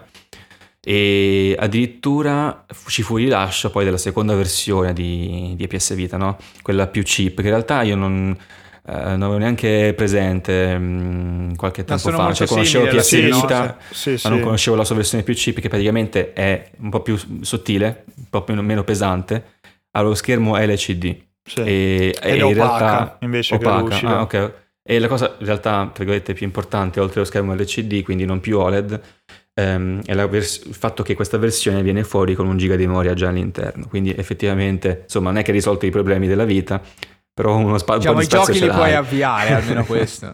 [SPEAKER 3] e addirittura ci fu il rilascio poi della seconda versione di, di P S Vita, no? Quella più cheap, che in realtà io non, eh, non avevo neanche presente mh, qualche
[SPEAKER 1] Ma
[SPEAKER 3] tempo
[SPEAKER 1] sono
[SPEAKER 3] fa,
[SPEAKER 1] molto
[SPEAKER 3] cioè conoscevo
[SPEAKER 1] simili
[SPEAKER 3] P S
[SPEAKER 1] alla fine,
[SPEAKER 3] Vita,
[SPEAKER 1] no?
[SPEAKER 2] Sì,
[SPEAKER 3] ma
[SPEAKER 2] sì.
[SPEAKER 3] non conoscevo la sua versione più cheap che praticamente è un po' più sottile, un po' meno, meno pesante, ha lo schermo L C D.
[SPEAKER 2] Sì.
[SPEAKER 3] E,
[SPEAKER 2] Ed
[SPEAKER 3] e
[SPEAKER 2] è
[SPEAKER 3] in
[SPEAKER 2] opaca,
[SPEAKER 3] realtà
[SPEAKER 2] invece che
[SPEAKER 3] opaca.
[SPEAKER 2] lucida.
[SPEAKER 3] Ah, ok. E la cosa in realtà tra virgolette più importante, oltre allo schermo L C D, quindi non più O L E D, ehm, è la vers- il fatto che questa versione viene fuori con un giga di memoria già all'interno. Quindi effettivamente, insomma, non è che ha risolto i problemi della vita, però uno spa-
[SPEAKER 1] Diciamo,
[SPEAKER 3] un
[SPEAKER 1] i
[SPEAKER 3] po' di spazio
[SPEAKER 1] giochi
[SPEAKER 3] ce
[SPEAKER 1] li puoi
[SPEAKER 3] l'hai.
[SPEAKER 1] avviare, almeno questo.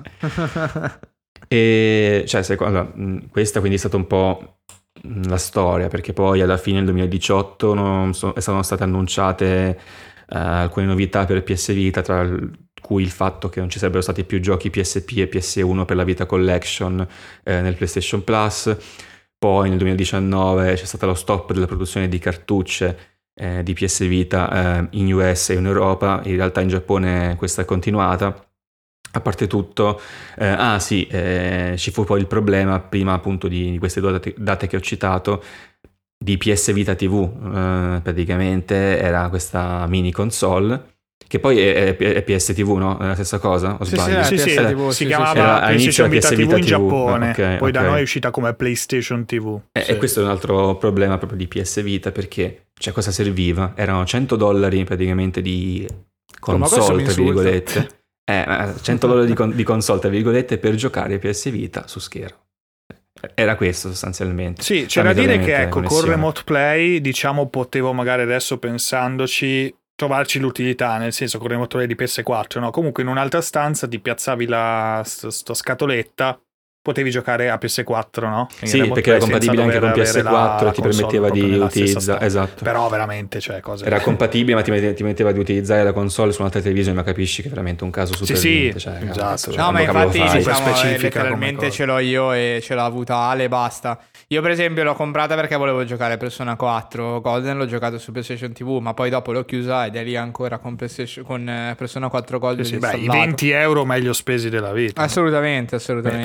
[SPEAKER 3] E cioè, se, allora, mh, questa quindi è stata un po' mh, la storia, perché poi alla fine del duemiladiciotto non so- sono state annunciate eh, alcune novità per P S Vita, tra il- cui il fatto che non ci sarebbero stati più giochi P S P e P S uno per la Vita Collection eh, nel PlayStation Plus. Poi nel duemiladiciannove c'è stato lo stop della produzione di cartucce eh, di P S Vita eh, in U S e in Europa. In realtà in Giappone questa è continuata. A parte tutto, eh, ah sì, eh, ci fu poi il problema, prima appunto di, di queste due date, date che ho citato, di P S Vita T V, eh, praticamente era questa mini console, che poi è, è, è P S T V, no? È la stessa cosa? O
[SPEAKER 1] Sì,
[SPEAKER 3] sbaglio?
[SPEAKER 2] Sì, sì,
[SPEAKER 1] P S T V,
[SPEAKER 2] si
[SPEAKER 1] sì,
[SPEAKER 2] chiamava
[SPEAKER 1] sì,
[SPEAKER 3] sì. Era all'inizio
[SPEAKER 2] PlayStation Vita
[SPEAKER 3] P S
[SPEAKER 2] T V in
[SPEAKER 3] Vita T V.
[SPEAKER 2] Giappone,
[SPEAKER 3] Ok,
[SPEAKER 2] poi da
[SPEAKER 3] ok.
[SPEAKER 2] noi è uscita come PlayStation T V.
[SPEAKER 3] E,
[SPEAKER 2] Sì.
[SPEAKER 3] e questo è un altro problema proprio di P S Vita, perché cioè, cosa serviva? Erano cento dollari praticamente di
[SPEAKER 1] Oh, ma questo mi
[SPEAKER 3] console, tra
[SPEAKER 1] insulta.
[SPEAKER 3] virgolette. Eh, ma cento dollari di, con- di console, tra virgolette, per giocare P S Vita su schermo. Era questo sostanzialmente.
[SPEAKER 2] Sì, c'è da
[SPEAKER 3] Tramite
[SPEAKER 2] dire
[SPEAKER 3] ovviamente
[SPEAKER 2] che ecco, con
[SPEAKER 3] connessione.
[SPEAKER 2] Remote Play, diciamo, potevo magari adesso pensandoci trovarci l'utilità, nel senso con Remote Play di P S quattro, no? Comunque in un'altra stanza ti piazzavi la st- sta scatoletta, potevi giocare a P S quattro, no? In
[SPEAKER 3] Sì,
[SPEAKER 2] Remote
[SPEAKER 3] perché era
[SPEAKER 2] Play senza
[SPEAKER 3] compatibile anche con
[SPEAKER 2] dover
[SPEAKER 3] P S
[SPEAKER 2] avere
[SPEAKER 3] quattro
[SPEAKER 2] la-
[SPEAKER 3] e ti
[SPEAKER 2] la console
[SPEAKER 3] permetteva
[SPEAKER 2] proprio
[SPEAKER 3] di
[SPEAKER 2] nella stessa
[SPEAKER 3] utilizzare.
[SPEAKER 2] stanza.
[SPEAKER 3] Esatto.
[SPEAKER 2] Però veramente, cioè, cose...
[SPEAKER 3] Era compatibile, ma ti, mette- ti metteva di utilizzare la console su un'altra televisione, ma capisci che è veramente un caso super
[SPEAKER 2] sì,
[SPEAKER 3] niente, cioè,
[SPEAKER 2] esatto.
[SPEAKER 3] cazzo, cioè,
[SPEAKER 1] No, ma
[SPEAKER 3] quando cavolo
[SPEAKER 1] infatti
[SPEAKER 3] fai?
[SPEAKER 2] super
[SPEAKER 1] diciamo,
[SPEAKER 2] specifica
[SPEAKER 1] eh, letteralmente
[SPEAKER 2] come
[SPEAKER 1] ce l'ho io e ce l'ha avuta Ale e basta. Io per esempio l'ho comprata perché volevo giocare a Persona quattro Golden, l'ho giocato su PlayStation T V, ma poi dopo l'ho chiusa ed è lì ancora con, PlayStation, con eh, Persona quattro Golden
[SPEAKER 2] Sì, sì, beh, i
[SPEAKER 1] installato.
[SPEAKER 2] venti euro meglio spesi della vita.
[SPEAKER 1] Assolutamente,
[SPEAKER 2] Eh,
[SPEAKER 1] assolutamente.
[SPEAKER 2] per Persona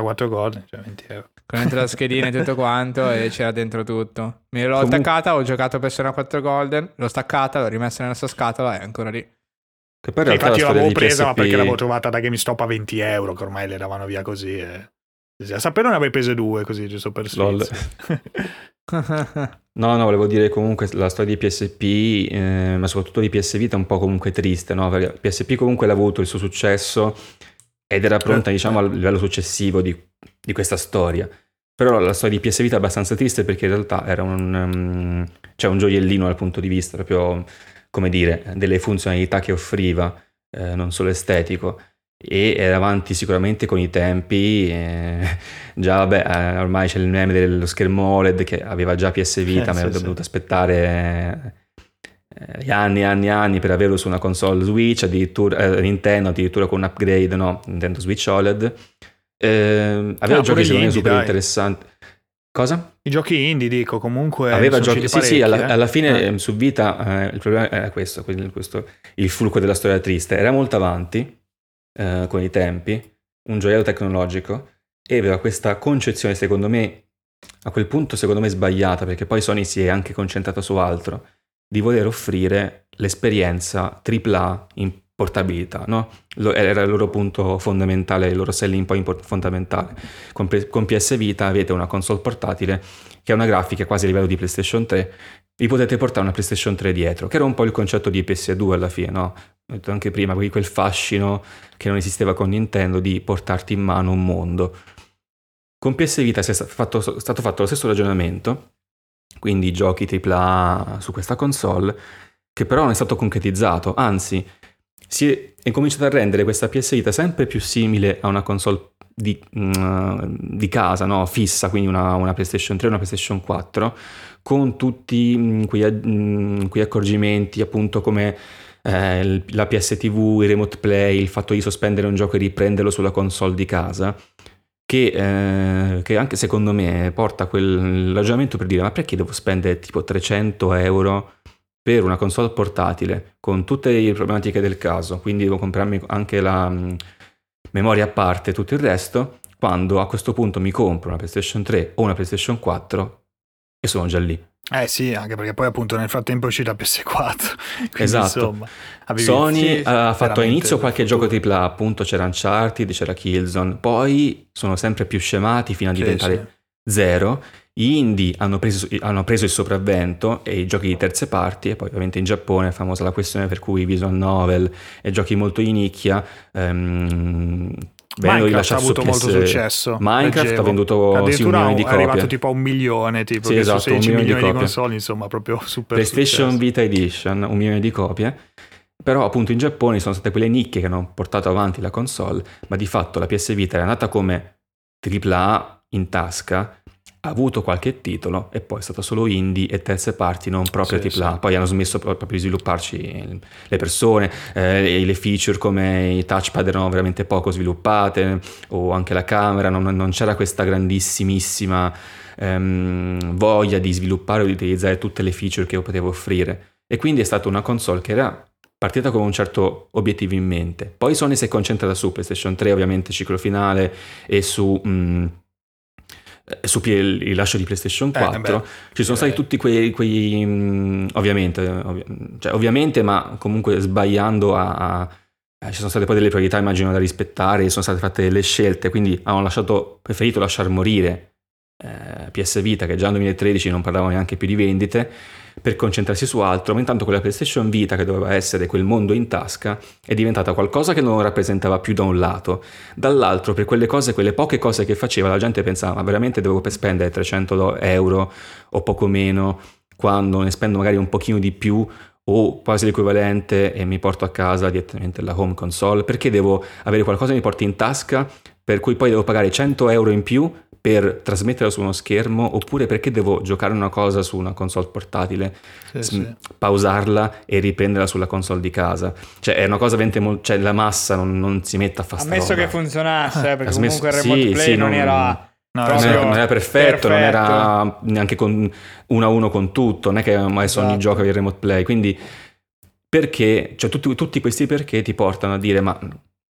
[SPEAKER 2] sessantaquattro Golden, cioè venti euro.
[SPEAKER 1] Con dentro la schedina e tutto quanto, e c'era dentro tutto. Me l'ho
[SPEAKER 3] Comun-
[SPEAKER 1] attaccata, ho giocato Persona quattro Golden, l'ho staccata, l'ho rimessa nella sua scatola e è ancora lì.
[SPEAKER 3] Che poi in
[SPEAKER 2] Sì,
[SPEAKER 3] realtà
[SPEAKER 2] infatti io
[SPEAKER 3] la storia
[SPEAKER 2] l'avevo
[SPEAKER 3] di
[SPEAKER 2] presa, ma
[SPEAKER 3] P S P
[SPEAKER 2] perché l'avevo trovata da GameStop a venti euro, che ormai le davano via così. E... a sapere ne avevi prese due, così, giusto per
[SPEAKER 3] Lol.
[SPEAKER 2] sfizio.
[SPEAKER 3] No, no, volevo dire comunque la storia di P S P, eh, ma soprattutto di P S Vita è un po' comunque triste, no? Perché P S P comunque l'ha avuto il suo successo ed era pronta, diciamo, al livello successivo di, di questa storia. Però la storia di P S Vita è abbastanza triste perché in realtà era un, um, cioè un gioiellino dal punto di vista proprio, come dire, delle funzionalità che offriva, eh, non solo estetico. E era avanti sicuramente con i tempi, eh, già vabbè, eh, ormai c'è il meme dello schermo O L E D che aveva già P S Vita,
[SPEAKER 2] Eh,
[SPEAKER 3] ma
[SPEAKER 2] sì,
[SPEAKER 3] avrebbe
[SPEAKER 2] sì.
[SPEAKER 3] dovuto aspettare eh, anni e anni e anni per averlo su una console Switch, addirittura eh, Nintendo addirittura con un upgrade, no? Nintendo Switch O L E D. Eh, aveva
[SPEAKER 2] No,
[SPEAKER 3] giochi
[SPEAKER 2] pure gli
[SPEAKER 3] secondo me
[SPEAKER 2] indie,
[SPEAKER 3] super
[SPEAKER 2] dai.
[SPEAKER 3] interessanti. Cosa?
[SPEAKER 2] I giochi indie, dico, comunque
[SPEAKER 3] Aveva
[SPEAKER 2] sono
[SPEAKER 3] giochi,
[SPEAKER 2] usciti
[SPEAKER 3] sì, sì,
[SPEAKER 2] parecchi,
[SPEAKER 3] alla,
[SPEAKER 2] eh.
[SPEAKER 3] alla fine
[SPEAKER 2] Eh.
[SPEAKER 3] eh, su Vita eh, il problema era questo, quindi questo, il fulcro della storia triste. Era molto avanti eh, con i tempi, un gioiello tecnologico, e aveva questa concezione, secondo me, a quel punto secondo me sbagliata, perché poi Sony si è anche concentrata su altro, di voler offrire l'esperienza tripla in portabilità, no? Lo- Era il loro punto fondamentale, il loro selling point fondamentale. Con, P- con P S Vita avete una console portatile che ha una grafica quasi a livello di PlayStation tre, vi potete portare una PlayStation tre dietro, che era un po' il concetto di P S due alla fine, no? Ho detto anche prima, quel quel fascino che non esisteva con Nintendo di portarti in mano un mondo. Con P S Vita è sta- fatto- è stato fatto lo stesso ragionamento, quindi giochi tripla A su questa console, che però non è stato concretizzato, anzi si è, è cominciato a rendere questa P S Vita sempre più simile a una console di, mm, di casa, no? Fissa, quindi una, una PlayStation tre, una PlayStation quattro, con tutti mm, quei, mm, quei accorgimenti appunto come eh, il- la P S T V, il remote play, il fatto di sospendere un gioco e riprenderlo sulla console di casa, che, eh, che anche secondo me porta quel ragionamento per dire: ma perché devo spendere tipo trecento euro per una console portatile con tutte le problematiche del caso, quindi devo comprarmi anche la mh, memoria a parte e tutto il resto, quando a questo punto mi compro una PlayStation tre o una PlayStation quattro e sono già lì.
[SPEAKER 2] Eh sì, anche perché poi appunto nel frattempo è uscita P S quattro. Quindi,
[SPEAKER 3] Esatto.
[SPEAKER 2] insomma, avevi-
[SPEAKER 3] Sony
[SPEAKER 1] sì,
[SPEAKER 3] ha fatto
[SPEAKER 2] veramente
[SPEAKER 3] all'inizio qualche
[SPEAKER 2] futuro.
[SPEAKER 3] gioco tripla A, appunto c'era Uncharted, c'era Killzone, poi sono sempre più scemati fino a
[SPEAKER 2] Sì,
[SPEAKER 3] diventare zero. Gli indie hanno preso, hanno preso il sopravvento e i giochi di terze parti, e poi ovviamente in Giappone è famosa la questione per cui visual novel e giochi molto di nicchia ehm, vengono
[SPEAKER 2] Minecraft ha
[SPEAKER 3] rilasciati su
[SPEAKER 2] avuto
[SPEAKER 3] P S.
[SPEAKER 2] molto successo.
[SPEAKER 3] Minecraft
[SPEAKER 2] leggevo.
[SPEAKER 3] ha venduto sì, un
[SPEAKER 2] Addirittura
[SPEAKER 3] milione di
[SPEAKER 2] è arrivato
[SPEAKER 3] copie.
[SPEAKER 2] tipo a un milione, tipo
[SPEAKER 3] Sì,
[SPEAKER 2] che
[SPEAKER 3] esatto,
[SPEAKER 2] su
[SPEAKER 3] un
[SPEAKER 2] sedici
[SPEAKER 3] milione di
[SPEAKER 2] milioni di,
[SPEAKER 3] copie.
[SPEAKER 2] console, insomma, proprio super
[SPEAKER 3] PlayStation
[SPEAKER 2] successo.
[SPEAKER 3] Vita Edition, un milione di copie. Però appunto in Giappone sono state quelle nicchie che hanno portato avanti la console, ma di fatto la P S Vita era nata come tripla A in tasca, ha avuto qualche titolo e poi è stata solo indie e terze parti, non proprio
[SPEAKER 2] Sì,
[SPEAKER 3] tripla A.
[SPEAKER 2] sì.
[SPEAKER 3] Poi hanno smesso proprio di svilupparci le persone, eh, le feature come i touchpad erano veramente poco sviluppate, o anche la camera, non, non c'era questa grandissimissima ehm, voglia di sviluppare o di utilizzare tutte le feature che io potevo offrire. E quindi è stata una console che era partita con un certo obiettivo in mente. Poi Sony si è concentrata su PlayStation tre, ovviamente ciclo finale, e su... mm, su il rilascio di PlayStation quattro.
[SPEAKER 2] Eh, beh,
[SPEAKER 3] ci sono
[SPEAKER 2] direi.
[SPEAKER 3] stati tutti quei, quei mh, ovviamente, ovvi- cioè, ovviamente, ma comunque sbagliando a, a- eh, ci sono state poi delle priorità, immagino, da rispettare, sono state fatte delle scelte, quindi hanno lasciato, preferito lasciar morire eh, P S Vita, che già nel duemilatredici non parlavano neanche più di vendite, per concentrarsi su altro, ma intanto quella PlayStation Vita, che doveva essere quel mondo in tasca, è diventata qualcosa che non rappresentava più da un lato. Dall'altro, per quelle cose, quelle poche cose che faceva, la gente pensava: ma veramente devo spendere trecento euro o poco meno, quando ne spendo magari un pochino di più o quasi l'equivalente e mi porto a casa direttamente la home console? Perché devo avere qualcosa che mi porti in tasca, per cui poi devo pagare cento euro in più per trasmetterla su uno schermo? Oppure perché devo giocare una cosa su una console portatile,
[SPEAKER 2] Sì,
[SPEAKER 3] s-
[SPEAKER 2] sì.
[SPEAKER 3] pausarla e riprenderla sulla console di casa? Cioè è una cosa veramente molto, cioè la massa non, non si mette a fare sta
[SPEAKER 1] Ammesso
[SPEAKER 3] roba.
[SPEAKER 1] che funzionasse, eh, perché
[SPEAKER 3] Ha smesso-
[SPEAKER 1] comunque il remote
[SPEAKER 3] sì,
[SPEAKER 1] play
[SPEAKER 3] sì,
[SPEAKER 1] non
[SPEAKER 3] non-
[SPEAKER 1] era
[SPEAKER 2] No,
[SPEAKER 3] Non
[SPEAKER 1] proprio
[SPEAKER 3] era, non era perfetto, non
[SPEAKER 1] perfetto.
[SPEAKER 3] era neanche con uno a uno con tutto, non è che adesso ogni
[SPEAKER 1] Esatto.
[SPEAKER 3] gioco aveva il remote play, quindi perché, cioè tutti, tutti questi perché ti portano a dire: ma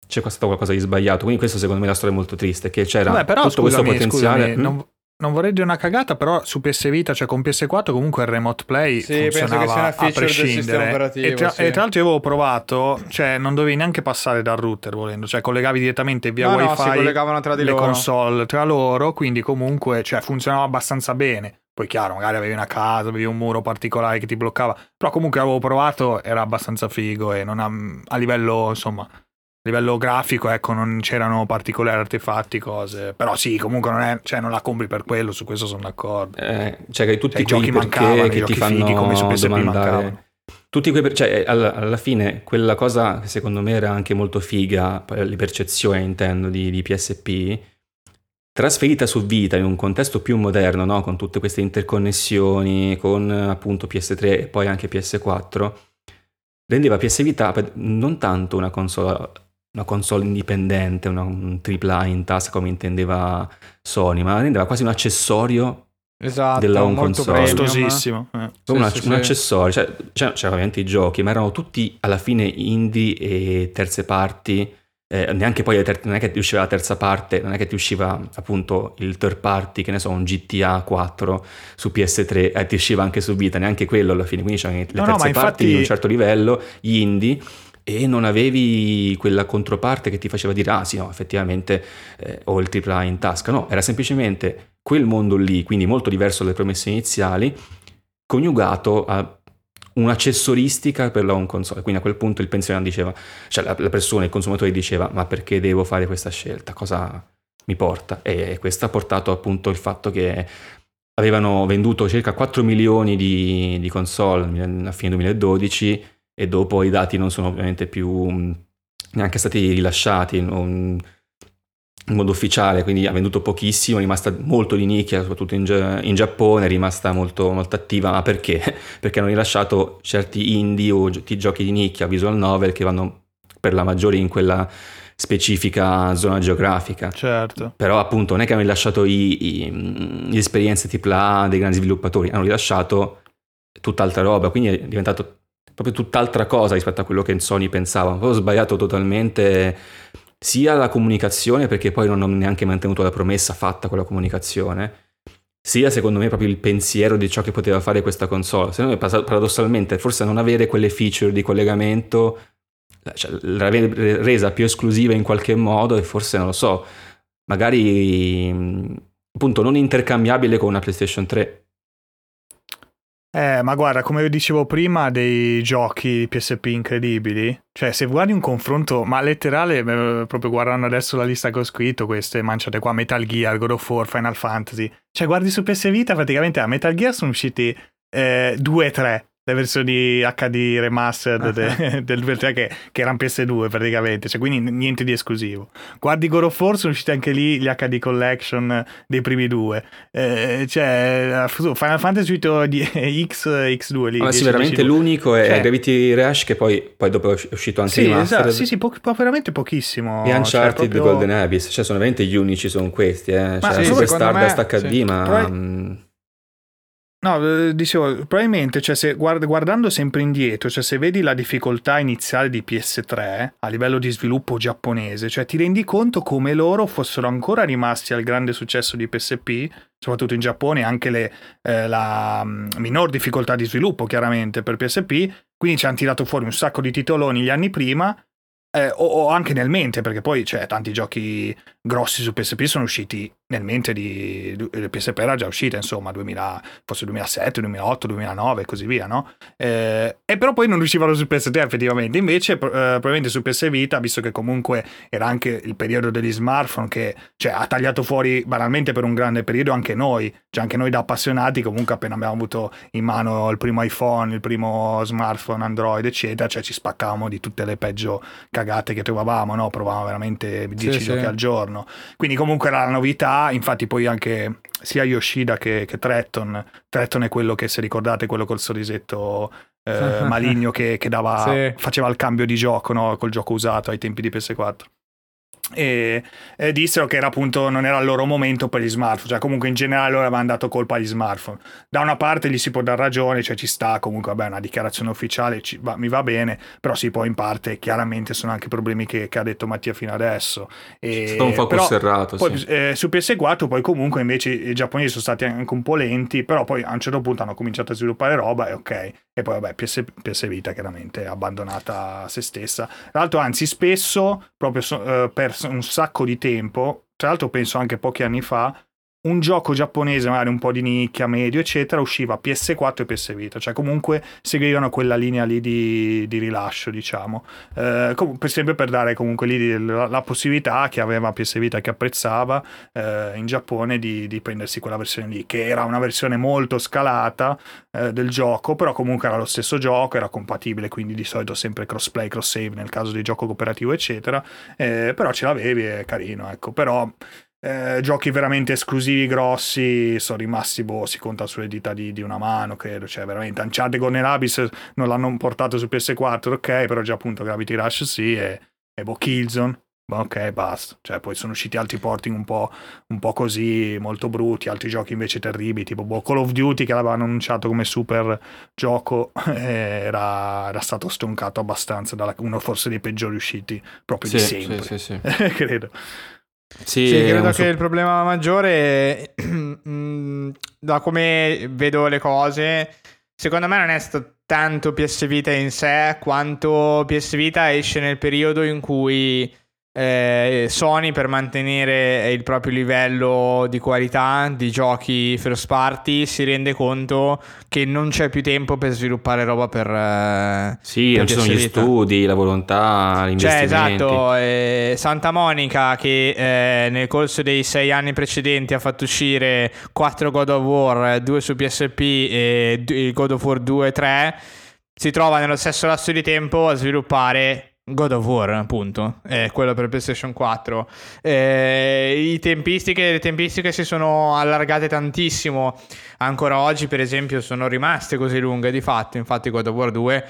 [SPEAKER 3] c'è stato qualcosa di sbagliato. Quindi questo secondo me è la storia molto triste, che c'era
[SPEAKER 2] Vabbè, però,
[SPEAKER 3] tutto
[SPEAKER 2] scusami,
[SPEAKER 3] questo potenziale.
[SPEAKER 2] Scusami, non, non vorrei dire una cagata, però su P S Vita, cioè con P S quattro comunque il remote play
[SPEAKER 1] sì, penso che sia
[SPEAKER 2] funzionava
[SPEAKER 1] una
[SPEAKER 2] a
[SPEAKER 1] feature del sistema
[SPEAKER 2] prescindere.
[SPEAKER 1] operativo,
[SPEAKER 2] E tra,
[SPEAKER 1] sì.
[SPEAKER 2] e tra l'altro io avevo provato, cioè non dovevi neanche passare dal router volendo, cioè collegavi direttamente via
[SPEAKER 1] No, no,
[SPEAKER 2] wifi
[SPEAKER 1] si collegavano tra di
[SPEAKER 2] le
[SPEAKER 1] loro.
[SPEAKER 2] console tra loro, quindi comunque cioè, funzionava abbastanza bene. Poi chiaro, magari avevi una casa, avevi un muro particolare che ti bloccava, però comunque avevo provato, era abbastanza figo e non ha, a livello, insomma, a livello grafico, ecco, non c'erano particolari artefatti, cose, però sì, comunque non è, cioè non la compri per quello, su questo sono d'accordo.
[SPEAKER 3] Eh, cioè che tutti
[SPEAKER 2] Cioè, i
[SPEAKER 3] quei
[SPEAKER 2] giochi
[SPEAKER 3] perché
[SPEAKER 2] mancavano, i
[SPEAKER 3] che
[SPEAKER 2] giochi
[SPEAKER 3] ti fanno
[SPEAKER 2] fighi come su P S P
[SPEAKER 3] domandare.
[SPEAKER 2] mancavano.
[SPEAKER 3] Tutti quei per- cioè, alla, alla fine quella cosa che secondo me era anche molto figa, le percezioni intendo di, di P S P, trasferita su Vita in un contesto più moderno, no? Con tutte queste interconnessioni, con appunto P S tre e poi anche P S quattro, rendeva P S Vita non tanto una console, una console indipendente, una, un tripla A in tasca come intendeva Sony, ma rendeva quasi un accessorio
[SPEAKER 1] esatto,
[SPEAKER 3] della home
[SPEAKER 1] molto
[SPEAKER 3] console.
[SPEAKER 2] Costosissimo. Eh.
[SPEAKER 3] Sì, una,
[SPEAKER 1] sì,
[SPEAKER 3] un
[SPEAKER 1] sì.
[SPEAKER 3] accessorio, cioè, cioè, c'erano ovviamente i giochi, ma erano tutti alla fine indie e terze parti. Eh, neanche poi ter- non è che ti usciva la terza parte, non è che ti usciva appunto il third party, che ne so, un G T A quattro su P S tre, e eh, ti usciva anche su Vita, neanche quello alla fine, quindi c'erano le
[SPEAKER 2] No, no,
[SPEAKER 3] terze
[SPEAKER 2] ma
[SPEAKER 3] parti
[SPEAKER 2] infatti-
[SPEAKER 3] di un certo livello, gli indie, e non avevi quella controparte che ti faceva dire ah sì no, effettivamente eh, ho il tripla A in tasca. No, era semplicemente quel mondo lì, quindi molto diverso dalle promesse iniziali, coniugato a un'accessoristica per la home console. Quindi a quel punto il pensionato diceva, cioè la, la persona, il consumatore diceva ma perché devo fare questa scelta, cosa mi porta? E questo ha portato appunto il fatto che avevano venduto circa quattro milioni di, di console a fine duemiladodici e dopo i dati non sono ovviamente più neanche stati rilasciati non, in modo ufficiale, quindi ha venduto pochissimo, è rimasta molto di nicchia, soprattutto in, in Giappone, è rimasta molto, molto attiva. Ma perché? Perché hanno rilasciato certi indie o giochi, giochi di nicchia, visual novel, che vanno per la maggiore in quella specifica zona geografica.
[SPEAKER 2] Certo.
[SPEAKER 3] Però appunto non è che hanno rilasciato i, i, le esperienze tripla A dei grandi sviluppatori, hanno rilasciato tutt'altra roba, quindi è diventato proprio tutt'altra cosa rispetto a quello che Sony pensava. Un po' sbagliato totalmente sia la comunicazione, perché poi non hanno neanche mantenuto la promessa fatta con la comunicazione, sia secondo me proprio il pensiero di ciò che poteva fare questa console. Se no, paradossalmente, forse non avere quelle feature di collegamento, cioè, l'aver resa più esclusiva in qualche modo, e forse non lo so, magari appunto non intercambiabile con una PlayStation tre.
[SPEAKER 2] Eh, ma guarda, come dicevo prima, dei giochi P S P incredibili, cioè se guardi un confronto, ma letterale, eh, proprio guardando adesso la lista che ho scritto, queste manciate qua, Metal Gear, God of War, Final Fantasy, cioè guardi su P S Vita, praticamente a Metal Gear sono usciti eh, due tre, le versioni H D remastered uh-huh. de, del due tre che, che erano P S due praticamente, cioè quindi niente di esclusivo. Guardi God of War, sono usciti anche lì gli H D collection dei primi due, eh, cioè Final Fantasy è uscito di X, X due lì.
[SPEAKER 3] Ma sì, veramente l'unico è cioè, Gravity Rush, che poi, poi dopo è uscito anche
[SPEAKER 2] sì,
[SPEAKER 3] il
[SPEAKER 2] esatto, sì, sì, po- po- veramente pochissimo.
[SPEAKER 3] E Uncharted,
[SPEAKER 2] cioè, proprio...
[SPEAKER 3] Golden Abyss, cioè sono veramente gli unici, sono questi, eh.
[SPEAKER 2] Ma
[SPEAKER 3] Cioè,
[SPEAKER 2] sì,
[SPEAKER 3] Super Stardust
[SPEAKER 1] me,
[SPEAKER 3] H D,
[SPEAKER 1] sì.
[SPEAKER 3] ma...
[SPEAKER 2] Però... No, dicevo, probabilmente, cioè, se guard- guardando sempre indietro, cioè se vedi la difficoltà iniziale di P S tre a livello di sviluppo giapponese, cioè ti rendi conto come loro fossero ancora rimasti al grande successo di P S P, soprattutto in Giappone, anche le, eh, la um, minor difficoltà di sviluppo chiaramente per P S P, quindi ci hanno tirato fuori un sacco di titoloni gli anni prima, eh, o, o anche nel mente, perché poi cioè, tanti giochi grossi su P S P sono usciti nel mente di, di P S P era già uscita insomma duemila, forse duemilasette, duemilaotto, duemilanove e così via, no? Eh, e però poi non riuscivano su P S tre effettivamente, invece eh, probabilmente su P S Vita, visto che comunque era anche il periodo degli smartphone che cioè, ha tagliato fuori banalmente per un grande periodo anche noi, cioè anche noi da appassionati comunque appena abbiamo avuto in mano il primo iPhone, il primo smartphone Android eccetera, cioè ci spaccavamo di tutte le peggio cagate che trovavamo, no? Provavamo veramente dieci
[SPEAKER 1] sì,
[SPEAKER 2] giochi
[SPEAKER 1] sì.
[SPEAKER 2] al giorno, quindi comunque era la novità. Infatti poi anche sia Yoshida che, che Tretton Tretton è quello che, se ricordate, quello col sorrisetto eh, maligno che, che dava,
[SPEAKER 1] sì.
[SPEAKER 2] faceva il cambio di gioco, no? Col gioco usato ai tempi di P S quattro. e, e dissero che era appunto non era il loro momento per gli smartphone, cioè comunque in generale loro avevano dato colpa agli smartphone. Da una parte gli si può dar ragione, cioè ci sta, comunque vabbè, una dichiarazione ufficiale ci va, mi va bene, però sì, poi in parte chiaramente sono anche problemi che, che ha detto Mattia fino adesso. E,
[SPEAKER 3] è stato un focus
[SPEAKER 2] però,
[SPEAKER 3] serrato,
[SPEAKER 2] poi,
[SPEAKER 3] sì.
[SPEAKER 2] eh, su P S quattro poi comunque invece i giapponesi sono stati anche un po' lenti, però poi a un certo punto hanno cominciato a sviluppare roba e ok, e poi vabbè P S, P S Vita chiaramente è abbandonata a se stessa. Tra l'altro anzi spesso proprio so, eh, per un sacco di tempo, tra l'altro penso anche pochi anni fa, un gioco giapponese magari un po' di nicchia, medio eccetera, usciva P S quattro e P S Vita, cioè comunque seguivano quella linea lì di, di rilascio, diciamo, eh, comunque sempre per dare comunque lì la, la possibilità che aveva P S Vita, che apprezzava eh, in Giappone, di, di prendersi quella versione lì, che era una versione molto scalata eh, del gioco, però comunque era lo stesso gioco, era compatibile, quindi di solito sempre crossplay, cross save nel caso di gioco cooperativo eccetera, eh, però ce l'avevi, è carino, ecco. Però Eh, giochi veramente esclusivi grossi sono rimasti, boh, si conta sulle dita di, di una mano, credo, cioè veramente Uncharted con Abyss non l'hanno portato su P S quattro, ok, però già appunto Gravity Rush sì, e, e boh, Killzone, ok, basta, cioè poi sono usciti altri porting un po', un po' così, molto brutti, altri giochi invece terribili, tipo boh, Call of Duty, che l'avevano annunciato come super gioco, eh, era, era stato stoncato abbastanza da uno forse dei peggiori usciti proprio
[SPEAKER 3] sì,
[SPEAKER 2] di sempre,
[SPEAKER 3] sì, sì, sì.
[SPEAKER 2] credo.
[SPEAKER 1] Sì, sì, credo che il problema maggiore, da come vedo le cose, secondo me non è stato tanto P S Vita in sé, quanto P S Vita esce nel periodo in cui eh, Sony, per mantenere il proprio livello di qualità di giochi first party, si rende conto che non c'è più tempo per sviluppare roba per eh,
[SPEAKER 3] sì,
[SPEAKER 1] per
[SPEAKER 3] non ci sono gli studi, la volontà, gli
[SPEAKER 1] cioè
[SPEAKER 3] investimenti.
[SPEAKER 1] esatto, eh, Santa Monica che eh, nel corso dei sei anni precedenti ha fatto uscire quattro God of War, due su P S P e d- God of War due e tre, si trova nello stesso lasso di tempo a sviluppare God of War, appunto, eh, quello per PlayStation quattro. Eh, i tempistiche, le tempistiche si sono allargate tantissimo. Ancora oggi, per esempio, sono rimaste così lunghe di fatto. Infatti, God of War due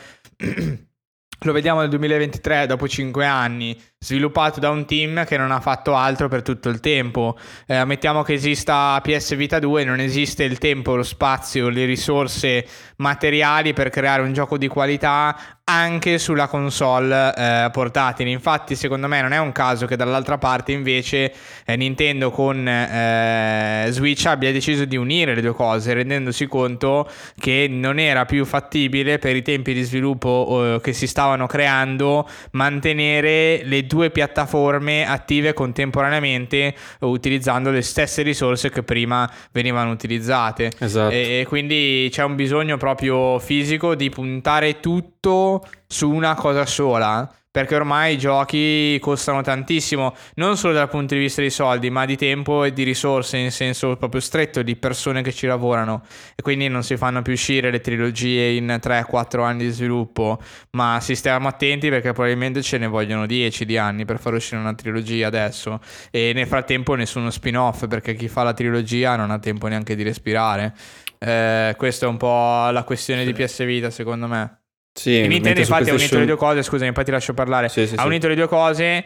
[SPEAKER 1] lo vediamo nel duemilaventitré, dopo cinque anni, sviluppato da un team che non ha fatto altro per tutto il tempo. Eh, ammettiamo che esista P S Vita due, non esiste il tempo, lo spazio, le risorse materiali per creare un gioco di qualità anche sulla console eh, portatile. Infatti, secondo me non è un caso che dall'altra parte invece eh, Nintendo con eh, Switch abbia deciso di unire le due cose, rendendosi conto che non era più fattibile per i tempi di sviluppo eh, che si stavano creando mantenere le due piattaforme attive contemporaneamente utilizzando le stesse risorse che prima venivano utilizzate.
[SPEAKER 3] Esatto.
[SPEAKER 1] E, e quindi c'è un bisogno proprio fisico di puntare tutto su una cosa sola, perché ormai i giochi costano tantissimo, non solo dal punto di vista di soldi, ma di tempo e di risorse in senso proprio stretto, di persone che ci lavorano, e quindi non si fanno più uscire le trilogie in tre quattro anni di sviluppo, ma si stiamo attenti perché probabilmente ce ne vogliono dieci di anni per far uscire una trilogia adesso, e nel frattempo nessuno spin-off, perché chi fa la trilogia non ha tempo neanche di respirare. Eh, questa è un po' la questione
[SPEAKER 2] sì.
[SPEAKER 1] di P S Vita, secondo me.
[SPEAKER 3] Sì,
[SPEAKER 1] e Nintendo infatti ha unito le due cose, scusami, poi ti lascio parlare.
[SPEAKER 3] Sì, sì,
[SPEAKER 1] ha
[SPEAKER 3] sì.
[SPEAKER 1] unito le due cose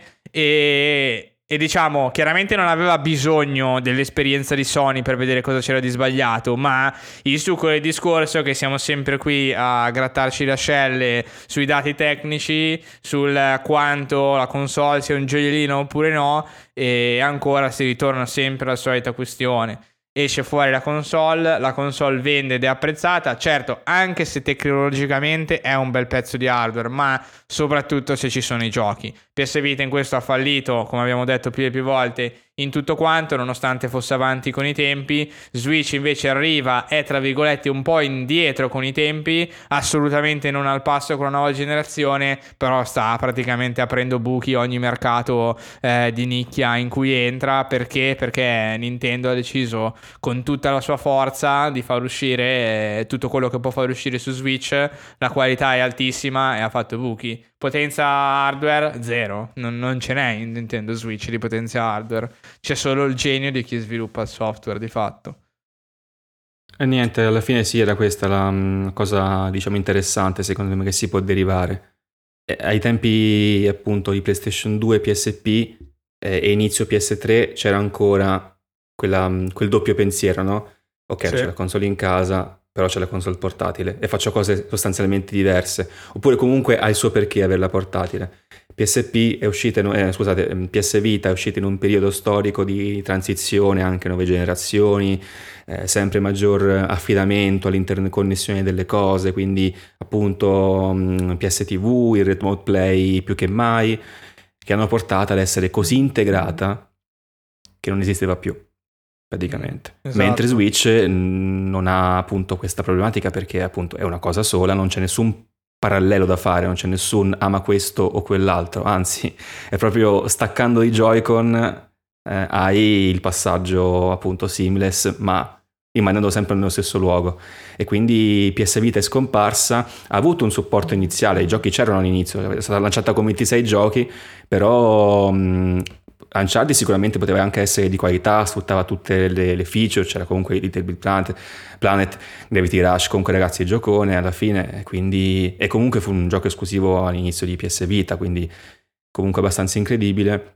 [SPEAKER 1] e, e diciamo, chiaramente non aveva bisogno dell'esperienza di Sony per vedere cosa c'era di sbagliato, ma il succo del discorso è che siamo sempre qui a grattarci le ascelle sui dati tecnici, sul quanto la console sia un gioiellino oppure no, e ancora si ritorna sempre alla solita questione. Esce fuori la console, la console vende ed è apprezzata, certo, anche se tecnologicamente è un bel pezzo di hardware, ma soprattutto se ci sono i giochi. P S Vita in questo ha fallito, come abbiamo detto più e più volte, in tutto quanto, nonostante fosse avanti con i tempi. Switch invece arriva, è tra virgolette un po' indietro con i tempi, assolutamente non al passo con la nuova generazione, però sta praticamente aprendo buchi ogni mercato eh, di nicchia in cui entra. Perché? Perché Nintendo ha deciso con tutta la sua forza di far uscire eh, tutto quello che può far uscire su Switch, la qualità è altissima e ha fatto buchi. Potenza hardware zero, non, non ce n'è in Nintendo Switch di potenza hardware, c'è solo il genio di chi sviluppa il software di fatto.
[SPEAKER 3] E niente, alla fine sì, era questa la um, cosa, diciamo, interessante secondo me che si può derivare. E ai tempi appunto di PlayStation due e P S P eh, e inizio P S tre c'era ancora quella, quel doppio pensiero, no? Ok,
[SPEAKER 1] Sì.
[SPEAKER 3] c'è la console in casa, però c'è la console portatile e faccio cose sostanzialmente diverse. Oppure comunque ha il suo perché averla portatile. P S P è uscita, in, eh, scusate, P S Vita è uscita in un periodo storico di transizione, anche nuove generazioni, eh, sempre maggior affidamento all'interconnessione delle cose, quindi appunto mh, P S T V, il remote play più che mai, che hanno portato ad essere così integrata che non esisteva più praticamente.
[SPEAKER 1] Esatto.
[SPEAKER 3] Mentre Switch mh, non ha appunto questa problematica perché appunto è una cosa sola, non c'è nessun parallelo da fare, non c'è nessun ama questo o quell'altro, anzi è proprio staccando i Joy-Con eh, hai il passaggio appunto seamless, ma rimanendo sempre nello stesso luogo. E quindi P S Vita è scomparsa, ha avuto un supporto iniziale, i giochi c'erano all'inizio, è stata lanciata con ventisei giochi, però mh, Uncharted sicuramente poteva anche essere di qualità, sfruttava tutte le, le feature, c'era comunque Little Big Planet, Planet, Gravity Rush, comunque ragazzi giocone alla fine, quindi, e comunque fu un gioco esclusivo all'inizio di P S Vita, quindi comunque abbastanza incredibile,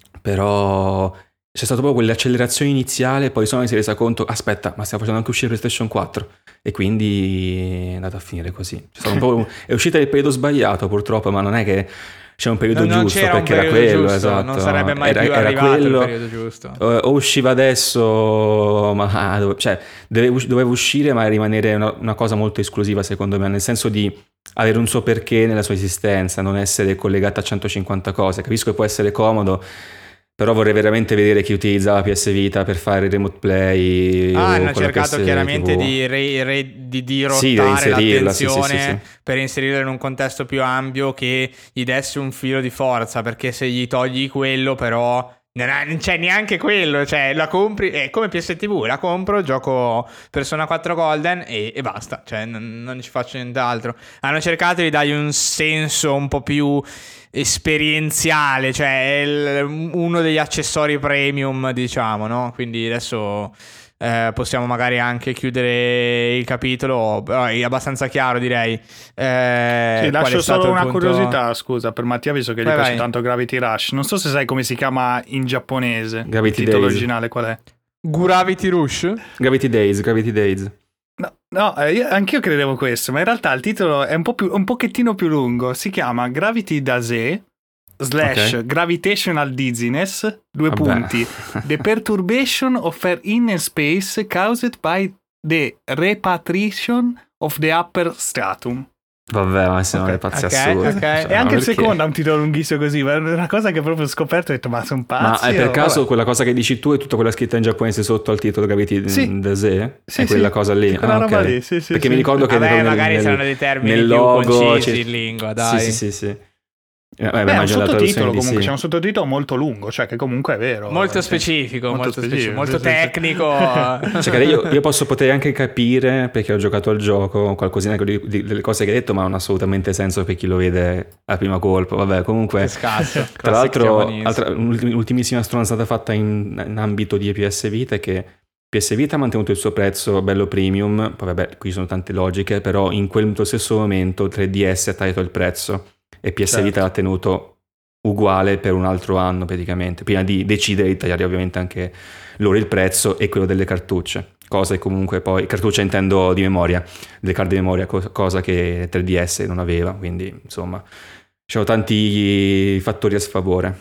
[SPEAKER 3] però c'è stata proprio quell'accelerazione iniziale, poi Sony si è resa conto, aspetta, ma stiamo facendo anche uscire PlayStation quattro, e quindi è andata a finire così. C'è stato un po', è uscita nel periodo sbagliato purtroppo, ma non è che c'è un periodo
[SPEAKER 1] non,
[SPEAKER 3] giusto,
[SPEAKER 1] non
[SPEAKER 3] perché era quello,
[SPEAKER 1] giusto,
[SPEAKER 3] esatto.
[SPEAKER 1] Non sarebbe mai
[SPEAKER 3] era,
[SPEAKER 1] più
[SPEAKER 3] era
[SPEAKER 1] arrivato
[SPEAKER 3] quello,
[SPEAKER 1] il periodo giusto.
[SPEAKER 3] O, o usciva adesso, ma dove, cioè, deve, doveva uscire, ma rimanere una, una cosa molto esclusiva secondo me, nel senso di avere un suo perché nella sua esistenza, non essere collegata a centocinquanta cose. Capisco che può essere comodo, però vorrei veramente vedere chi utilizzava P S Vita per fare il remote play.
[SPEAKER 1] Ah,
[SPEAKER 3] o
[SPEAKER 1] hanno
[SPEAKER 3] con la
[SPEAKER 1] cercato
[SPEAKER 3] P S
[SPEAKER 1] chiaramente
[SPEAKER 3] T V.
[SPEAKER 1] di, re, re, di dirottare
[SPEAKER 3] Sì, di inserirla, sì,
[SPEAKER 1] l'attenzione
[SPEAKER 3] sì, sì, sì.
[SPEAKER 1] per inserirla in un contesto più ampio che gli desse un filo di forza, perché se gli togli quello però non, ha, non c'è neanche quello, cioè la compri, è come P S T V, la compro, gioco Persona quattro Golden e, e basta, cioè non, non ci faccio nient'altro. Hanno cercato di dargli un senso un po' più esperienziale, cioè il, uno degli accessori premium, diciamo, no? Quindi adesso eh, possiamo magari anche chiudere il capitolo, però è abbastanza chiaro, direi. Eh,
[SPEAKER 2] sì, lascio solo una
[SPEAKER 1] punto...
[SPEAKER 2] curiosità, scusa, per Mattia, visto che gli
[SPEAKER 1] vai,
[SPEAKER 2] piace
[SPEAKER 1] vai.
[SPEAKER 2] tanto Gravity Rush. Non so se sai come si chiama in giapponese.
[SPEAKER 3] Gravity
[SPEAKER 2] il titolo
[SPEAKER 3] Days.
[SPEAKER 2] originale qual è?
[SPEAKER 1] Gravity Rush?
[SPEAKER 3] Gravity Days, Gravity Days.
[SPEAKER 2] No, no eh, io, anch'io credevo questo, ma in realtà il titolo è un po' più, un pochettino più lungo. Si chiama Gravity Daze slash
[SPEAKER 3] Ok.
[SPEAKER 2] Gravitational Dizziness, due
[SPEAKER 3] Vabbè.
[SPEAKER 2] punti, the perturbation of her inner space caused by the repatriation of the upper stratum.
[SPEAKER 3] Vabbè, ma sono
[SPEAKER 2] Ok,
[SPEAKER 3] le pazze
[SPEAKER 1] ok,
[SPEAKER 3] assurde.
[SPEAKER 1] ok.
[SPEAKER 3] Cioè,
[SPEAKER 2] E anche
[SPEAKER 3] ma
[SPEAKER 2] il
[SPEAKER 3] perché?
[SPEAKER 2] secondo ha un titolo lunghissimo così, ma è una cosa che proprio ho scoperto e ho detto ma sono pazzi.
[SPEAKER 3] Ma è per
[SPEAKER 2] o-
[SPEAKER 3] caso
[SPEAKER 2] vabbè.
[SPEAKER 3] quella cosa che dici tu è tutta quella scritta in giapponese sotto al titolo Gravity
[SPEAKER 2] Sì.
[SPEAKER 3] Daze?
[SPEAKER 2] Sì,
[SPEAKER 3] è quella
[SPEAKER 2] sì,
[SPEAKER 3] cosa lì?
[SPEAKER 2] quella
[SPEAKER 3] Ah,
[SPEAKER 2] roba
[SPEAKER 3] ok.
[SPEAKER 2] lì, sì, sì,
[SPEAKER 3] Perché
[SPEAKER 2] sì.
[SPEAKER 3] mi ricordo che
[SPEAKER 1] Vabbè,
[SPEAKER 3] nel,
[SPEAKER 1] magari
[SPEAKER 3] nel,
[SPEAKER 1] saranno dei termini
[SPEAKER 3] nel
[SPEAKER 1] più
[SPEAKER 3] logo
[SPEAKER 1] concisi
[SPEAKER 3] c'è-
[SPEAKER 1] in lingua, dai.
[SPEAKER 3] Sì, sì, sì, sì. Eh, beh,
[SPEAKER 2] Beh, è un
[SPEAKER 3] immagino la traduzione
[SPEAKER 2] sottotitolo
[SPEAKER 3] di
[SPEAKER 2] comunque,
[SPEAKER 3] sì.
[SPEAKER 2] c'è un sottotitolo molto lungo, cioè che comunque è vero.
[SPEAKER 1] Molto
[SPEAKER 2] nel senso-
[SPEAKER 1] specifico, molto, specifico, molto
[SPEAKER 2] sì, sì, sì.
[SPEAKER 1] tecnico.
[SPEAKER 3] Cioè, che io, io posso poter anche capire, perché ho giocato al gioco, qualcosina di, di- delle cose che hai detto, ma non ha assolutamente senso per chi lo vede a primo colpo. Vabbè, comunque.
[SPEAKER 1] Che scazzo.
[SPEAKER 3] Tra l'altro, altra, un'ultimissima stronzata fatta in, in ambito di P S Vita è che P S Vita ha mantenuto il suo prezzo bello premium, poi vabbè, qui sono tante logiche, però in quel stesso momento tre D S ha tagliato il prezzo e P S
[SPEAKER 2] Certo.
[SPEAKER 3] Vita l'ha tenuto uguale per un altro anno praticamente, prima di decidere di tagliare ovviamente anche loro il prezzo e quello delle cartucce, cosa che comunque poi, cartucce intendo di memoria, delle card di memoria, co- cosa che tre D S non aveva, quindi insomma c'erano tanti fattori a sfavore.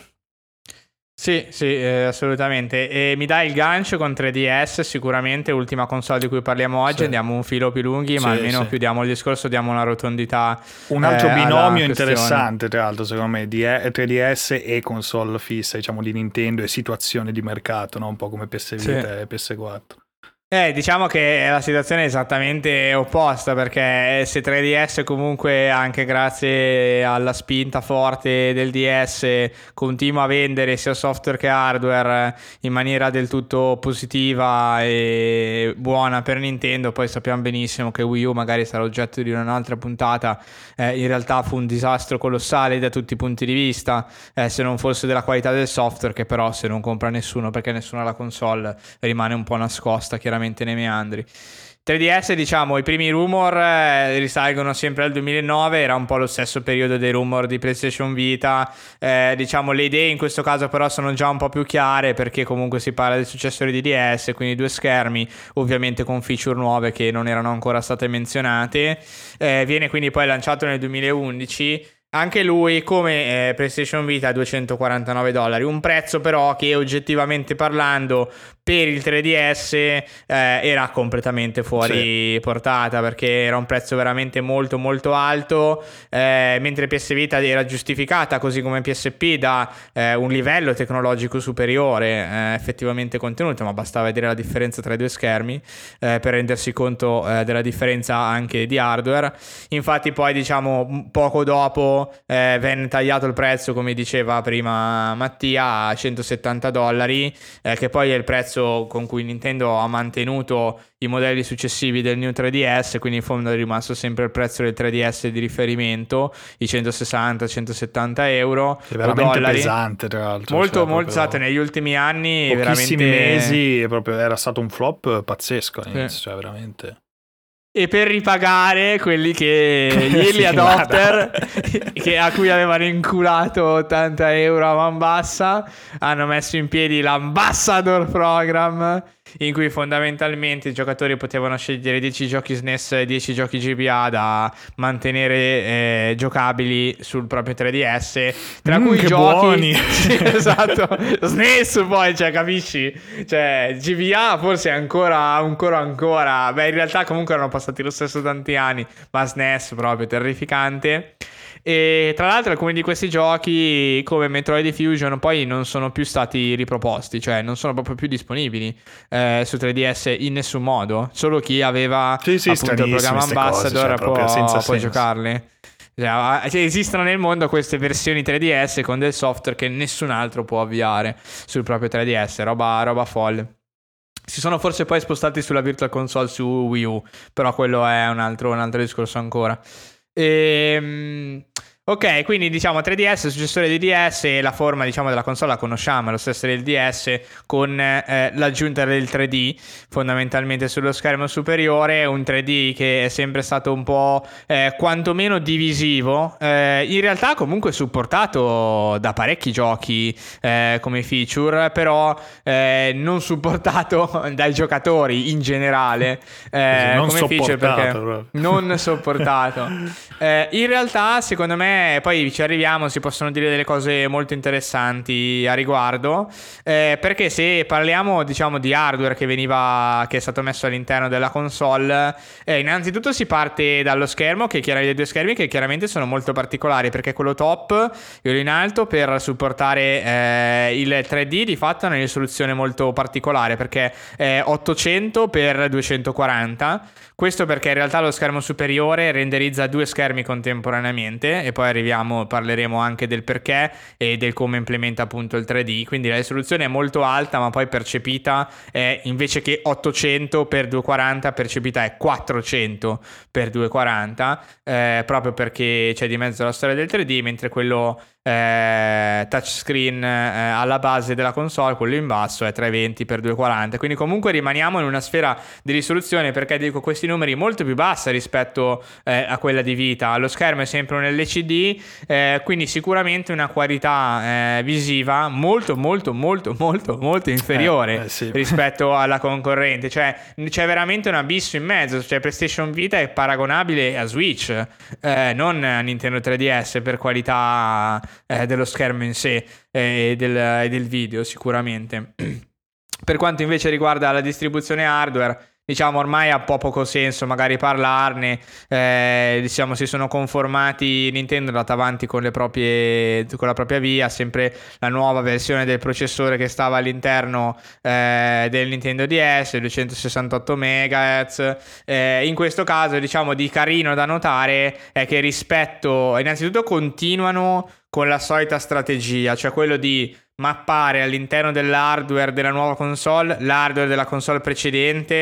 [SPEAKER 1] Sì, sì, eh, assolutamente. E mi dai il gancio con tre D S, sicuramente ultima console di cui parliamo oggi,
[SPEAKER 2] Sì.
[SPEAKER 1] andiamo un filo più lunghi, ma
[SPEAKER 2] Sì,
[SPEAKER 1] almeno
[SPEAKER 2] sì.
[SPEAKER 1] chiudiamo il discorso, diamo una rotondità.
[SPEAKER 2] Un altro
[SPEAKER 1] eh, alla
[SPEAKER 2] binomio
[SPEAKER 1] questione.
[SPEAKER 2] interessante, tra l'altro, secondo me, di tre D S e console fissa, diciamo, di Nintendo e situazione di mercato, no? Un po' come P S Vita
[SPEAKER 1] Sì.
[SPEAKER 2] e P S quattro.
[SPEAKER 1] Eh, diciamo che la situazione è esattamente opposta, perché se tre D S comunque anche grazie alla spinta forte del D S continua a vendere sia software che hardware in maniera del tutto positiva e buona per Nintendo, poi sappiamo benissimo che Wii U magari sarà oggetto di un'altra puntata, eh, in realtà fu un disastro colossale da tutti i punti di vista, eh, se non fosse della qualità del software, che però se non compra nessuno perché nessuno ha la console rimane un po' nascosta chiaramente nei meandri. tre D S, diciamo, i primi rumor eh, risalgono sempre al duemilanove, era un po' lo stesso periodo dei rumor di PlayStation Vita, eh, diciamo le idee in questo caso però sono già un po' più chiare perché comunque si parla del successore di D S, quindi due schermi, ovviamente con feature nuove che non erano ancora state menzionate, eh, viene quindi poi lanciato nel duemilaundici. Anche lui come eh, PlayStation Vita a duecentoquarantanove dollari, un prezzo però che oggettivamente parlando per il tre D S eh, era completamente fuori sì. portata, perché era un prezzo veramente molto molto alto, eh, mentre P S Vita era giustificata così come P S P da eh, un livello tecnologico superiore eh, effettivamente contenuto, ma bastava vedere la differenza tra i due schermi eh, per rendersi conto eh, della differenza anche di hardware. Infatti poi diciamo poco dopo Eh, venne tagliato il prezzo, come diceva prima Mattia, a centosettanta dollari, eh, che poi è il prezzo con cui Nintendo ha mantenuto i modelli successivi del New tre D S, quindi in fondo è rimasto sempre il prezzo del tre D S di riferimento, i centosessanta centosettanta euro.
[SPEAKER 2] È veramente dollari. Pesante, tra l'altro.
[SPEAKER 1] Molto,
[SPEAKER 2] cioè,
[SPEAKER 1] molto esatto, negli ultimi anni
[SPEAKER 2] pochissimi
[SPEAKER 1] veramente...
[SPEAKER 2] mesi proprio era stato un flop pazzesco all'inizio,
[SPEAKER 1] sì.
[SPEAKER 2] cioè veramente...
[SPEAKER 1] E per ripagare quelli che gli early adopter che, a cui avevano inculato ottanta euro a man bassa, hanno messo in piedi l'Ambassador Program, in cui fondamentalmente i giocatori potevano scegliere dieci giochi S N E S e dieci giochi G B A da mantenere eh, giocabili sul proprio tre D S, tra
[SPEAKER 2] mm,
[SPEAKER 1] cui
[SPEAKER 2] che
[SPEAKER 1] giochi
[SPEAKER 2] buoni.
[SPEAKER 1] sì, esatto, S N E S poi, cioè capisci, cioè G B A forse ancora ancora ancora beh in realtà comunque erano passati lo stesso tanti anni, ma S N E S proprio terrificante. E tra l'altro alcuni di questi giochi come Metroid Fusion poi non sono più stati riproposti, cioè non sono proprio più disponibili eh, su tre D S in nessun modo, solo chi aveva
[SPEAKER 2] sì, sì,
[SPEAKER 1] appunto il programma Ambassador
[SPEAKER 2] cose, cioè,
[SPEAKER 1] può, può giocarli. Cioè, esistono nel mondo queste versioni tre D S con del software che nessun altro può avviare sul proprio tre D S, roba, roba folle. Si sono forse poi spostati sulla Virtual Console su Wii U, però quello è un altro, un altro discorso ancora. Ehm... Ok, quindi diciamo tre D S, successore di D S, e la forma diciamo della console la conosciamo, è lo stesso del D S con eh, l'aggiunta del tre D fondamentalmente sullo schermo superiore, un tre D che è sempre stato un po' eh, quantomeno divisivo, eh, in realtà comunque supportato da parecchi giochi eh, come feature, però eh, non supportato dai giocatori in generale eh,
[SPEAKER 2] non
[SPEAKER 1] come feature perché
[SPEAKER 2] proprio.
[SPEAKER 1] non sopportato. Eh, in realtà secondo me poi ci arriviamo, si possono dire delle cose molto interessanti a riguardo, eh, perché se parliamo diciamo di hardware che veniva che è stato messo all'interno della console, eh, innanzitutto si parte dallo schermo, che chiaramente dei due schermi che chiaramente sono molto particolari, perché quello top, quello in alto, per supportare eh, il tre D di fatto è una risoluzione molto particolare, perché è ottocento per duecentoquaranta. Questo perché in realtà lo schermo superiore renderizza due schermi contemporaneamente, e poi arriviamo, parleremo anche del perché e del come implementa appunto il tre D. Quindi la risoluzione è molto alta, ma poi percepita è, invece che ottocento per duecentoquaranta, percepita è quattrocento per duecentoquaranta, eh, proprio perché c'è di mezzo la storia del tre D, mentre quello eh, touchscreen eh, alla base della console, quello in basso, è trecentoventi per duecentoquaranta. Quindi comunque rimaniamo in una sfera di risoluzione, perché dico questi numeri molto più bassa rispetto eh, a quella di Vita. Lo schermo è sempre un L C D, eh, quindi sicuramente una qualità eh, visiva molto molto molto molto molto inferiore
[SPEAKER 2] eh, eh, sì.
[SPEAKER 1] rispetto alla concorrente. Cioè c'è veramente un abisso in mezzo, cioè PlayStation Vita è paragonabile a Switch, eh, non a Nintendo tre D S per qualità eh, dello schermo in sé eh, e del, e del video sicuramente. Per quanto invece riguarda la distribuzione hardware, diciamo ormai ha un po' poco senso magari parlarne, eh, diciamo si sono conformati, Nintendo è andata avanti con le proprie con la propria via, sempre la nuova versione del processore che stava all'interno eh, del Nintendo D S, duecentosessantotto megahertz. Eh, in questo caso diciamo di carino da notare è che rispetto, innanzitutto continuano con la solita strategia, cioè quello di mappare all'interno dell'hardware della nuova console l'hardware della console precedente,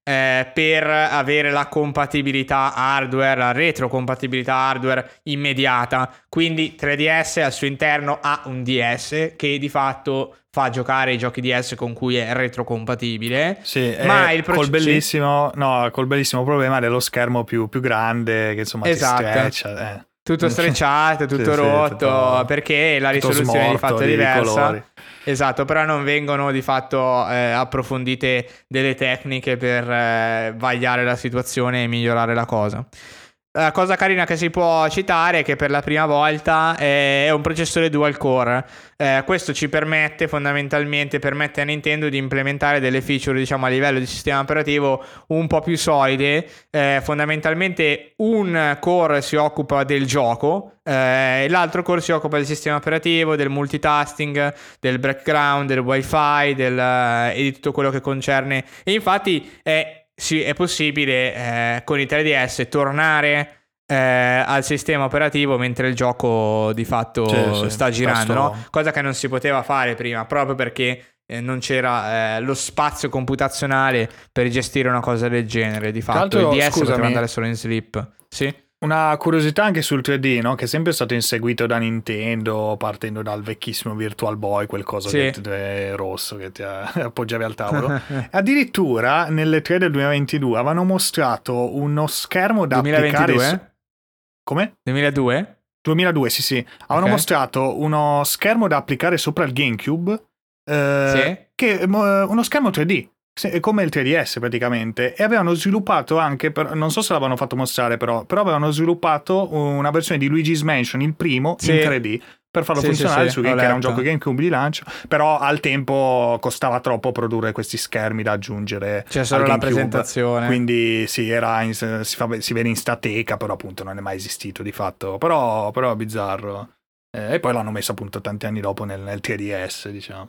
[SPEAKER 1] eh, per avere la compatibilità hardware, la retrocompatibilità hardware immediata. Quindi tre D S al suo interno ha un D S che di fatto fa giocare i giochi D S con cui è retrocompatibile.
[SPEAKER 2] Sì,
[SPEAKER 1] ma il
[SPEAKER 2] proce- col bellissimo no, col bellissimo problema dello schermo più, più grande che insomma
[SPEAKER 1] esatto.
[SPEAKER 2] ti streccia, eh.
[SPEAKER 1] tutto strecciato, tutto
[SPEAKER 2] sì,
[SPEAKER 1] rotto,
[SPEAKER 2] sì, tutto,
[SPEAKER 1] perché la
[SPEAKER 2] tutto
[SPEAKER 1] risoluzione
[SPEAKER 2] smorto,
[SPEAKER 1] di fatto è
[SPEAKER 2] di
[SPEAKER 1] diversa.
[SPEAKER 2] colori.
[SPEAKER 1] Esatto, però non vengono di fatto eh, approfondite delle tecniche per eh, vagliare la situazione e migliorare la cosa. La cosa carina che si può citare è che per la prima volta è un processore dual core. Eh, questo ci permette fondamentalmente, permette a Nintendo di implementare delle feature, diciamo, a livello di sistema operativo un po' più solide. Eh, fondamentalmente un core si occupa del gioco, eh, l'altro core si occupa del sistema operativo, del multitasking, del background, del wifi, del, eh, e di tutto quello che concerne. E infatti è Sì, è possibile eh, con i tre D S tornare eh, al sistema operativo mentre il gioco di fatto
[SPEAKER 2] sì, sì,
[SPEAKER 1] sta girando,
[SPEAKER 2] questo...
[SPEAKER 1] no? Cosa che non si poteva fare prima, proprio perché eh, non c'era eh, lo spazio computazionale per gestire una cosa del genere. Di fatto il D S
[SPEAKER 2] scusami,
[SPEAKER 1] poteva andare solo in sleep. Sì?
[SPEAKER 2] Una curiosità anche sul tre D, no? Che è sempre stato inseguito da Nintendo, partendo dal vecchissimo Virtual Boy, quel coso sì. che è rosso che ti appoggiavi al tavolo. Addirittura nelle tre del duemilaventidue avevano mostrato uno schermo da
[SPEAKER 1] duemilaventidue?
[SPEAKER 2] applicare su... Come?
[SPEAKER 1] duemiladue?
[SPEAKER 2] duemiladue, sì sì. Avevano okay. mostrato uno schermo da applicare sopra il GameCube, eh,
[SPEAKER 1] sì.
[SPEAKER 2] che uno schermo tre D. Come il tre D S praticamente, e avevano sviluppato anche per, non so se l'avevano fatto mostrare però però avevano sviluppato una versione di Luigi's Mansion, il primo, sì. in tre D per farlo
[SPEAKER 1] sì,
[SPEAKER 2] funzionare
[SPEAKER 1] sì,
[SPEAKER 2] su
[SPEAKER 1] sì,
[SPEAKER 2] che era un gioco GameCube di lancio, però al tempo costava troppo produrre questi schermi da aggiungere,
[SPEAKER 1] c'è solo la presentazione,
[SPEAKER 2] quindi sì, era in, si, fa, si vede in stateca, però appunto non è mai esistito di fatto, però, però è bizzarro, eh, e poi l'hanno messo appunto tanti anni dopo nel, nel tre D S, diciamo.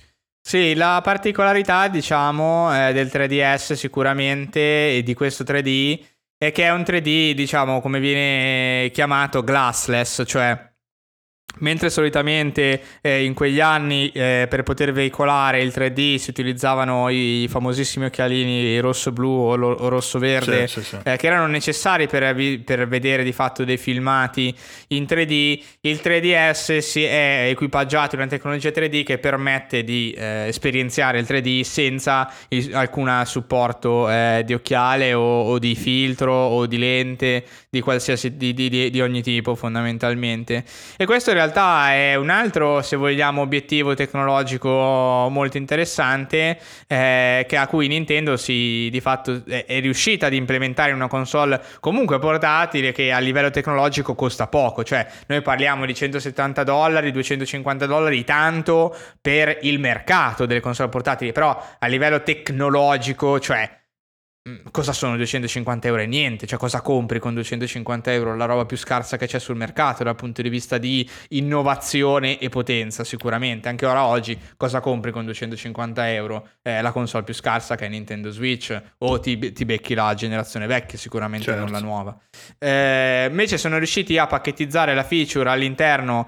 [SPEAKER 1] Sì, la particolarità, diciamo, eh, del tre D S sicuramente e di questo tre D è che è un tre D, diciamo, come viene chiamato, glassless, cioè mentre solitamente eh, in quegli anni eh, per poter veicolare il tre D si utilizzavano i famosissimi occhialini rosso-blu o, lo, o rosso-verde,
[SPEAKER 2] sì, sì, sì.
[SPEAKER 1] Eh, che erano necessari per, per vedere di fatto dei filmati in tre D, il tre D S si è equipaggiato in una tecnologia tre D che permette di eh, esperienziare il tre D senza il, alcun supporto eh, di occhiale o, o di filtro o di lente di qualsiasi di, di, di, di ogni tipo fondamentalmente. E questo in realtà è un altro, se vogliamo, obiettivo tecnologico molto interessante eh, che a cui Nintendo si di fatto è, è riuscita ad implementare in una console comunque portatile che a livello tecnologico costa poco, cioè noi parliamo di centosettanta dollari, duecentocinquanta dollari, tanto per il mercato delle console portatili, però a livello tecnologico, cioè cosa sono duecentocinquanta euro? E niente, cioè cosa compri con duecentocinquanta euro? La roba più scarsa che c'è sul mercato dal punto di vista di innovazione e potenza, sicuramente. Anche ora oggi cosa compri con duecentocinquanta euro? Eh, la console più scarsa che è Nintendo Switch, o ti, ti becchi la generazione vecchia, sicuramente certo. non la nuova. Eh, invece sono riusciti a pacchettizzare la feature all'interno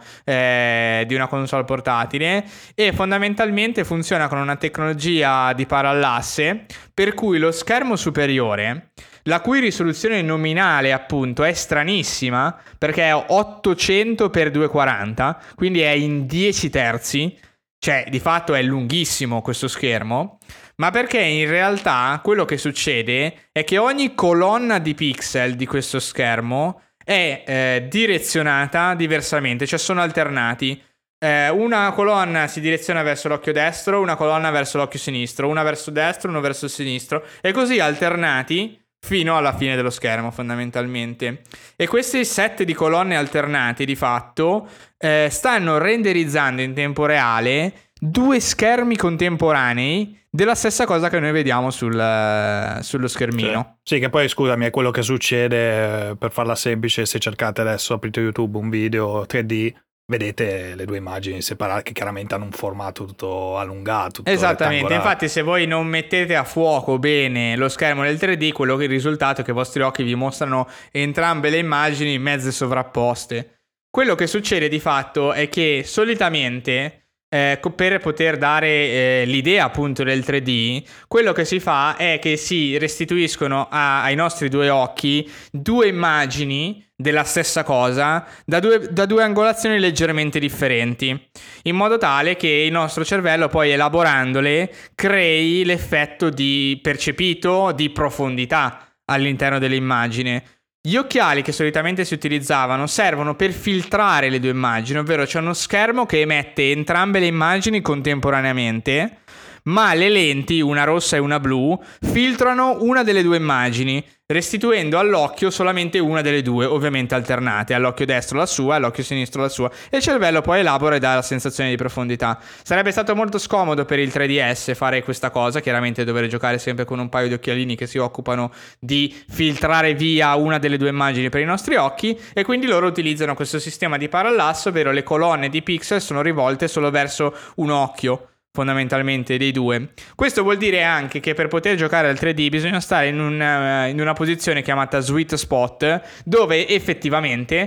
[SPEAKER 1] eh, di una console portatile e fondamentalmente funziona con una tecnologia di parallasse per cui lo schermo superiore, la cui risoluzione nominale appunto è stranissima perché è ottocento per duecentoquaranta, quindi è in dieci terzi, cioè di fatto è lunghissimo questo schermo, ma perché in realtà quello che succede è che ogni colonna di pixel di questo schermo è eh, direzionata diversamente, cioè sono alternati. Eh, una colonna si direziona verso l'occhio destro, una colonna verso l'occhio sinistro, una verso destro, uno verso sinistro, e così alternati fino alla fine dello schermo fondamentalmente. E questi set di colonne alternate di fatto eh, stanno renderizzando in tempo reale due schermi contemporanei della stessa cosa che noi vediamo sul, sullo schermino.
[SPEAKER 2] Sì. sì, che poi scusami, è quello che succede, per farla semplice, se cercate adesso, aprite YouTube un video tre D, vedete le due immagini separate che chiaramente hanno un formato tutto allungato, tutto
[SPEAKER 1] esattamente. Infatti se voi non mettete a fuoco bene lo schermo del tre D, quello che il risultato è che i vostri occhi vi mostrano entrambe le immagini mezze sovrapposte. Quello che succede di fatto è che solitamente eh, per poter dare eh, l'idea appunto del tre D, quello che si fa è che si restituiscono a, ai nostri due occhi due immagini della stessa cosa da due, da due angolazioni leggermente differenti, in modo tale che il nostro cervello poi, elaborandole, crei l'effetto di percepito di profondità all'interno dell'immagine. Gli occhiali che solitamente si utilizzavano servono per filtrare le due immagini, ovvero c'è uno schermo che emette entrambe le immagini contemporaneamente, ma le lenti, una rossa e una blu, filtrano una delle due immagini, restituendo all'occhio solamente una delle due, ovviamente alternate, all'occhio destro la sua e all'occhio sinistro la sua, e il cervello poi elabora e dà la sensazione di profondità. Sarebbe stato molto scomodo per il tre D S fare questa cosa, chiaramente dover giocare sempre con un paio di occhialini che si occupano di filtrare via una delle due immagini per i nostri occhi, e quindi loro utilizzano questo sistema di parallasso, ovvero le colonne di pixel sono rivolte solo verso un occhio, fondamentalmente, dei due. Questo vuol dire anche che per poter giocare al tre D bisogna stare in una, in una posizione chiamata sweet spot, dove effettivamente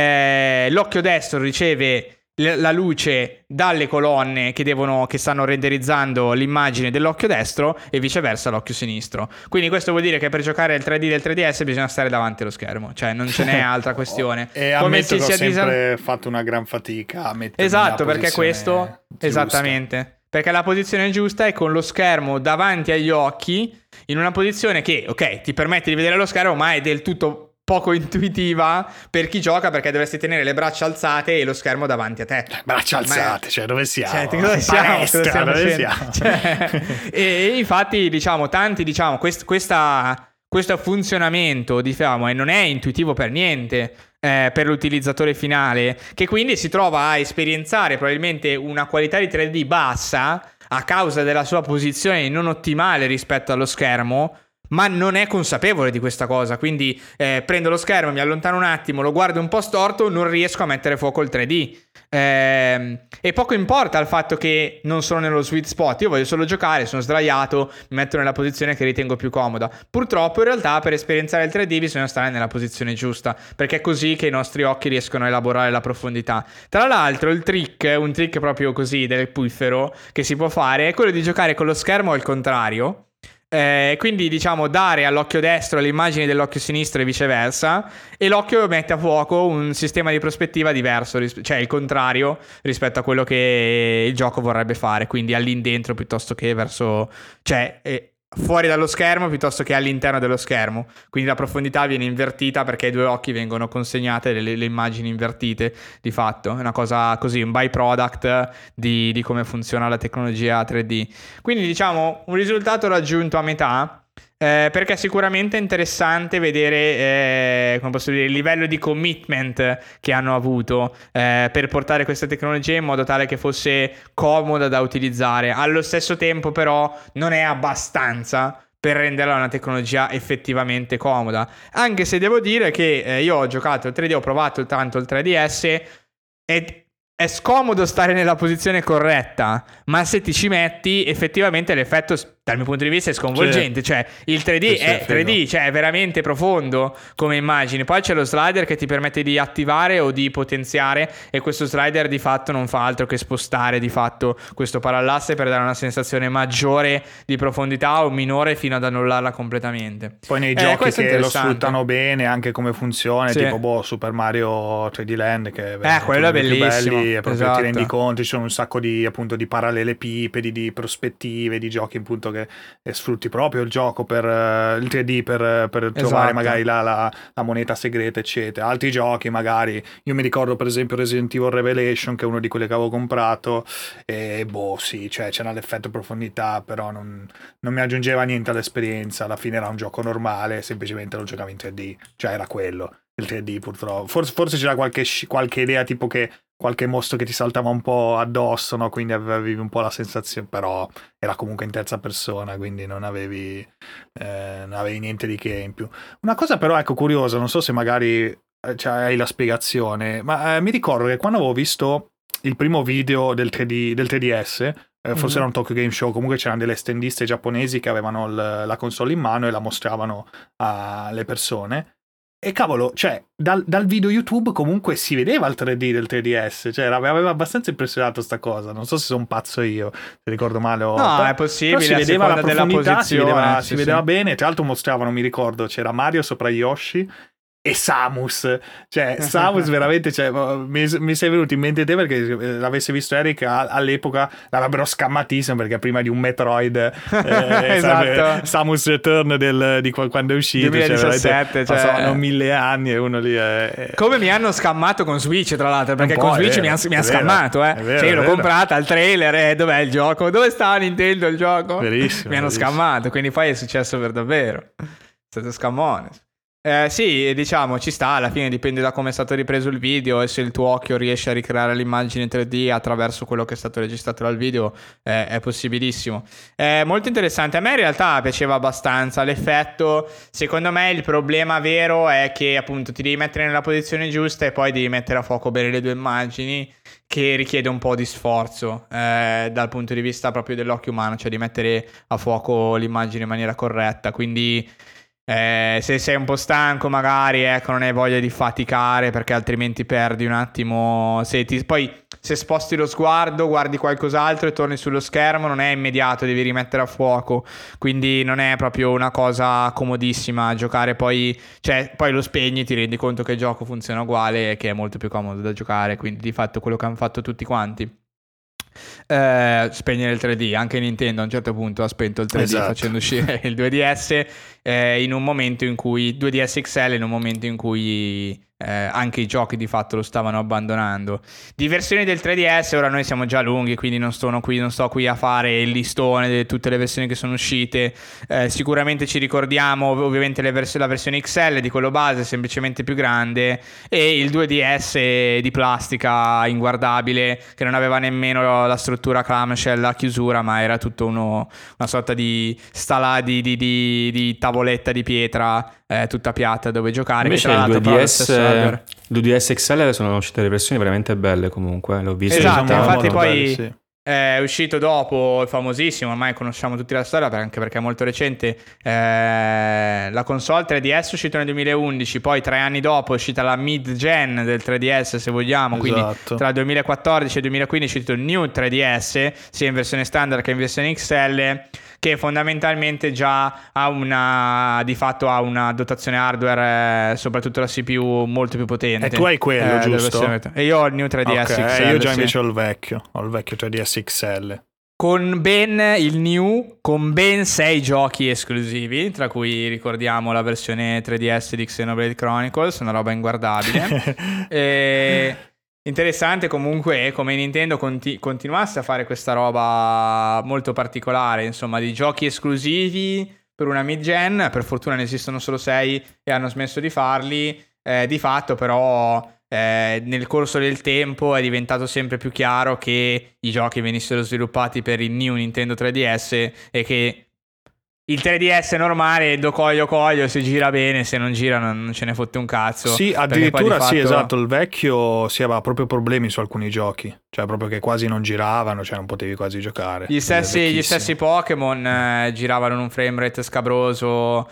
[SPEAKER 1] eh, l'occhio destro riceve la luce dalle colonne che devono che stanno renderizzando l'immagine dell'occhio destro e viceversa l'occhio sinistro. Quindi questo vuol dire che per giocare al tre D del tre D S bisogna stare davanti allo schermo, cioè non ce n'è altra questione.
[SPEAKER 2] E ammetto che ho sempre disa... fatto una gran fatica a mettere
[SPEAKER 1] esatto, perché questo
[SPEAKER 2] giusta.
[SPEAKER 1] Esattamente. Perché la posizione giusta è con lo schermo davanti agli occhi, in una posizione che, ok, ti permette di vedere lo schermo, ma è del tutto poco intuitiva per chi gioca, perché dovresti tenere le braccia alzate e lo schermo davanti a te.
[SPEAKER 2] Braccia alzate, ma... cioè dove siamo?
[SPEAKER 1] Cioè, dove siamo?
[SPEAKER 2] Palestra,
[SPEAKER 1] dove siamo?
[SPEAKER 2] Dove siamo?
[SPEAKER 1] Cioè, e, e infatti, diciamo, tanti, diciamo, quest, questa, questo funzionamento, diciamo, e non è intuitivo per niente eh, per l'utilizzatore finale, che quindi si trova a esperienziare probabilmente una qualità di tre D bassa a causa della sua posizione non ottimale rispetto allo schermo, ma non è consapevole di questa cosa. Quindi eh, prendo lo schermo, mi allontano un attimo, lo guardo un po' storto, non riesco a mettere fuoco il tre D. Eh, e poco importa il fatto che non sono nello sweet spot, io voglio solo giocare, sono sdraiato, mi metto nella posizione che ritengo più comoda. Purtroppo in realtà per esperienziare il tre D bisogna stare nella posizione giusta, perché è così che i nostri occhi riescono a elaborare la profondità. Tra l'altro il trick, un trick proprio così del puffero che si può fare, è quello di giocare con lo schermo al contrario. Eh, quindi diciamo dare all'occhio destro le immagini dell'occhio sinistro e viceversa, e l'occhio mette a fuoco un sistema di prospettiva diverso, ris- cioè il contrario rispetto a quello che il gioco vorrebbe fare, quindi all'indentro piuttosto che verso, cioè eh, fuori dallo schermo piuttosto che all'interno dello schermo. Quindi la profondità viene invertita perché ai due occhi vengono consegnate le, le immagini invertite, di fatto è una cosa così, un byproduct di, di come funziona la tecnologia tre D. Quindi diciamo un risultato raggiunto a metà, eh, perché è sicuramente interessante vedere eh, come posso dire, il livello di commitment che hanno avuto eh, per portare questa tecnologia in modo tale che fosse comoda da utilizzare. Allo stesso tempo però non è abbastanza per renderla una tecnologia effettivamente comoda, anche se devo dire che eh, io ho giocato il tre D, ho provato tanto il tre D S e è scomodo stare nella posizione corretta, ma se ti ci metti effettivamente l'effetto dal mio punto di vista è sconvolgente. Sì. Cioè il tre D sì, è tre D, cioè è veramente profondo come immagine. Poi c'è lo slider che ti permette di attivare o di potenziare, e questo slider di fatto non fa altro che spostare di fatto questo parallasse per dare una sensazione maggiore di profondità o minore fino ad annullarla completamente.
[SPEAKER 2] Poi nei eh, giochi che lo sfruttano bene anche come funzione, sì. tipo boh, Super Mario tre D Land, che è
[SPEAKER 1] eh, quello è bellissimo,
[SPEAKER 2] belli, è proprio
[SPEAKER 1] esatto.
[SPEAKER 2] Ti rendi conto, ci sono un sacco di appunto di parallelepipedi, di prospettive, di giochi appunto che e sfrutti proprio il gioco per uh, il tre D per, per esatto. trovare magari la, la, la moneta segreta eccetera. Altri giochi magari, io mi ricordo per esempio Resident Evil Revelation, che è uno di quelli che avevo comprato, e boh sì, cioè c'era l'effetto profondità, però non, non mi aggiungeva niente all'esperienza. Alla fine era un gioco normale, semplicemente lo giocavi in tre D, cioè era quello il tre D purtroppo. Forse, forse c'era qualche, qualche idea tipo che qualche mostro che ti saltava un po' addosso, no? Quindi avevi un po' la sensazione, però era comunque in terza persona, quindi non avevi, eh, non avevi niente di che in più. Una cosa però, ecco, curiosa, non so se magari eh, cioè, hai la spiegazione, ma eh, mi ricordo che quando avevo visto il primo video del tre D, del tre D S, eh, forse mm-hmm. era un Tokyo Game Show, comunque c'erano delle standiste giapponesi che avevano l- la console in mano e la mostravano alle persone. e cavolo, cioè, dal, dal video YouTube comunque si vedeva il tre D del tre D S, cioè mi aveva abbastanza impressionato sta cosa, non so se sono pazzo io, se ricordo male o...
[SPEAKER 1] No,
[SPEAKER 2] però,
[SPEAKER 1] è possibile,
[SPEAKER 2] però si vedeva la profondità, si vedeva,
[SPEAKER 1] sì,
[SPEAKER 2] si vedeva
[SPEAKER 1] sì.
[SPEAKER 2] bene, tra l'altro mostravano, mi ricordo, c'era Mario sopra Yoshi e Samus, cioè Samus veramente, cioè, mi, mi sei venuto in mente te perché l'avesse visto Eric all'epoca l'avrebbero scammatissimo perché prima di un Metroid eh,
[SPEAKER 1] esatto.
[SPEAKER 2] Samus Return del, di quando è uscito
[SPEAKER 1] duemiladiciassette,
[SPEAKER 2] cioè,
[SPEAKER 1] cioè...
[SPEAKER 2] passano mille anni e uno lì è...
[SPEAKER 1] come mi hanno scammato con Switch tra l'altro, perché con Switch mi ha scammato, eh
[SPEAKER 2] vero,
[SPEAKER 1] cioè io l'ho comprata al trailer e eh, dov'è il gioco, dove sta Nintendo il gioco,
[SPEAKER 2] verissimo,
[SPEAKER 1] mi hanno
[SPEAKER 2] verissimo.
[SPEAKER 1] scammato, quindi poi è successo per davvero, è stato scammone. Eh, sì, diciamo, ci sta, alla fine dipende da come è stato ripreso il video e se il tuo occhio riesce a ricreare l'immagine tre D attraverso quello che è stato registrato dal video, eh, è possibilissimo. È molto interessante, a me in realtà piaceva abbastanza l'effetto. Secondo me il problema vero è che appunto ti devi mettere nella posizione giusta e poi devi mettere a fuoco bene le due immagini, che richiede un po' di sforzo eh, dal punto di vista proprio dell'occhio umano, cioè di mettere a fuoco l'immagine in maniera corretta, quindi... Eh, se sei un po' stanco magari, ecco, non hai voglia di faticare perché altrimenti perdi un attimo. Se ti, poi se sposti lo sguardo, guardi qualcos'altro e torni sullo schermo, non è immediato, devi rimettere a fuoco, quindi non è proprio una cosa comodissima giocare. Poi, cioè, poi lo spegni, ti rendi conto che il gioco funziona uguale e che è molto più comodo da giocare, quindi di fatto quello che hanno fatto tutti quanti. Eh, spegnere il tre D, anche Nintendo a un certo punto ha spento il tre D, esatto, facendo uscire il due D S eh, in un momento in cui due D S X L in un momento in cui eh, anche i giochi di fatto lo stavano abbandonando. Di versioni del tre D S ora noi siamo già lunghi, quindi non sto qui, non sto qui a fare il listone di tutte le versioni che sono uscite. Eh, sicuramente ci ricordiamo ovviamente le vers- la versione X L di quello base, semplicemente più grande, e il due D S di plastica inguardabile che non aveva nemmeno la struttura clamshell a chiusura, ma era tutto uno, una sorta di stala di, di, di, di tavoletta di pietra eh, tutta piatta dove giocare.
[SPEAKER 3] Invece il due D S, il due D S X L sono uscite le versioni veramente belle comunque, l'ho visto.
[SPEAKER 1] Esatto,
[SPEAKER 3] diciamo,
[SPEAKER 1] infatti poi
[SPEAKER 2] belli, sì.
[SPEAKER 1] È uscito dopo, è famosissimo, ormai conosciamo tutti la storia anche perché è molto recente. Eh, la console tre D S è uscita nel duemilaundici, poi tre anni dopo è uscita la mid-gen del tre D S, se vogliamo, quindi
[SPEAKER 2] esatto.
[SPEAKER 1] Tra il duemilaquattordici e il duemilaquindici è uscito il New tre D S, sia in versione standard che in versione X L, che fondamentalmente già ha una, di fatto ha una dotazione hardware, eh, soprattutto la C P U molto più potente.
[SPEAKER 2] E tu hai quello,
[SPEAKER 1] eh,
[SPEAKER 2] giusto?
[SPEAKER 1] E io ho il New tre D S
[SPEAKER 2] okay,
[SPEAKER 1] X L.
[SPEAKER 2] Io già
[SPEAKER 1] sì.
[SPEAKER 2] invece ho il vecchio, ho il vecchio tre D S X L.
[SPEAKER 1] Con ben il New, con ben sei giochi esclusivi, tra cui ricordiamo la versione tre D S di Xenoblade Chronicles, una roba inguardabile. e... Interessante comunque come Nintendo conti- continuasse a fare questa roba molto particolare, insomma, di giochi esclusivi per una mid-gen. Per fortuna ne esistono solo sei e hanno smesso di farli. Eh, di fatto però eh, nel corso del tempo è diventato sempre più chiaro che i giochi venissero sviluppati per il New Nintendo tre D S e che il tre D S normale, do coglio coglio, se gira bene, se non gira non, non ce ne fotte un cazzo.
[SPEAKER 2] Sì, addirittura
[SPEAKER 1] fatto...
[SPEAKER 2] sì, esatto, il vecchio si aveva proprio problemi su alcuni giochi, cioè proprio che quasi non giravano, cioè non potevi quasi giocare.
[SPEAKER 1] Gli stessi, gli stessi Pokémon eh, giravano in un framerate scabroso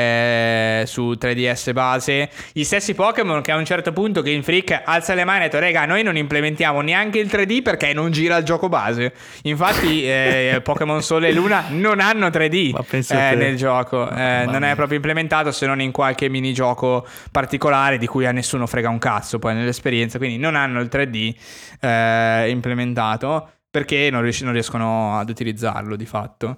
[SPEAKER 1] eh, su tre D S base. Gli stessi Pokémon che a un certo punto Game Freak alza le mani e ha detto rega, noi non implementiamo neanche il tre D perché non gira il gioco base. Infatti eh, Pokémon Sole e Luna non hanno tre D. Ma Eh, nel gioco eh, non è proprio implementato se non in qualche minigioco particolare di cui a nessuno frega un cazzo poi nell'esperienza, quindi non hanno il tre D eh, implementato perché non, ries- non riescono ad utilizzarlo di fatto.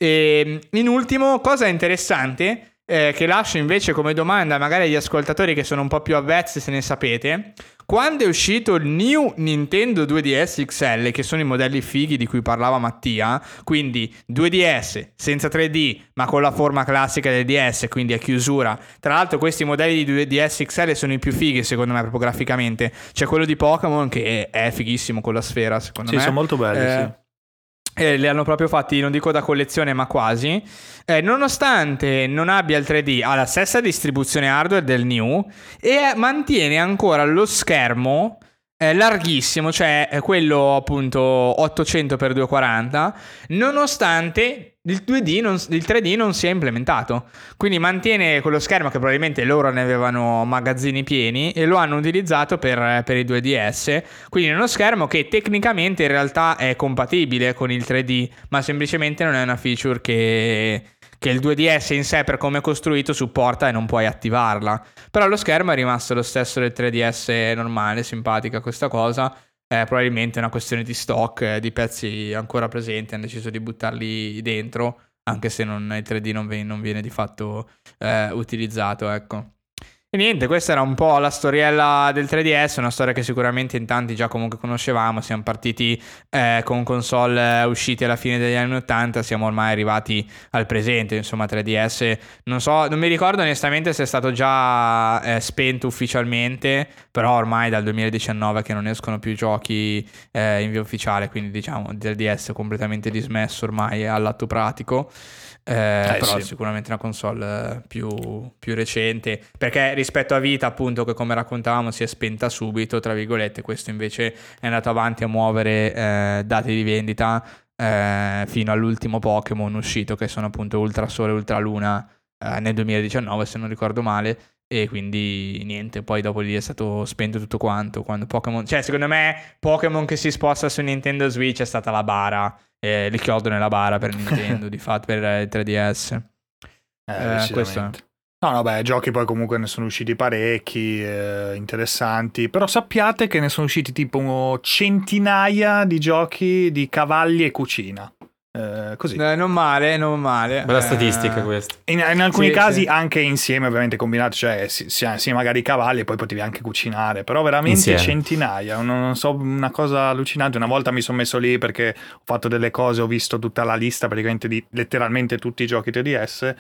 [SPEAKER 1] E in ultimo, cosa interessante eh, che lascio invece come domanda magari agli ascoltatori che sono un po' più avvezzi, se ne sapete: quando è uscito il New Nintendo due D S X L, che sono i modelli fighi di cui parlava Mattia, quindi due D S senza tre D ma con la forma classica del D S, quindi a chiusura. Tra l'altro questi modelli di due D S X L sono i più fighi secondo me proprio graficamente. C'è quello di Pokémon che è fighissimo con la sfera secondo
[SPEAKER 2] sì,
[SPEAKER 1] me.
[SPEAKER 2] Sì, sono molto belli,
[SPEAKER 1] eh,
[SPEAKER 2] sì.
[SPEAKER 1] Eh, li hanno proprio fatti, non dico da collezione ma quasi. eh, Nonostante non abbia il tre D, ha la stessa distribuzione hardware del New e mantiene ancora lo schermo è larghissimo, cioè è quello appunto ottocento per duecentoquaranta, nonostante il due D non, il tre D non sia implementato. Quindi mantiene quello schermo che probabilmente loro ne avevano magazzini pieni e lo hanno utilizzato per, per i due D S. Quindi è uno schermo che tecnicamente in realtà è compatibile con il tre D, ma semplicemente non è una feature che... che il due D S in sé per come è costruito supporta e non puoi attivarla. Però lo schermo è rimasto lo stesso del tre D S normale, simpatica questa cosa. È probabilmente una questione di stock, eh, di pezzi ancora presenti, hanno deciso di buttarli dentro, anche se non, il tre D non viene, non viene di fatto eh, utilizzato, ecco. E niente, questa era un po' la storiella del tre D S, una storia che sicuramente in tanti già comunque conoscevamo. Siamo partiti eh, con console eh, usciti alla fine degli anni ottanta, siamo ormai arrivati al presente, insomma tre D S, non so, non mi ricordo onestamente se è stato già eh, spento ufficialmente, però ormai dal duemiladiciannove che non escono più giochi eh, in via ufficiale, quindi diciamo il tre D S completamente dismesso ormai all'atto pratico. Eh,
[SPEAKER 2] eh,
[SPEAKER 1] però
[SPEAKER 2] sì.
[SPEAKER 1] sicuramente una console più, più recente, perché rispetto a Vita appunto che come raccontavamo si è spenta subito tra virgolette, questo invece è andato avanti a muovere eh, dati di vendita eh, fino all'ultimo Pokémon uscito, che sono appunto Ultra Sole e Ultra Luna eh, nel duemiladiciannove se non ricordo male. E quindi niente, poi dopo lì è stato spento tutto quanto. Quando Pokémon, cioè secondo me Pokémon che si sposta su Nintendo Switch è stata la bara, eh, il chiodo nella bara per Nintendo, di fatto per il tre D S.
[SPEAKER 2] Eh,
[SPEAKER 1] Eh, questo è.
[SPEAKER 2] No, no, beh, giochi poi comunque ne sono usciti parecchi, eh, interessanti, però sappiate che ne sono usciti tipo centinaia di giochi di cavalli e cucina. Eh, così.
[SPEAKER 1] Eh, non male, non male.
[SPEAKER 3] Bella
[SPEAKER 1] eh...
[SPEAKER 3] statistica questa.
[SPEAKER 2] In, in alcuni
[SPEAKER 1] sì,
[SPEAKER 2] casi
[SPEAKER 1] sì.
[SPEAKER 2] anche insieme, ovviamente combinati, cioè sì, sì, sì, magari i cavalli e poi potevi anche cucinare, però veramente
[SPEAKER 3] Insieme.
[SPEAKER 2] centinaia, non, non so, una cosa allucinante. Una volta mi sono messo lì perché ho fatto delle cose, ho visto tutta la lista praticamente di letteralmente tutti i giochi tre D S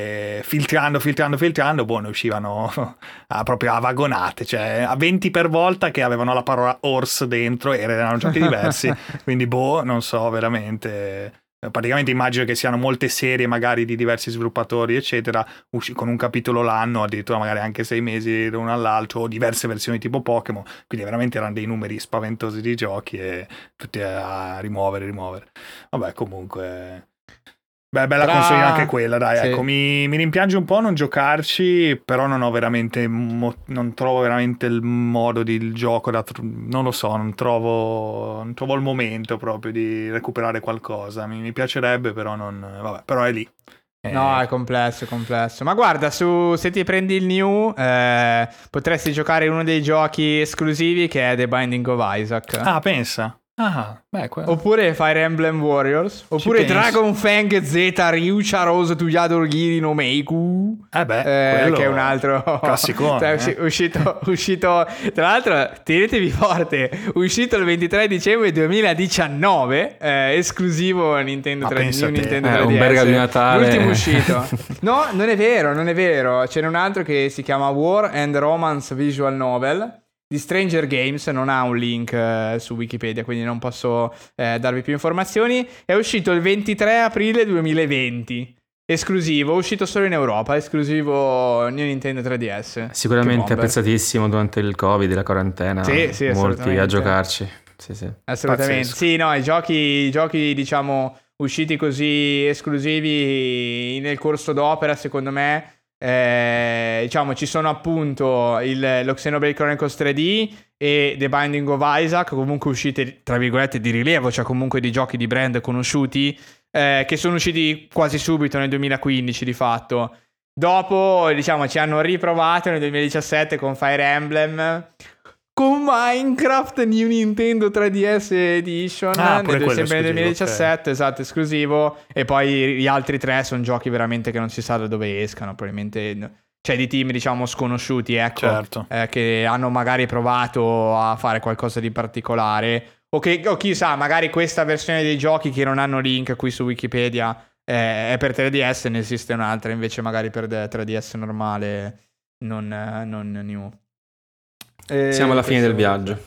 [SPEAKER 2] e filtrando, filtrando, filtrando, boh, ne uscivano a, proprio a vagonate, cioè a venti per volta che avevano la parola horse dentro e erano giochi diversi, quindi boh, non so, veramente... Praticamente immagino che siano molte serie magari di diversi sviluppatori eccetera, usci- con un capitolo l'anno, addirittura magari anche sei mesi l'uno all'altro, o diverse versioni tipo Pokémon, quindi veramente erano dei numeri spaventosi di giochi e tutti a rimuovere, rimuovere. Vabbè, comunque... Beh, bella
[SPEAKER 1] Tra...
[SPEAKER 2] console anche quella, dai,
[SPEAKER 1] sì.
[SPEAKER 2] ecco, mi, mi rimpiange un po' non giocarci, però non ho veramente, mo- non trovo veramente il modo di il gioco, da tr- non lo so, non trovo, non trovo il momento proprio di recuperare qualcosa, mi, mi piacerebbe, però non, vabbè, però è lì. Eh,
[SPEAKER 1] No, è complesso, è complesso. Ma guarda, su, se ti prendi il New, eh, potresti giocare uno dei giochi esclusivi che è The Binding of Isaac.
[SPEAKER 2] Ah, pensa. Ah, beh, que-
[SPEAKER 1] Oppure Fire Emblem Warriors. Oppure
[SPEAKER 2] penso.
[SPEAKER 1] Dragon Fang Z Ryucha Rose to Yadorgiri no Meiku.
[SPEAKER 2] Eh beh,
[SPEAKER 1] Eh,
[SPEAKER 2] quello
[SPEAKER 1] che è un altro
[SPEAKER 2] classicone,
[SPEAKER 1] cioè,
[SPEAKER 2] eh.
[SPEAKER 1] usci- uscito, uscito tra l'altro tenetevi forte, uscito il ventitré dicembre duemiladiciannove, eh, esclusivo Nintendo,
[SPEAKER 2] Ma
[SPEAKER 1] tre,
[SPEAKER 2] pensa
[SPEAKER 1] New
[SPEAKER 2] te.
[SPEAKER 1] Nintendo
[SPEAKER 3] Eh,
[SPEAKER 1] tre D S,
[SPEAKER 3] un Berga di Natale.
[SPEAKER 1] l'ultimo uscito. No, non è vero, non è vero, ce n'è un altro che si chiama War and Romance Visual Novel di Stranger Games, non ha un link eh, su Wikipedia, quindi non posso eh, darvi più informazioni. È uscito il ventitré aprile duemilaventi. Esclusivo, uscito solo in Europa, esclusivo New Nintendo tre D S.
[SPEAKER 3] Sicuramente
[SPEAKER 1] Che bomber.
[SPEAKER 3] apprezzatissimo durante il Covid, la quarantena.
[SPEAKER 1] Sì, sì,
[SPEAKER 3] molti
[SPEAKER 1] assolutamente.
[SPEAKER 3] a giocarci. Sì, sì.
[SPEAKER 1] Assolutamente.
[SPEAKER 2] Pazzesco.
[SPEAKER 1] Sì, no, i giochi, i giochi, diciamo, usciti così esclusivi nel corso d'opera, secondo me, eh, diciamo, ci sono appunto il, lo Xenoblade Chronicles tre D e The Binding of Isaac, comunque uscite, tra virgolette, di rilievo, cioè comunque di giochi di brand conosciuti, eh, che sono usciti quasi subito nel duemilaquindici di fatto. Dopo, diciamo, ci hanno riprovato nel duemiladiciassette con Fire Emblem, con Minecraft New Nintendo tre D S Edition,
[SPEAKER 2] Ah, pure
[SPEAKER 1] nel,
[SPEAKER 2] quello
[SPEAKER 1] sempre nel
[SPEAKER 2] esclusivo,
[SPEAKER 1] duemiladiciassette, esatto, esclusivo. E poi gli altri tre sono giochi veramente che non si sa da dove escano, probabilmente... Cioè di team, diciamo, sconosciuti, ecco,
[SPEAKER 2] Certo.
[SPEAKER 1] eh, che hanno magari provato a fare qualcosa di particolare. O, che, o chissà, magari questa versione dei giochi che non hanno link qui su Wikipedia eh, è per tre D S, ne esiste un'altra invece magari per tre D S normale, non, non new. Eh,
[SPEAKER 3] Siamo alla fine del
[SPEAKER 1] questo-
[SPEAKER 3] viaggio.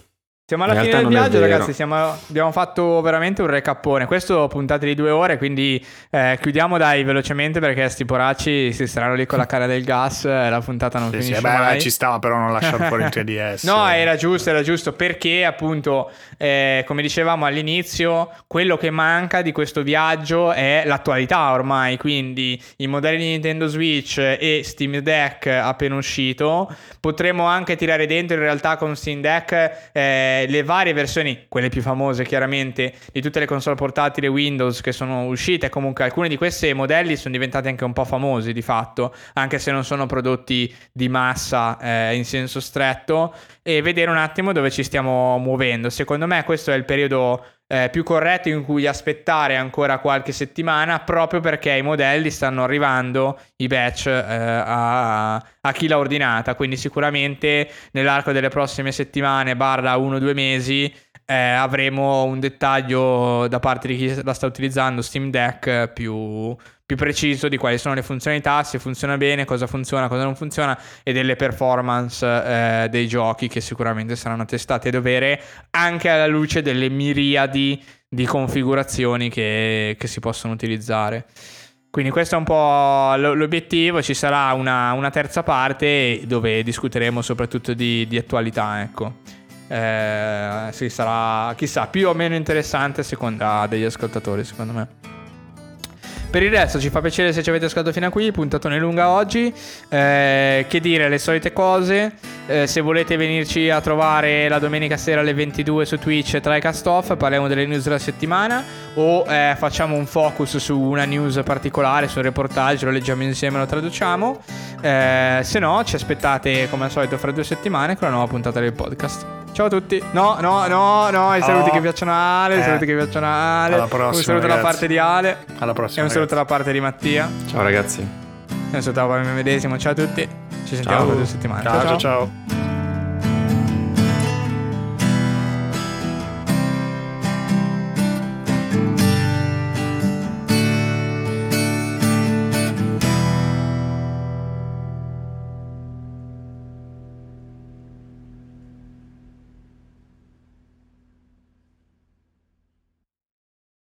[SPEAKER 1] Siamo alla
[SPEAKER 3] In
[SPEAKER 1] fine del
[SPEAKER 3] realtà non è
[SPEAKER 1] viaggio,
[SPEAKER 3] vero.
[SPEAKER 1] ragazzi. Siamo, abbiamo fatto veramente un recappone. Questo puntate di due ore, quindi eh, chiudiamo dai velocemente perché sti poracci si staranno lì con la cara del gas. E la puntata non
[SPEAKER 2] Sì,
[SPEAKER 1] finisce
[SPEAKER 2] sì, beh,
[SPEAKER 1] mai.
[SPEAKER 2] ci stava però non lasciare fuori il tre D S.
[SPEAKER 1] No, era giusto, era giusto perché appunto, eh, come dicevamo all'inizio, quello che manca di questo viaggio è l'attualità ormai. Quindi i modelli di Nintendo Switch e Steam Deck appena uscito. Potremo anche tirare dentro in realtà con Steam Deck eh, le varie versioni, quelle più famose chiaramente, di tutte le console portatili Windows che sono uscite. Comunque alcuni di questi modelli sono diventati anche un po' famosi di fatto, anche se non sono prodotti di massa eh, in senso stretto, e vedere un attimo dove ci stiamo muovendo. Secondo me questo è il periodo eh, più corretto in cui aspettare ancora qualche settimana, proprio perché i modelli stanno arrivando, i batch eh, a, a chi l'ha ordinata, quindi sicuramente nell'arco delle prossime settimane barra uno o due mesi eh, avremo un dettaglio da parte di chi la sta utilizzando Steam Deck più, più preciso di quali sono le funzionalità, se funziona bene, cosa funziona, cosa non funziona, e delle performance eh, dei giochi che sicuramente saranno testate a dovere, anche alla luce delle miriadi di configurazioni che, che si possono utilizzare. Quindi questo è un po' l'obiettivo. Ci sarà una, una terza parte dove discuteremo soprattutto di, di attualità, ecco. Eh, sì, sarà, chissà, più o meno interessante a seconda degli ascoltatori, secondo me. Per il resto ci fa piacere se ci avete ascoltato fino a qui, puntatone lunga oggi. Eh, che dire, le solite cose. Eh, se volete venirci a trovare la domenica sera alle ventidue su Twitch tra i cast off, parliamo delle news della settimana, o eh, facciamo un focus su una news particolare, su un reportage, lo leggiamo insieme, lo traduciamo. Eh, se no ci aspettate come al solito fra due settimane con la nuova puntata del podcast. Ciao a tutti. No, no, no, no, i saluti
[SPEAKER 2] oh.
[SPEAKER 1] che piacciono a Ale, i
[SPEAKER 2] eh.
[SPEAKER 1] saluti che piacciono a Ale.
[SPEAKER 2] Alla prossima,
[SPEAKER 1] un saluto
[SPEAKER 2] ragazzi.
[SPEAKER 1] da parte di Ale.
[SPEAKER 2] Alla prossima,
[SPEAKER 1] E un saluto
[SPEAKER 2] ragazzi.
[SPEAKER 1] da parte di Mattia.
[SPEAKER 3] Ciao ragazzi.
[SPEAKER 1] E un saluto da me medesimo. Ciao a tutti. Ci sentiamo
[SPEAKER 3] Ciao.
[SPEAKER 1] tra due settimane.
[SPEAKER 2] Ciao, ciao, ciao.